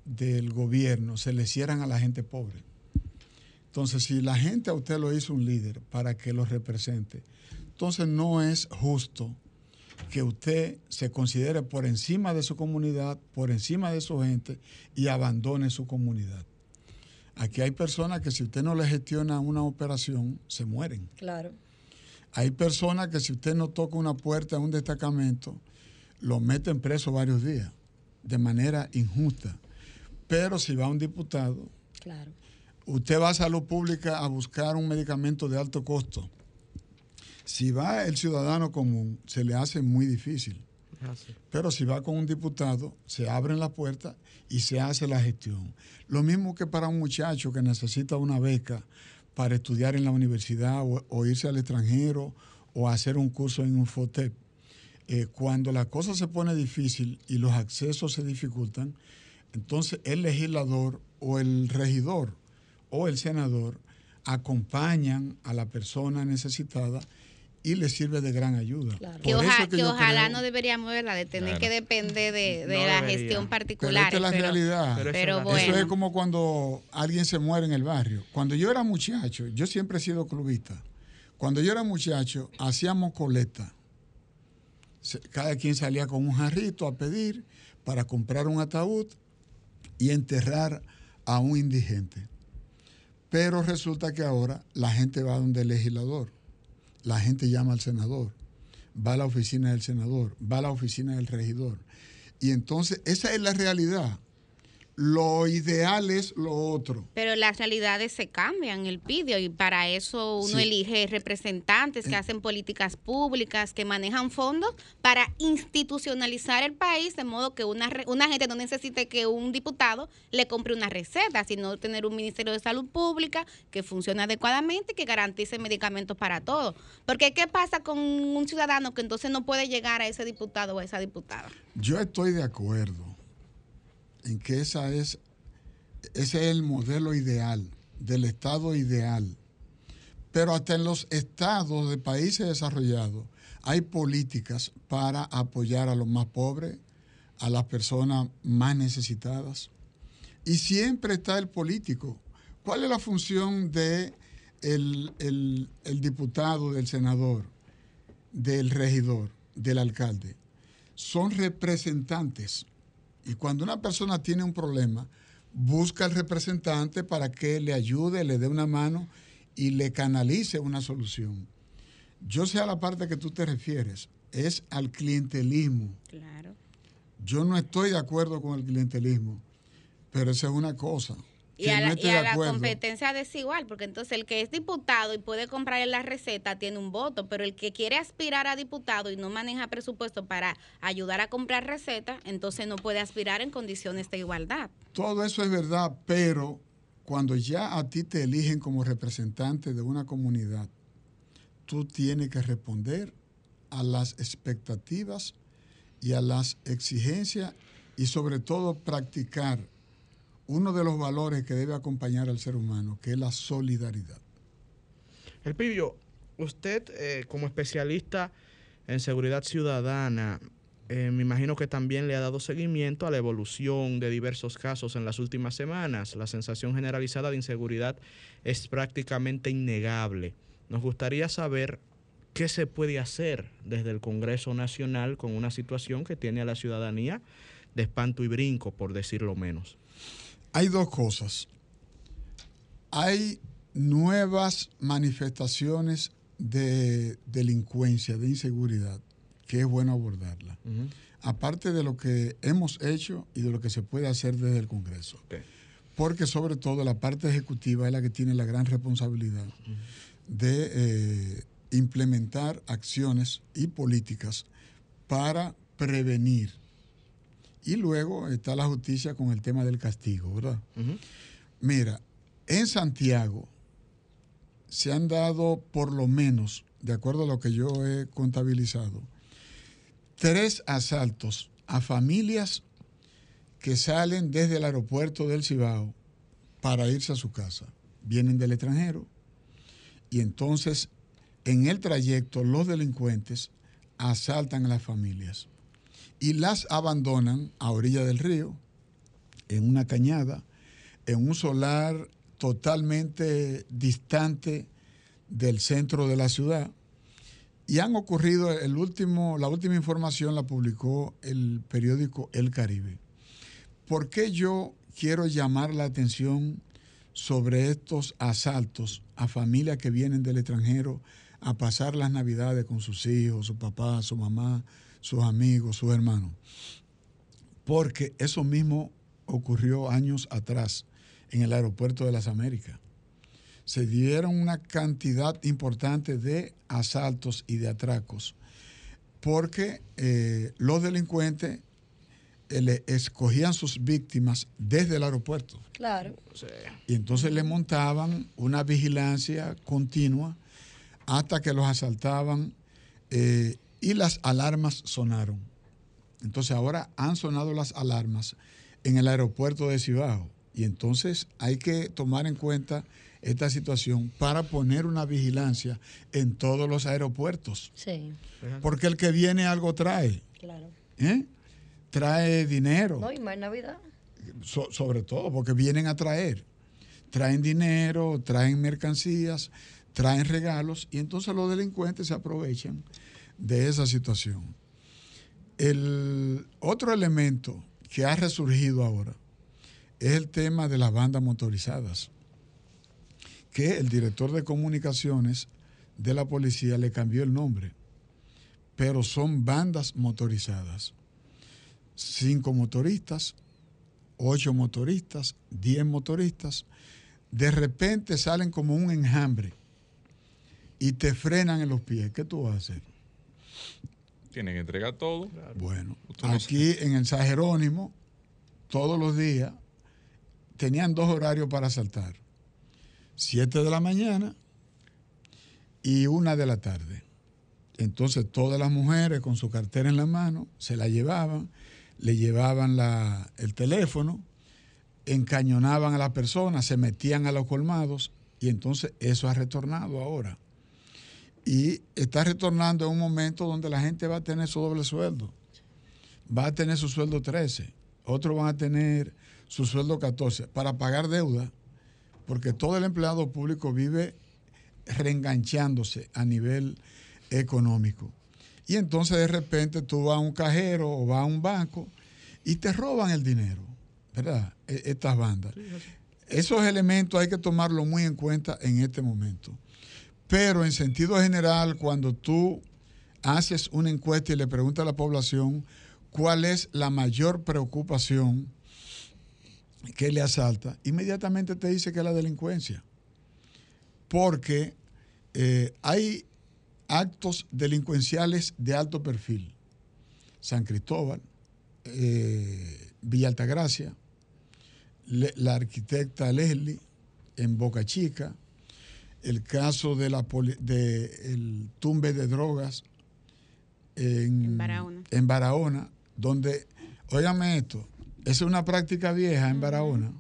del gobierno se le cierran a la gente pobre. Entonces, si la gente a usted lo hizo un líder para que lo represente, entonces no es justo que usted se considere por encima de su comunidad, por encima de su gente y abandone su comunidad. Aquí hay personas que si usted no le gestiona una operación, se mueren. Claro. Hay personas que si usted no toca una puerta en un destacamento, lo meten preso varios días, de manera injusta. Pero si va un diputado, claro, usted va a salud pública a buscar un medicamento de alto costo. Si va el ciudadano común, se le hace muy difícil. Pero si va con un diputado, se abren las puertas y se hace la gestión. Lo mismo que para un muchacho que necesita una beca para estudiar en la universidad o irse al extranjero o hacer un curso en un FOTEP. Cuando la cosa se pone difícil y los accesos se dificultan, entonces el legislador o el regidor o el senador acompañan a la persona necesitada y le sirve de gran ayuda. Claro. Que ojalá no deberíamos de tener que depender de la gestión particular. Pero esta es la realidad. Pero bueno. Eso es como cuando alguien se muere en el barrio. Cuando yo era muchacho, yo siempre he sido clubista. Cuando yo era muchacho, hacíamos colecta. Cada quien salía con un jarrito a pedir para comprar un ataúd y enterrar a un indigente. Pero resulta que ahora la gente va donde el legislador. La gente llama al senador, va a la oficina del senador, va a la oficina del regidor. Y entonces esa es la realidad. Lo ideal es lo otro. Pero las realidades se cambian, el pidio, y para eso uno elige representantes que hacen políticas públicas, que manejan fondos para institucionalizar el país, de modo que una gente no necesite que un diputado le compre una receta, sino tener un Ministerio de Salud Pública que funcione adecuadamente y que garantice medicamentos para todos. Porque ¿qué pasa con un ciudadano que entonces no puede llegar a ese diputado o a esa diputada? Yo estoy de acuerdo en que ese es el modelo ideal, del Estado ideal. Pero hasta en los estados de países desarrollados hay políticas para apoyar a los más pobres, a las personas más necesitadas. Y siempre está el político. ¿Cuál es la función de el diputado, del senador, del regidor, del alcalde? Son representantes. Y cuando una persona tiene un problema, busca al representante para que le ayude, le dé una mano y le canalice una solución. Yo sé a la parte que tú te refieres, es al clientelismo. Claro. Yo no estoy de acuerdo con el clientelismo, pero esa es una cosa. Y a la competencia desigual, porque entonces el que es diputado y puede comprar la receta tiene un voto, pero el que quiere aspirar a diputado y no maneja presupuesto para ayudar a comprar receta, entonces no puede aspirar en condiciones de igualdad. Todo eso es verdad, pero cuando ya a ti te eligen como representante de una comunidad, tú tienes que responder a las expectativas y a las exigencias y sobre todo practicar uno de los valores que debe acompañar al ser humano, que es la solidaridad. Elpidio, usted como especialista en seguridad ciudadana, me imagino que también le ha dado seguimiento a la evolución de diversos casos en las últimas semanas. La sensación generalizada de inseguridad es prácticamente innegable. Nos gustaría saber qué se puede hacer desde el Congreso Nacional con una situación que tiene a la ciudadanía de espanto y brinco, por decirlo menos. Hay dos cosas. Hay nuevas manifestaciones de delincuencia, de inseguridad, que es bueno abordarla. Aparte de lo que hemos hecho y de lo que se puede hacer desde el Congreso. Porque sobre todo la parte ejecutiva es la que tiene la gran responsabilidad de implementar acciones y políticas para prevenir. Y luego está la justicia con el tema del castigo, ¿verdad? Mira, en Santiago se han dado por lo menos, de acuerdo a lo que yo he contabilizado, 3 asaltos a familias que salen desde el aeropuerto del Cibao para irse a su casa. Vienen del extranjero y entonces en el trayecto los delincuentes asaltan a las familias y las abandonan a orilla del río, en una cañada, en un solar totalmente distante del centro de la ciudad. Y han ocurrido, la última información la publicó el periódico El Caribe. ¿Por qué yo quiero llamar la atención sobre estos asaltos a familias que vienen del extranjero a pasar las Navidades con sus hijos, su papá, su mamá, sus amigos, sus hermanos? Porque eso mismo ocurrió años atrás en el aeropuerto de las Américas. Se dieron una cantidad importante de asaltos y de atracos porque los delincuentes escogían sus víctimas desde el aeropuerto. Claro. Sí. Y entonces le montaban una vigilancia continua hasta que los asaltaban y las alarmas sonaron. Entonces ahora han sonado las alarmas en el aeropuerto de Cibao y entonces hay que tomar en cuenta esta situación para poner una vigilancia en todos los aeropuertos. Sí. Porque el que viene algo trae. Claro. Trae dinero. No, y más Navidad. Sobre todo, porque vienen a traer. Traen dinero, traen mercancías, traen regalos, y entonces los delincuentes se aprovechan de esa situación. El otro elemento que ha resurgido ahora es el tema de las bandas motorizadas, que el director de comunicaciones de la policía le cambió el nombre, pero son bandas motorizadas. 5 motoristas, 8 motoristas, 10 motoristas, de repente salen como un enjambre y te frenan en los pies. ¿Qué tú vas a hacer? Tienen que entregar todo. Bueno, aquí en el San Jerónimo, todos los días, tenían 2 horarios para asaltar. 7 de la mañana y 1 de la tarde. Entonces todas las mujeres con su cartera en la mano se la llevaban, le llevaban el teléfono, encañonaban a las personas, se metían a los colmados y entonces eso ha retornado ahora. Y está retornando en un momento donde la gente va a tener su doble sueldo. Va a tener su sueldo 13, otros van a tener su sueldo 14 para pagar deuda, porque todo el empleado público vive reenganchándose a nivel económico. Y entonces de repente tú vas a un cajero o vas a un banco y te roban el dinero, ¿verdad? Estas bandas. Esos elementos hay que tomarlos muy en cuenta en este momento. Pero en sentido general, cuando tú haces una encuesta y le preguntas a la población cuál es la mayor preocupación que le asalta, inmediatamente te dice que es la delincuencia. Porque hay actos delincuenciales de alto perfil. San Cristóbal, Villa Altagracia, la arquitecta Leslie en Boca Chica, el caso de el tumbe de drogas en Barahona, donde, óigame esto, esa es una práctica vieja en Barahona.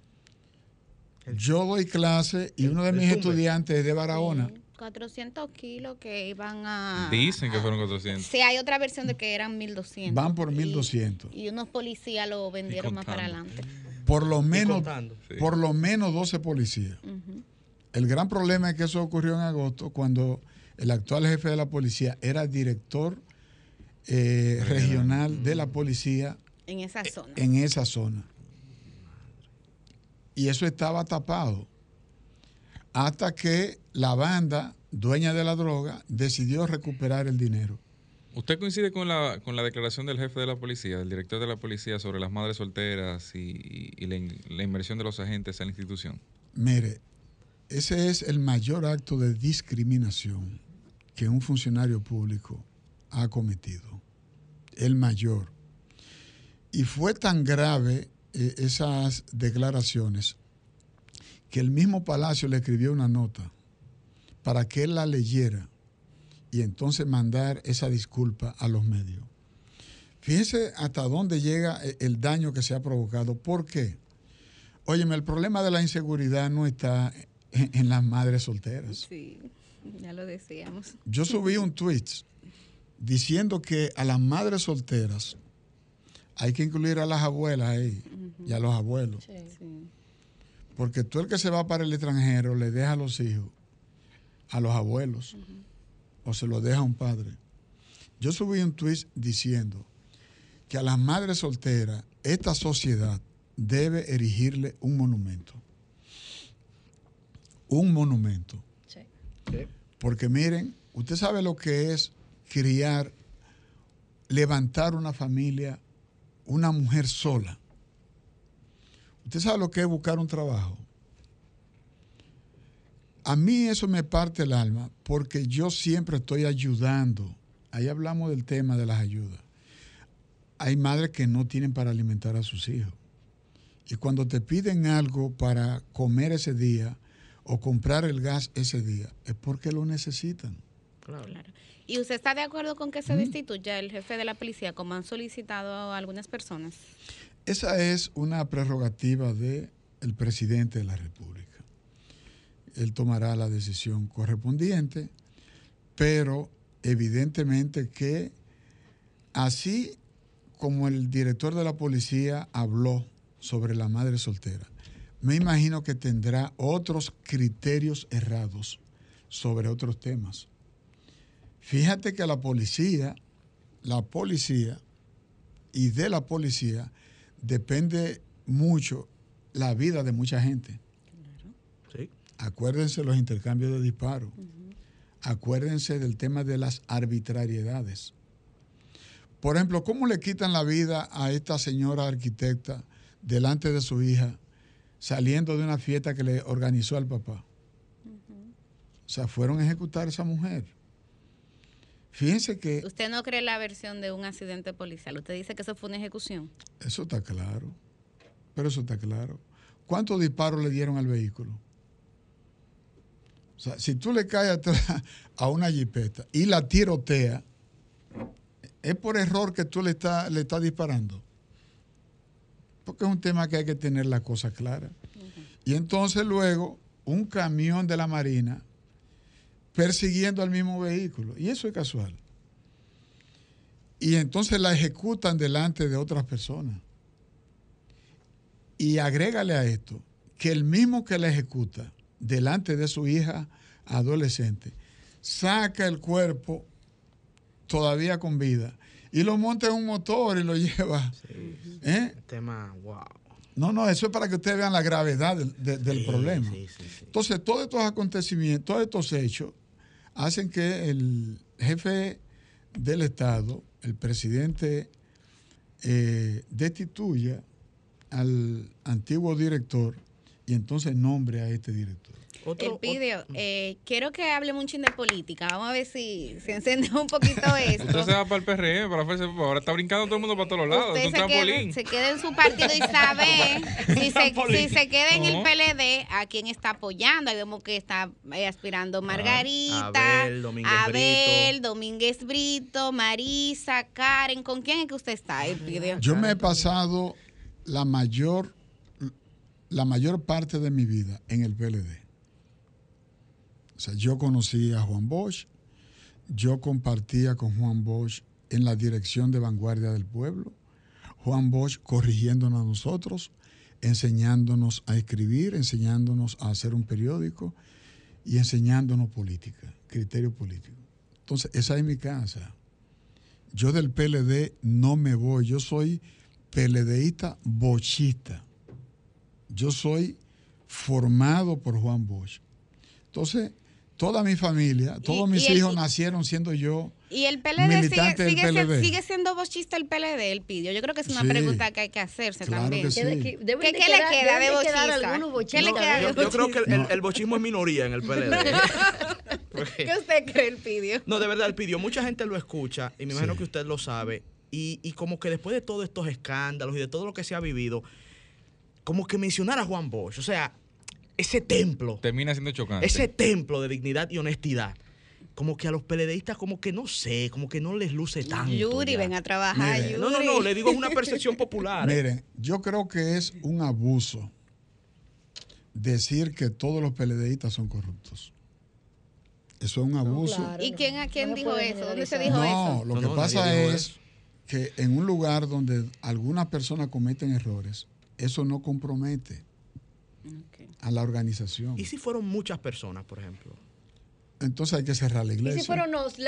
Yo doy clase y uno de mis estudiantes es de Barahona. 400 kilos que iban a... Dicen que fueron 400. Sí, hay otra versión de que eran 1.200. Van por 1.200. Y unos policías lo vendieron más para adelante. Por lo menos 12 policías. El gran problema es que eso ocurrió en agosto, cuando el actual jefe de la policía era director regional de la policía en esa zona. En esa zona. Y eso estaba tapado. Hasta que la banda dueña de la droga decidió recuperar el dinero. ¿Usted coincide con la declaración del jefe de la policía, del director de la policía, sobre las madres solteras y la inversión de los agentes a la institución? Mire, ese es el mayor acto de discriminación que un funcionario público ha cometido. El mayor. Y fue tan grave esas declaraciones que el mismo Palacio le escribió una nota para que él la leyera y entonces mandar esa disculpa a los medios. Fíjense hasta dónde llega el daño que se ha provocado. ¿Por qué? Óyeme, el problema de la inseguridad no está en las madres solteras. Sí, ya lo decíamos. Yo subí un tweet diciendo que a las madres solteras hay que incluir a las abuelas ahí y a los abuelos. Sí. Porque tú el que se va para el extranjero le deja a los hijos a los abuelos o se los deja a un padre. Yo subí un tweet diciendo que a las madres solteras esta sociedad debe erigirle un monumento. Un monumento. Sí. Porque miren, usted sabe lo que es criar, levantar una familia, una mujer sola. Usted sabe lo que es buscar un trabajo. A mí eso me parte el alma porque yo siempre estoy ayudando. Ahí hablamos del tema de las ayudas. Hay madres que no tienen para alimentar a sus hijos. Y cuando te piden algo para comer ese día o comprar el gas ese día, es porque lo necesitan. Claro. ¿Y usted está de acuerdo con que se destituya el jefe de la policía, como han solicitado algunas personas? Esa es una prerrogativa del presidente de la República. Él tomará la decisión correspondiente, pero evidentemente que así como el director de la policía habló sobre la madre soltera, me imagino que tendrá otros criterios errados sobre otros temas. Fíjate que la policía y de la policía depende mucho la vida de mucha gente. Sí. Acuérdense los intercambios de disparos. Acuérdense del tema de las arbitrariedades. Por ejemplo, ¿cómo le quitan la vida a esta señora arquitecta delante de su hija saliendo de una fiesta que le organizó al papá? O sea, fueron a ejecutar a esa mujer. Fíjense que... ¿Usted no cree la versión de un accidente policial? ¿Usted dice que eso fue una ejecución? Eso está claro. Pero eso está claro. ¿Cuántos disparos le dieron al vehículo? O sea, si tú le caes atrás a una jipeta y la tirotea, es por error que tú le estás disparando. Porque es un tema que hay que tener la cosa clara. Y entonces luego un camión de la Marina persiguiendo al mismo vehículo. Y eso es casual. Y entonces la ejecutan delante de otras personas. Y agrégale a esto que el mismo que la ejecuta delante de su hija adolescente saca el cuerpo todavía con vida y lo monta en un motor y lo lleva. Sí. Tema, wow. No, eso es para que ustedes vean la gravedad del problema. Sí. Entonces, todos estos acontecimientos, todos estos hechos, hacen que el jefe del Estado, el presidente, destituya al antiguo director y entonces nombre a este director. Elpidio, quiero que hable un chin de política. Vamos a ver si se enciende un poquito esto. Usted se va para el PRM, ahora está brincando todo el mundo para todos lados. Usted se queda en su partido y sabe si se queda en el PLD, a quién está apoyando. Ahí vemos que está aspirando Margarita, Abel, Domínguez Brito, Marisa, Karen. ¿Con quién es que usted está, Elpidio? Yo me he pasado la mayor parte de mi vida en el PLD. O sea, yo conocí a Juan Bosch, yo compartía con Juan Bosch en la dirección de Vanguardia del Pueblo, Juan Bosch corrigiéndonos a nosotros, enseñándonos a escribir, enseñándonos a hacer un periódico y enseñándonos política, criterio político. Entonces, esa es mi casa. Yo del PLD no me voy, yo soy PLDista bochista. Yo soy formado por Juan Bosch. Entonces, toda mi familia, todos mis hijos nacieron siendo yo ¿Y el PLD militante del PLD? sigue siendo bochista el PLD, Elpidio? Yo creo que es una pregunta que hay que hacerse también. Que sí. ¿Qué le queda de bochista? Yo creo que el bochismo es minoría en el PLD. ¿Qué usted cree, Elpidio? No, de verdad, Elpidio, mucha gente lo escucha y me imagino que usted lo sabe. Y como que después de todos estos escándalos y de todo lo que se ha vivido, como que mencionar a Juan Bosch, o sea, ese templo. Termina siendo chocante. Ese templo de dignidad y honestidad. Como que a los PLDistas, como que no sé, como que no les luce tanto. Yuri, ven a trabajar, Miren, Yuri. No, le digo es una percepción popular. Miren, yo creo que es un abuso decir que todos los PLDistas son corruptos. Eso es un abuso. Claro. ¿Y quién dijo eso? ¿Dónde se dijo eso? No, lo que pasa es que en un lugar donde algunas personas cometen errores, eso no compromete a la organización. ¿Y si fueron muchas personas, por ejemplo? Entonces hay que cerrar la iglesia. ¿Y si fueron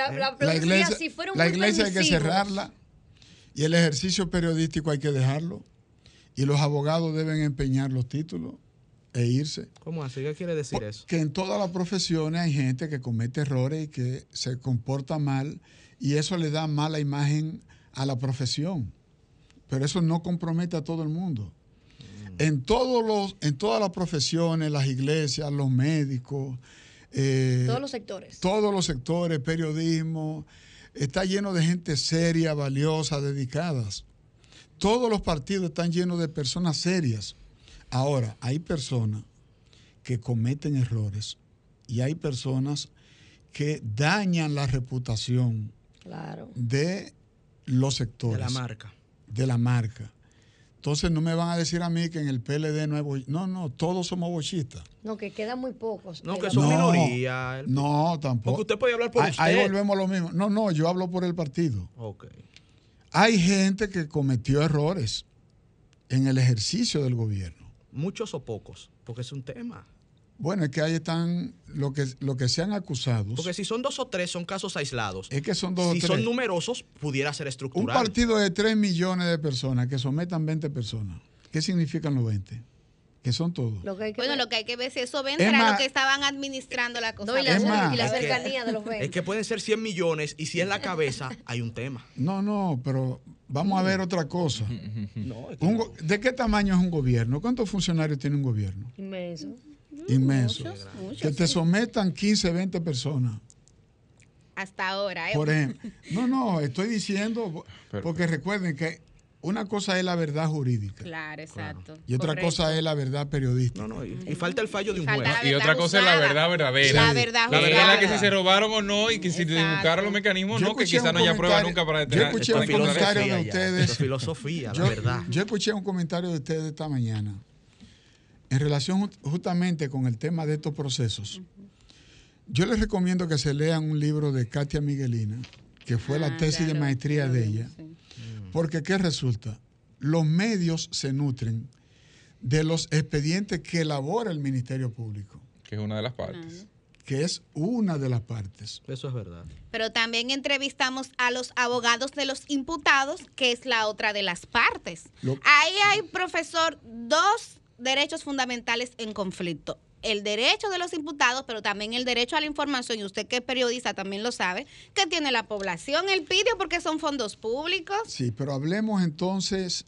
la iglesia hay que cerrarla y el ejercicio periodístico hay que dejarlo y los abogados deben empeñar los títulos e irse. ¿Cómo así? ¿Qué quiere decir eso? Que en todas las profesiones hay gente que comete errores y que se comporta mal y eso le da mala imagen a la profesión. Pero eso no compromete a todo el mundo. En todas las profesiones, las iglesias, los médicos, todos los sectores, periodismo, está lleno de gente seria, valiosa, dedicadas. Todos los partidos están llenos de personas serias. Ahora, hay personas que cometen errores y hay personas que dañan la reputación de los sectores. De la marca. Entonces no me van a decir a mí que en el PLD no hay no, todos somos bochistas. No, que quedan muy pocos. No, que son minoría. No, tampoco. Porque usted puede hablar por usted. Ahí volvemos a lo mismo. No, yo hablo por el partido. Ok. Hay gente que cometió errores en el ejercicio del gobierno. ¿Muchos o pocos? Porque es un tema. Bueno, es que ahí están lo que sean acusados. Porque si son 2 o 3 son casos aislados. Es que son 2 o 3. Si son numerosos, pudiera ser estructural. Un partido de 3 millones de personas que sometan 20 personas. ¿Qué significan los 20? Que son todos. Lo que hay que ver si eso 20 era lo que estaban administrando la cosa. Y la cercanía de los 20. Es que pueden ser 100 millones y si es la cabeza, hay un tema. No, pero vamos a ver otra cosa. ¿De qué tamaño es un gobierno? ¿Cuántos funcionarios tiene un gobierno? Inmenso. Muchos, que te sometan 15, 20 personas. Hasta ahora. Por ejemplo. No, estoy diciendo, porque recuerden que una cosa es la verdad jurídica. Claro, exacto. Y otra cosa es la verdad periodística. Y falta el fallo de un juez. Y otra cosa es la verdad verdadera. La verdad es la que si se robaron o no y que si buscaron los mecanismos no, que quizás no haya prueba nunca para detener. Yo escuché un comentario de ustedes. Filosofía, la verdad. Yo escuché un comentario de ustedes esta mañana en relación justamente con el tema de estos procesos. Yo les recomiendo que se lean un libro de Katia Miguelina, que fue la tesis de maestría de ella, porque ¿qué resulta? Los medios se nutren de los expedientes que elabora el Ministerio Público. Que es una de las partes. Que es una de las partes. Eso es verdad. Pero también entrevistamos a los abogados de los imputados, que es la otra de las partes. Ahí hay, profesor, 2 derechos fundamentales en conflicto. El derecho de los imputados, pero también el derecho a la información, y usted que es periodista también lo sabe, que tiene la población el PIDEO porque son fondos públicos. Sí, pero hablemos entonces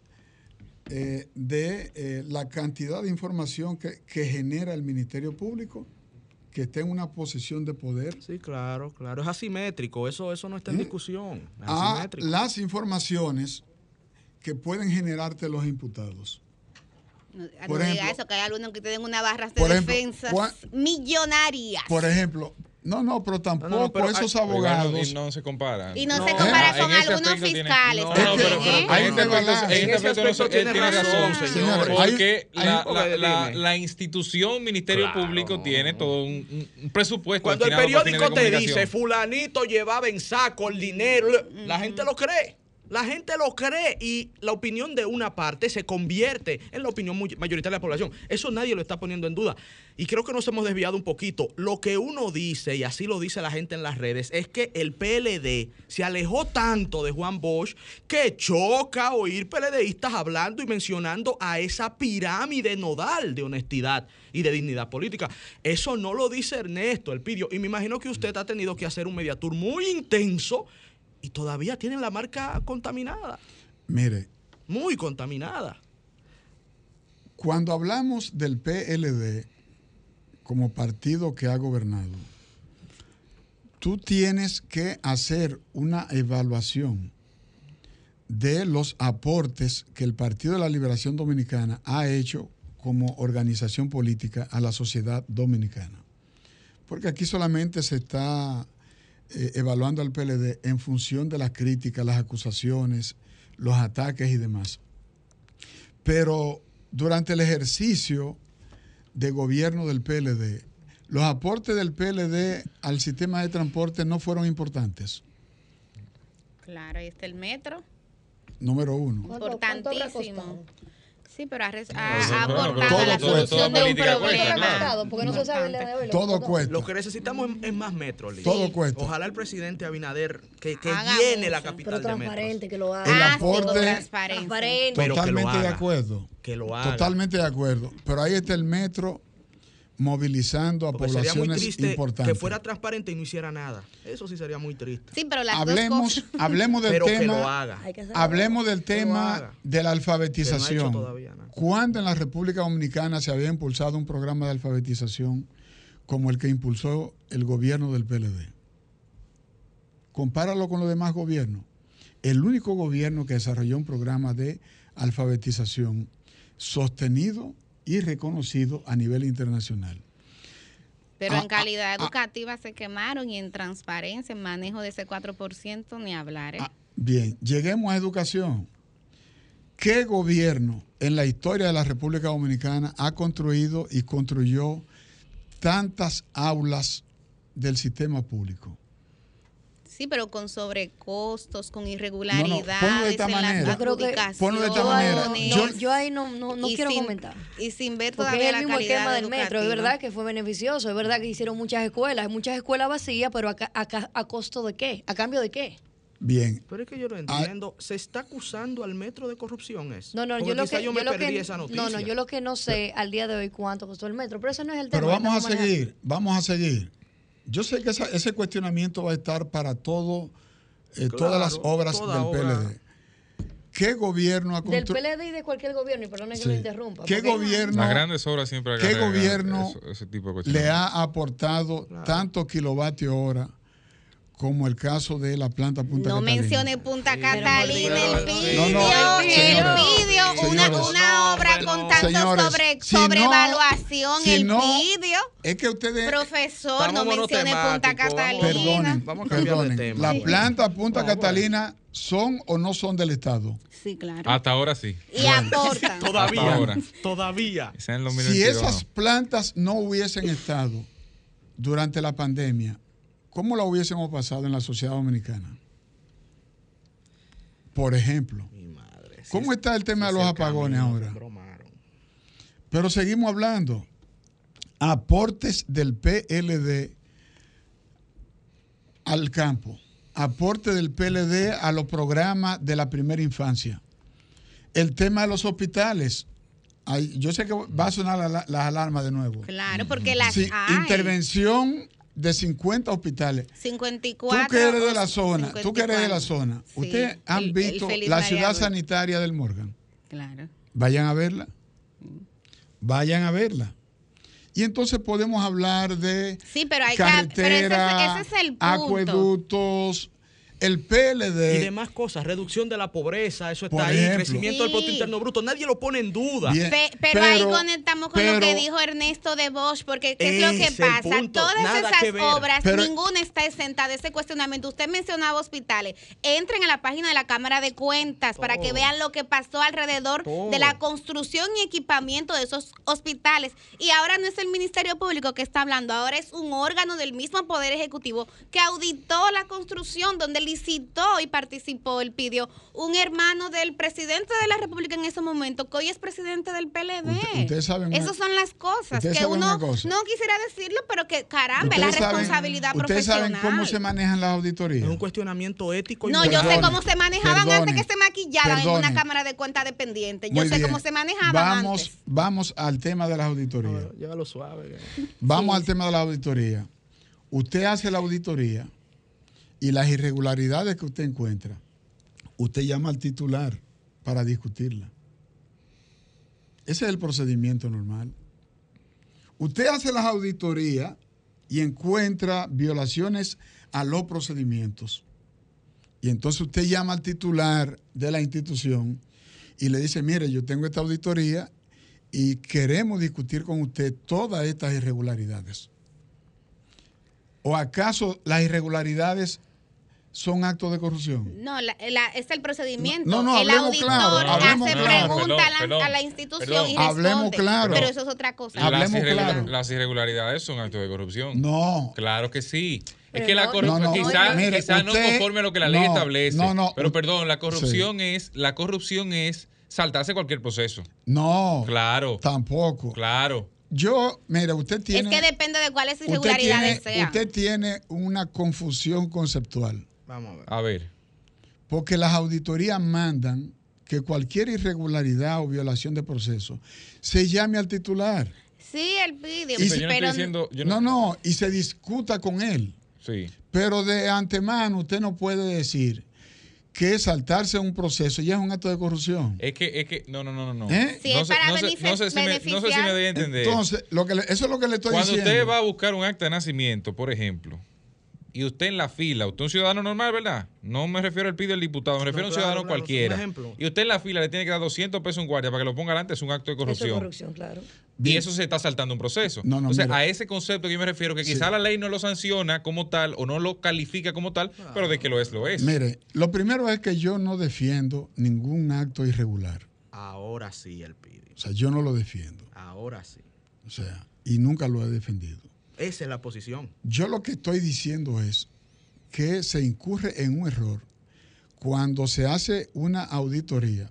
de la cantidad de información que genera el Ministerio Público, que está en una posición de poder. Sí, claro. Es asimétrico, eso no está en discusión. Las informaciones que pueden generarte los imputados. Por ejemplo, diga eso, que hay algunos que tienen unas barras de defensa millonarias. Por ejemplo, pero tampoco pero esos abogados. No se comparan. Y no se compara con algunos fiscales. En este aspecto tiene razón, señor. Porque la institución Ministerio Público tiene todo un presupuesto. Cuando el periódico te dice, fulanito llevaba en saco el dinero, la gente lo cree. La gente lo cree y la opinión de una parte se convierte en la opinión mayoritaria de la población. Eso nadie lo está poniendo en duda. Y creo que nos hemos desviado un poquito. Lo que uno dice, y así lo dice la gente en las redes, es que el PLD se alejó tanto de Juan Bosch que choca oír PLDistas hablando y mencionando a esa pirámide nodal de honestidad y de dignidad política. Eso no lo dice Ernesto, el Pidio. Y me imagino que usted ha tenido que hacer un mediatour muy intenso y todavía tienen la marca contaminada. Mire. Muy contaminada. Cuando hablamos del PLD como partido que ha gobernado, tú tienes que hacer una evaluación de los aportes que el Partido de la Liberación Dominicana ha hecho como organización política a la sociedad dominicana. Porque aquí solamente se está evaluando al PLD en función de las críticas, las acusaciones, los ataques y demás. Pero durante el ejercicio de gobierno del PLD, los aportes del PLD al sistema de transporte no fueron importantes. Claro, ahí está el metro. número uno. Importantísimo. Sí, pero ha aportado a la solución de un problema. Porque no se sabe el día de hoy. Todo cuesta. Lo que necesitamos es más metros. Todo cuesta. Ojalá el presidente Abinader que llene la capital de metros. Transparente, que lo haga. El aporte, transparente. Totalmente de acuerdo. Que lo haga. Totalmente de acuerdo. Pero ahí está el metro movilizando a poblaciones sería muy triste importantes. Que fuera transparente y no hiciera nada. Eso sí sería muy triste. Sí, pero las hablemos dos cosas. Hablemos del pero tema. Que lo haga. Hablemos del tema de la alfabetización. No ha hecho todavía nada. ¿Cuándo en la República Dominicana se había impulsado un programa de alfabetización como el que impulsó el gobierno del PLD? Compáralo con los demás gobiernos. El único gobierno que desarrolló un programa de alfabetización sostenido y reconocido a nivel internacional. Pero en calidad educativa se quemaron y en transparencia, en manejo de ese 4%, ni hablar. Bien, lleguemos a educación. ¿Qué gobierno en la historia de la República Dominicana ha construido y construyó tantas aulas del sistema público? Sí, pero con sobrecostos, con irregularidades ponlo de esta en manera. las adjudicaciones. Ponlo de esta manera. Yo ahí no quiero comentar. Y sin ver porque todavía es el mismo la calidad esquema del educativa. metro. Es verdad que fue beneficioso, es verdad que hicieron muchas escuelas vacías, pero ¿a costo de qué? ¿A cambio de qué? Bien. Pero es que yo lo entiendo. Se está acusando al metro de corrupción. No, yo lo que no sé al día de hoy cuánto costó el metro, pero eso no es el tema. Pero vamos a seguir. Yo sé que ese cuestionamiento va a estar para todas las obras del PLD. ¿Qué gobierno ha construido? Del PLD y de cualquier gobierno, y perdone que lo interrumpa. ¿Qué gobierno? Las grandes obras siempre ¿Qué gobierno ese tipo de le ha aportado tantos kilovatios hora como el caso de la planta Punta Catalina? No mencione Punta Catalina, el Pidio, una obra con tanto sobrevaluación, el Pidio. Es que ustedes... Profesor, no mencione Punta Catalina. Vamos a cambiar de tema. ¿La planta Punta Catalina son o no son del Estado? Sí, claro. Hasta ahora sí. Y aportan. Todavía. Si esas plantas no hubiesen estado durante la pandemia, ¿cómo la hubiésemos pasado en la sociedad dominicana? Por ejemplo, ¿cómo está el tema de los apagones ahora? Pero seguimos hablando. Aportes del PLD al campo. Aporte del PLD a los programas de la primera infancia. El tema de los hospitales. Yo sé que va a sonar las alarmas de nuevo. Claro, porque las hay. Intervención de 50 hospitales. 54. Tú que eres de la zona, 54. Sí, ustedes han visto la ciudad sanitaria del Morgan. Claro. Vayan a verla. Vayan a verla. Y entonces podemos hablar de carretera, ese es el punto. Acueductos, el PLD. Y demás cosas, reducción de la pobreza, eso está ahí, crecimiento del Producto Interno Bruto, nadie lo pone en duda. Pero ahí conectamos con lo que dijo Ernesto de Bosch, porque ¿qué es lo que pasa? Todas esas obras, ninguna está exenta de ese cuestionamiento. Usted mencionaba hospitales. Entren a la página de la Cámara de Cuentas para que vean lo que pasó alrededor de la construcción y equipamiento de esos hospitales. Y ahora no es el Ministerio Público que está hablando, ahora es un órgano del mismo Poder Ejecutivo que auditó la construcción, donde licitó y participó, él pidió un hermano del presidente de la República en ese momento, que hoy es presidente del PLD. Ustedes saben esas son las cosas que uno no quisiera decirlo, pero que caramba, es la responsabilidad profesional. ¿Ustedes saben cómo se manejan las auditorías? Es un cuestionamiento ético. No, yo sé cómo se manejaban antes que se maquillaban en una Cámara de Cuentas dependiente. Yo sé cómo se manejaban antes. Vamos al tema de las auditorías. Llévalo suave. Vamos al tema de la auditoría. Usted hace la auditoría y las irregularidades que usted encuentra, usted llama al titular para discutirla. Ese es el procedimiento normal. Usted hace las auditorías y encuentra violaciones a los procedimientos. Y entonces usted llama al titular de la institución y le dice, mire, yo tengo esta auditoría y queremos discutir con usted todas estas irregularidades. ¿O acaso las irregularidades son actos de corrupción? No, es el procedimiento. No, el auditor hace preguntas a la institución y responde. Claro. Pero eso es otra cosa. Las irregularidades son actos de corrupción. No. Claro que sí. Es que la corrupción quizás no conforme a lo que la ley establece. Pero perdón, la corrupción es saltarse cualquier proceso. No. Claro. Tampoco. Claro. Usted tiene... Es que depende de cuáles irregularidades sean. Usted tiene una confusión conceptual. Vamos a ver. A ver. Porque las auditorías mandan que cualquier irregularidad o violación de proceso se llame al titular. Sí, él pide. Y se discuta con él. Sí. Pero de antemano usted no puede decir que saltarse un proceso ya es un acto de corrupción. Es que no. Sí, no sé si me doy a entender. Entonces, eso es lo que le estoy diciendo. Cuando usted va a buscar un acta de nacimiento, por ejemplo, y usted en la fila, usted es un ciudadano normal, ¿verdad? No me refiero al PIDE del diputado, me refiero a un ciudadano cualquiera. Y usted en la fila le tiene que dar 200 pesos a un guardia para que lo ponga adelante, es un acto de corrupción. Eso es corrupción, claro. Y eso se está saltando un proceso. Entonces, a ese concepto que yo me refiero, que quizá la ley no lo sanciona como tal o no lo califica como tal, pero de que lo es. Mire, lo primero es que yo no defiendo ningún acto irregular. Ahora sí el PIDE. O sea, yo no lo defiendo. Ahora sí. O sea, y nunca lo he defendido. Esa es la posición. Yo lo que estoy diciendo es que se incurre en un error cuando se hace una auditoría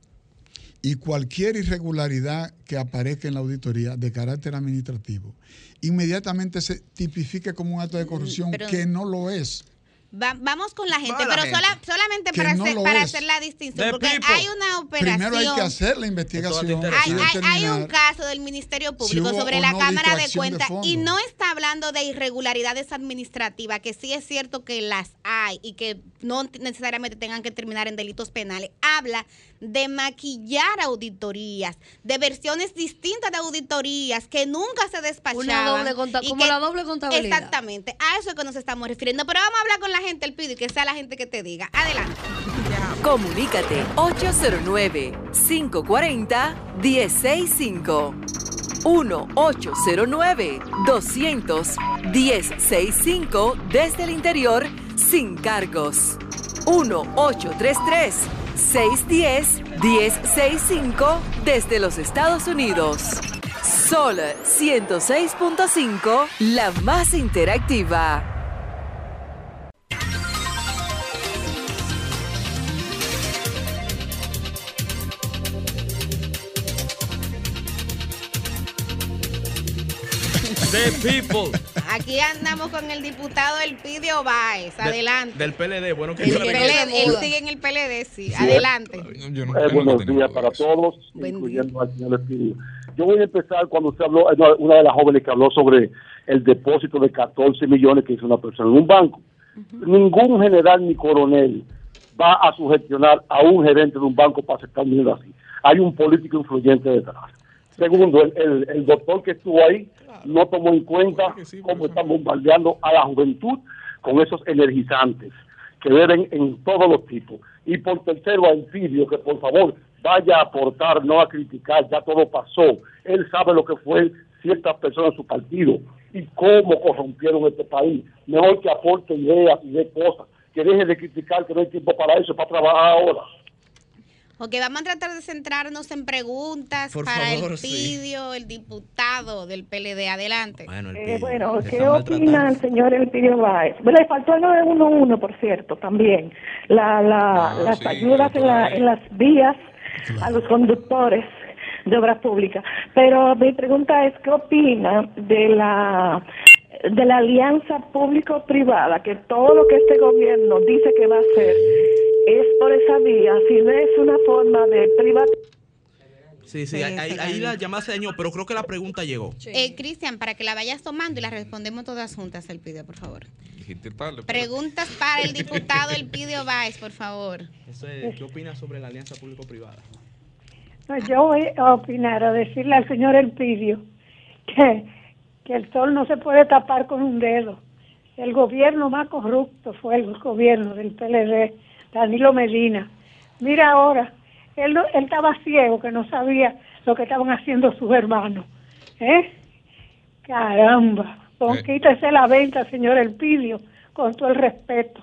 y cualquier irregularidad que aparezca en la auditoría de carácter administrativo inmediatamente se tipifique como un acto de corrupción, que no lo es. Vamos con la gente, pero solamente para hacer la distinción, porque hay una operación. Primero hay que hacer la investigación. Hay un caso del Ministerio Público sobre la Cámara de Cuentas y no está hablando de irregularidades administrativas, que sí es cierto que las hay y que no necesariamente tengan que terminar en delitos penales. Habla de maquillar auditorías, de versiones distintas de auditorías que nunca se despachaban. Como la doble contabilidad. Exactamente, a eso es que nos estamos refiriendo. Pero vamos a hablar con la gente, el PIDE, y que sea la gente que te diga. Adelante. Comunícate 809-540-1065. 1-809-200-1065 desde el interior sin cargos. 1-833-610-1065 desde los Estados Unidos. Sol 106.5, la más interactiva. The people. Aquí andamos con el diputado Elpidio Báez. Adelante. Del PLD. Bueno, que él sigue en el PLD, sí. Adelante. Buenos días para todos, incluyendo al señor Elpidio. Yo voy a empezar cuando usted habló, una de las jóvenes que habló sobre el depósito de 14 millones que hizo una persona en un banco. Ningún general ni coronel va a sugestionar a un gerente de un banco para aceptar un dinero así. Hay un político influyente detrás. Segundo, el doctor que estuvo ahí no tomó en cuenta cómo están bombardeando a la juventud con esos energizantes que beben en todos los tipos. Y por tercero, a Elpidio, que por favor vaya a aportar, no a criticar, ya todo pasó. Él sabe lo que fue ciertas personas en su partido y cómo corrompieron este país. Mejor que aporte ideas y de cosas, que deje de criticar, que no hay tiempo para eso, para trabajar ahora. Ok, vamos a tratar de centrarnos en preguntas para Elpidio, el diputado del PLD. Adelante. Bueno, ¿qué opina el señor Elpidio Báez? Bueno, le faltó el 911, por cierto, también. Las ayudas en las vías a los conductores de obras públicas. Pero mi pregunta es, ¿qué opina de la alianza público-privada, que todo lo que este gobierno dice que va a hacer es por esa vía, si no es una forma de privatizar? Sí, ahí la llamada se dañó, pero creo que la pregunta llegó. Cristian, para que la vayas tomando y la respondemos todas juntas, Elpidio, por favor. Preguntas para el diputado Elpidio Báez, por favor. ¿Qué opinas sobre la alianza público-privada? Yo voy a opinar, a decirle al señor Elpidio que el sol no se puede tapar con un dedo. El gobierno más corrupto fue el gobierno del PLD, Danilo Medina. Mira ahora, él estaba ciego, que no sabía lo que estaban haciendo sus hermanos. Caramba, quítese la venta, señor Elpidio, con todo el respeto.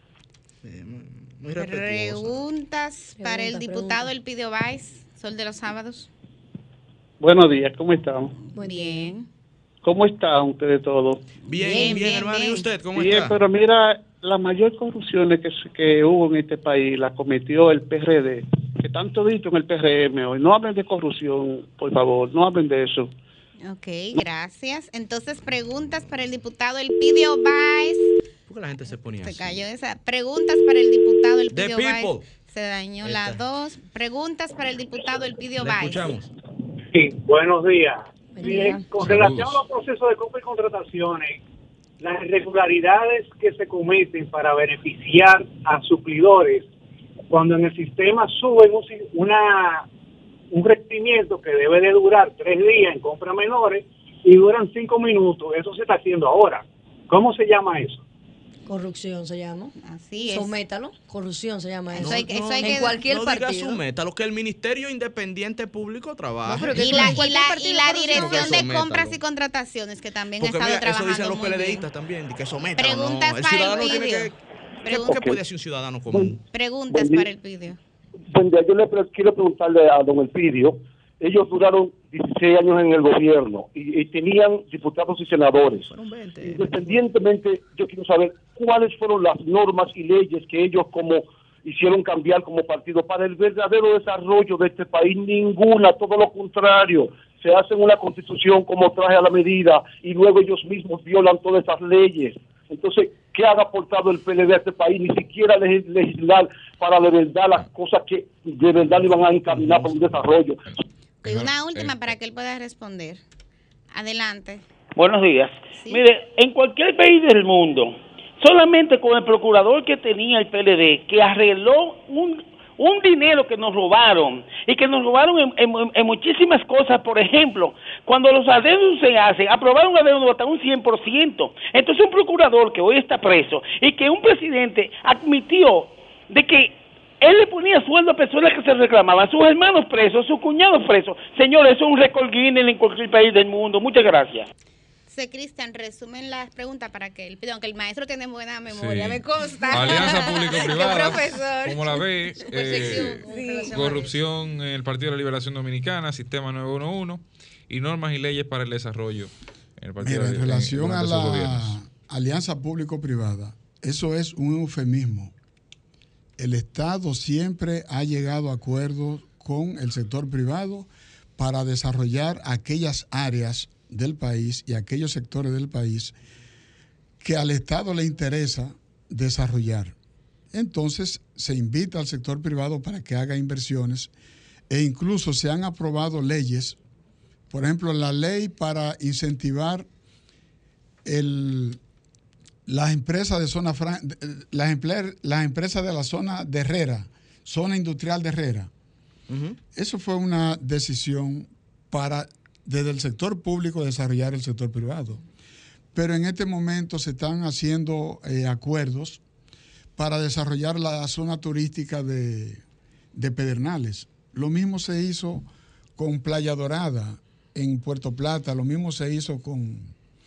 Preguntas para el diputado Elpidio Báez, Sol de los Sábados. Buenos días, ¿cómo estamos? Muy bien. ¿Cómo están ustedes todos? Bien, hermano. ¿Y usted cómo está? Bien, pero mira, la mayor corrupción que hubo en este país la cometió el PRD, que tanto dicho en el PRM hoy. No hablen de corrupción, por favor, no hablen de eso. Ok, gracias. Entonces, preguntas para el diputado Elpidio Báez. ¿Por qué la gente se ponía así? Se cayó esa. Preguntas para el diputado Elpidio Báez. People. Se dañó la 2. Preguntas para el diputado Elpidio Báez. Escuchamos. Sí, buenos días. Bien. Con relación a los procesos de compra y contrataciones, las irregularidades que se cometen para beneficiar a suplidores, cuando en el sistema suben un rendimiento que debe de durar 3 días en compras menores y duran 5 minutos, eso se está haciendo ahora. ¿Cómo se llama eso? Corrupción se llama. Así es. Sométalo. Corrupción se llama eso. En cualquier partido. No diga sométalo, que el Ministerio Independiente Público trabaja. Y la Dirección de Compras y Contrataciones, que también ha estado trabajando. Eso dicen los muy PLDistas bien. también, que sométalo. Preguntas El para ciudadano el tiene vídeo. ¿Qué puede decir un ciudadano común? Preguntas para el vídeo. Buen día, yo quiero preguntarle a don Elpidio. Ellos duraron 16 años en el gobierno y tenían diputados y senadores. Independientemente, yo quiero saber cuáles fueron las normas y leyes que ellos como hicieron cambiar como partido para el verdadero desarrollo de este país. Ninguna, todo lo contrario. Se hacen una constitución como traje a la medida y luego ellos mismos violan todas esas leyes. Entonces, ¿qué ha aportado el PLD a este país? Ni siquiera legislar para de verdad las cosas que de verdad le iban a encaminar para un desarrollo. Y una última para que él pueda responder. Adelante. Buenos días. Sí. Mire, en cualquier país del mundo, solamente con el procurador que tenía el PLD, que arregló un dinero que nos robaron, y que nos robaron en muchísimas cosas. Por ejemplo, cuando los adeudos se hacen, aprobaron adeudos hasta un 100%. Entonces un procurador que hoy está preso, y que un presidente admitió de que él le ponía sueldo a personas que se reclamaban, sus hermanos presos, sus cuñados presos. Señores, eso es un récord Guinness en cualquier país del mundo. Muchas gracias. Cristian, resumen las preguntas para que él pida, aunque el maestro tiene buena memoria, me consta. Alianza Público-Privada, profesor. ¿cómo la ve? Corrupción en el Partido de la Liberación Dominicana, Sistema 911 y normas y leyes para el desarrollo en el Partido. Mira, en relación a la alianza público-privada, eso es un eufemismo. El Estado siempre ha llegado a acuerdos con el sector privado para desarrollar aquellas áreas del país y aquellos sectores del país que al Estado le interesa desarrollar. Entonces se invita al sector privado para que haga inversiones e incluso se han aprobado leyes, por ejemplo la ley para incentivar las empresas de zona las empresas de la zona de Herrera, zona industrial de Herrera. Eso fue una decisión para desde el sector público desarrollar el sector privado. Pero en este momento se están haciendo acuerdos para desarrollar la zona turística de Pedernales. Lo mismo se hizo con Playa Dorada en Puerto Plata, lo mismo se hizo con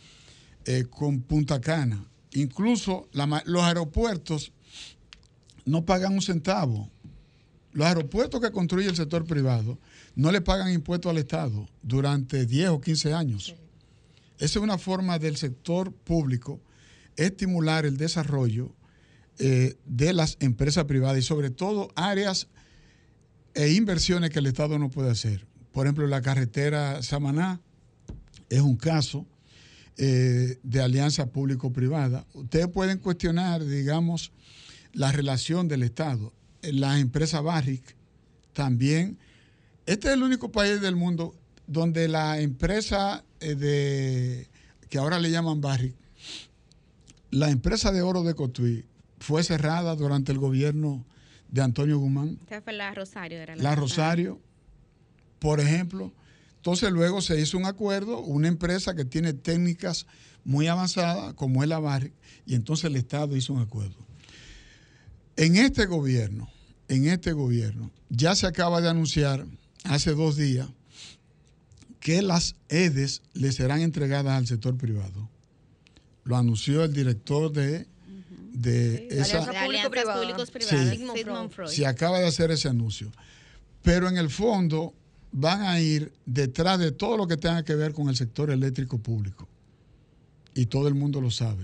Punta Cana. Incluso los aeropuertos no pagan un centavo. Los aeropuertos que construye el sector privado no le pagan impuestos al Estado durante 10 o 15 años. Esa es una forma del sector público estimular el desarrollo de las empresas privadas y sobre todo áreas e inversiones que el Estado no puede hacer. Por ejemplo, la carretera Samaná es un caso de alianza público-privada. Ustedes pueden cuestionar, digamos, la relación del Estado. La empresa Barrick también. Este es el único país del mundo donde la empresa que ahora le llaman Barrick, la empresa de oro de Cotuí, fue cerrada durante el gobierno de Antonio Guzmán. Esta fue la Rosario. La Rosario, por ejemplo. Entonces luego se hizo un acuerdo, una empresa que tiene técnicas muy avanzadas, como es la Barrick, y entonces el Estado hizo un acuerdo. En este gobierno, ya se acaba de anunciar hace 2 días que las EDES le serán entregadas al sector privado. Lo anunció el director de esa Alianzas Públicos Privadas, sí, se acaba de hacer ese anuncio. Pero en el fondo, van a ir detrás de todo lo que tenga que ver con el sector eléctrico público. Y todo el mundo lo sabe.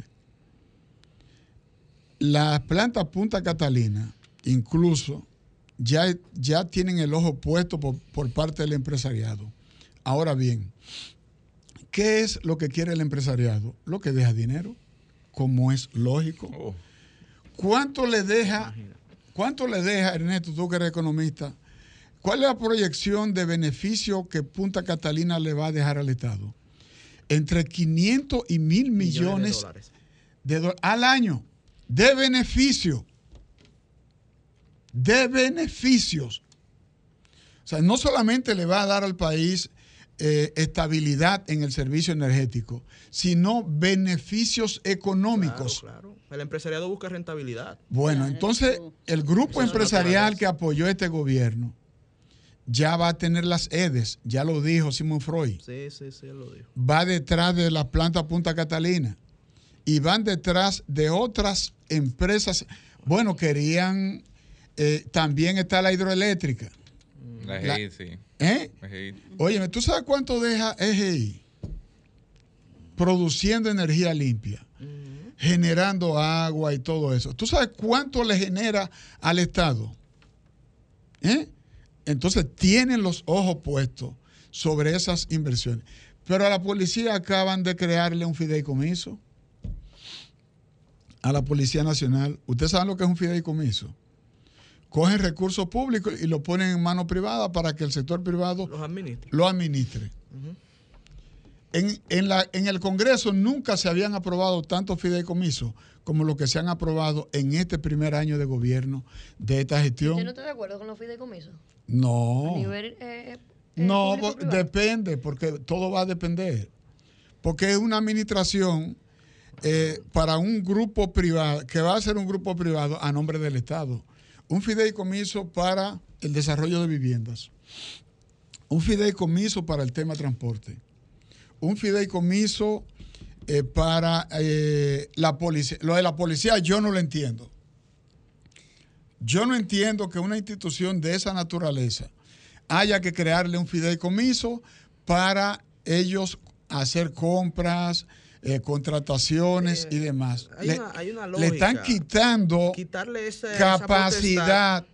Las plantas Punta Catalina, incluso, ya tienen el ojo puesto por parte del empresariado. Ahora bien, ¿qué es lo que quiere el empresariado? Lo que deja dinero, como es lógico. ¿Cuánto le deja, Ernesto, tú que eres economista? ¿Cuál es la proyección de beneficio que Punta Catalina le va a dejar al Estado? Entre 500 y 1.000 millones de dólares al año de beneficio. De beneficios. O sea, no solamente le va a dar al país estabilidad en el servicio energético, sino beneficios económicos. Claro. El empresariado busca rentabilidad. Bueno, entonces el grupo empresarial que apoyó este gobierno ya va a tener las EDES, ya lo dijo Sigmund Freud. Sí, lo dijo. Va detrás de la planta Punta Catalina y van detrás de otras empresas. Bueno, querían, también está la hidroeléctrica. La EGI, sí. Óyeme, ¿tú sabes cuánto deja EGI? Produciendo energía limpia, generando agua y todo eso. ¿Tú sabes cuánto le genera al Estado? Entonces tienen los ojos puestos sobre esas inversiones. Pero a la policía acaban de crearle un fideicomiso. A la Policía Nacional. ¿Ustedes saben lo que es un fideicomiso? Cogen recursos públicos y lo ponen en mano privada para que el sector privado lo administre. En el Congreso nunca se habían aprobado tantos fideicomisos como los que se han aprobado en este primer año de gobierno de esta gestión. ¿Usted no está de acuerdo con los fideicomisos? No. A nivel, no, depende, porque todo va a depender. Porque es una administración para un grupo privado, que va a ser un grupo privado a nombre del Estado. Un fideicomiso para el desarrollo de viviendas. Un fideicomiso para el tema transporte. Un fideicomiso para la policía. Lo de la policía yo no lo entiendo. Yo no entiendo que una institución de esa naturaleza haya que crearle un fideicomiso para ellos hacer compras, contrataciones y demás. Hay una lógica. Le están quitando capacidad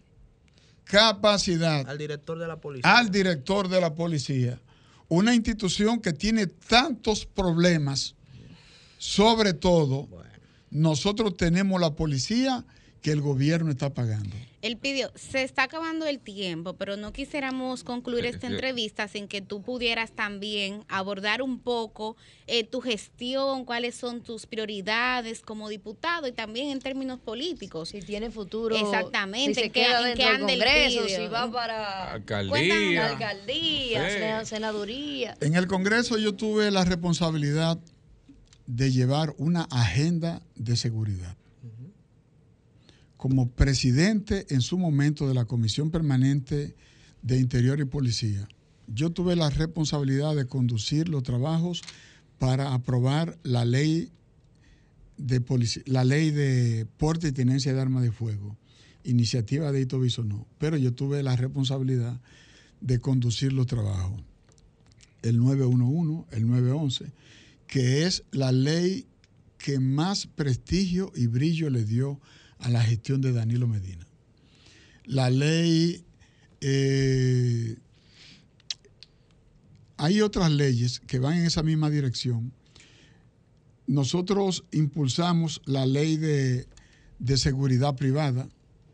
al director de la policía. Al director de la policía. Una institución que tiene tantos problemas, sobre todo, nosotros tenemos la policía que el gobierno está pagando. Elpidio, se está acabando el tiempo, pero no quisiéramos concluir esta entrevista sin que tú pudieras también abordar un poco tu gestión, cuáles son tus prioridades como diputado y también en términos políticos. Si tiene futuro. Exactamente. Si se queda dentro del Congreso, si va para alcaldía, senaduría. En el Congreso yo tuve la responsabilidad de llevar una agenda de seguridad. Como presidente en su momento de la Comisión Permanente de Interior y Policía, yo tuve la responsabilidad de conducir los trabajos para aprobar la ley de porte y tenencia de armas de fuego, iniciativa de Ito Bisonó, pero yo tuve la responsabilidad de conducir los trabajos. El 911, el 911, que es la ley que más prestigio y brillo le dio a la gestión de Danilo Medina. La ley, hay otras leyes que van en esa misma dirección. Nosotros impulsamos la ley de seguridad privada.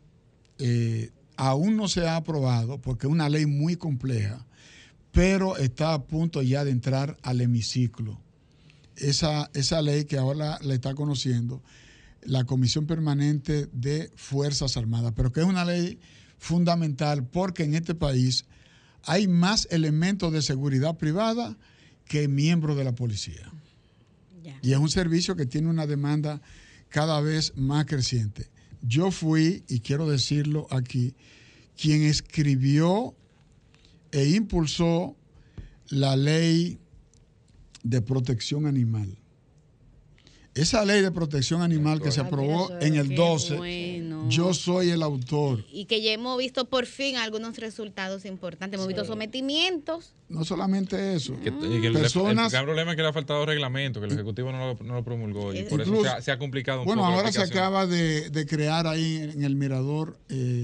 Aún no se ha aprobado porque es una ley muy compleja, pero está a punto ya de entrar al hemiciclo. Esa ley que ahora la está conociendo la Comisión Permanente de Fuerzas Armadas, pero que es una ley fundamental porque en este país hay más elementos de seguridad privada que miembros de la policía. Y es un servicio que tiene una demanda cada vez más creciente. Yo fui, y quiero decirlo aquí, quien escribió e impulsó la ley de protección animal. Esa ley de protección animal que se aprobó en el 12, no. Yo soy el autor. Y que ya hemos visto por fin algunos resultados importantes. Hemos visto sometimientos. No solamente eso. El gran problema es que le ha faltado reglamento, que el Ejecutivo no lo promulgó y por eso se ha complicado un poco. Bueno, ahora se acaba de crear ahí en el Mirador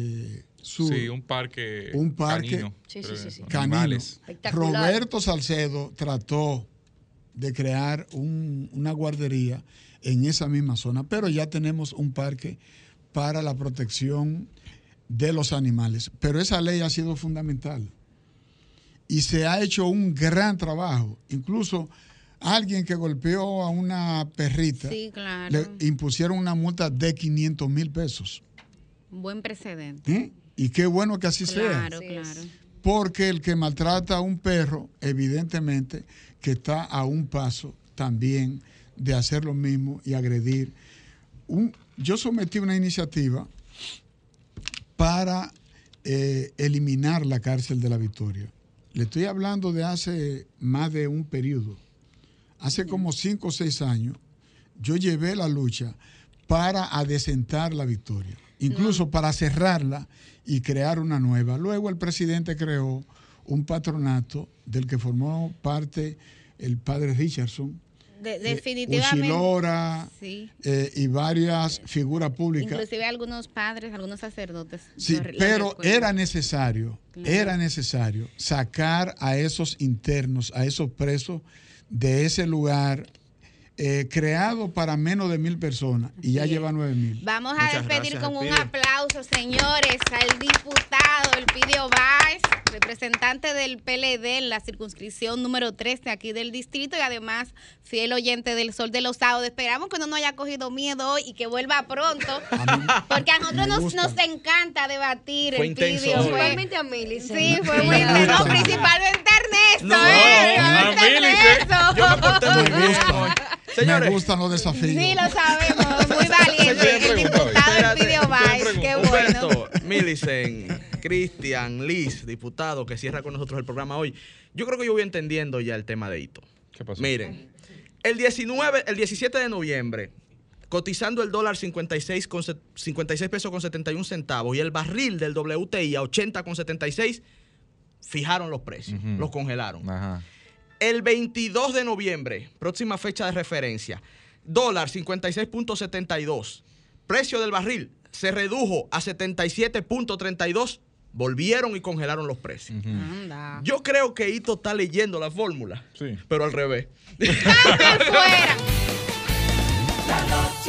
un parque canino. Roberto Salcedo trató de crear una guardería en esa misma zona, pero ya tenemos un parque para la protección de los animales. Pero esa ley ha sido fundamental y se ha hecho un gran trabajo. Incluso alguien que golpeó a una perrita, le impusieron una multa de 500,000 pesos. Buen precedente. Y qué bueno que así sea. Claro. Porque el que maltrata a un perro, evidentemente, que está a un paso también de hacer lo mismo y agredir. Yo sometí una iniciativa para eliminar la cárcel de La Victoria. Le estoy hablando de hace más de un periodo. Hace como 5 o 6 años, yo llevé la lucha para adecentar La Victoria, incluso para cerrarla y crear una nueva. Luego el presidente creó un patronato del que formó parte el padre Richardson, definitivamente Uchilora, y varias figuras públicas. Inclusive algunos padres, algunos sacerdotes. Sí, pero era necesario sacar a esos internos, a esos presos de ese lugar creado para menos de 1,000 personas y ya lleva 9,000. Vamos a despedir con un aplauso, señores, al diputado Elpidio Báez, representante del PLD en la circunscripción número 13 aquí del distrito y además fiel oyente del Sol de los Sábados. Esperamos que no nos haya cogido miedo hoy y que vuelva pronto, porque a nosotros nos encanta debatir. Fue intenso. Principalmente a Mili. Sí, fue muy intenso. Principalmente Ernesto. Yo me porté muy bien. Señores, me gustan los desafíos. Sí, lo sabemos. Muy valiente. El diputado Elpidio Báez. Qué bueno. Millicent, Cristian, Liz, diputado que cierra con nosotros el programa hoy. Yo creo que yo voy entendiendo ya el tema de Hito. ¿Qué pasó? Miren, el 17 de noviembre, cotizando el dólar 56 pesos con 71 centavos y el barril del WTI a 80,76, fijaron los precios, los congelaron. Ajá. El 22 de noviembre, próxima fecha de referencia, dólar 56.72, precio del barril se redujo a 77.32, volvieron y congelaron los precios. Anda. Yo creo que Hito está leyendo la fórmula, pero al revés. ¡Fuera!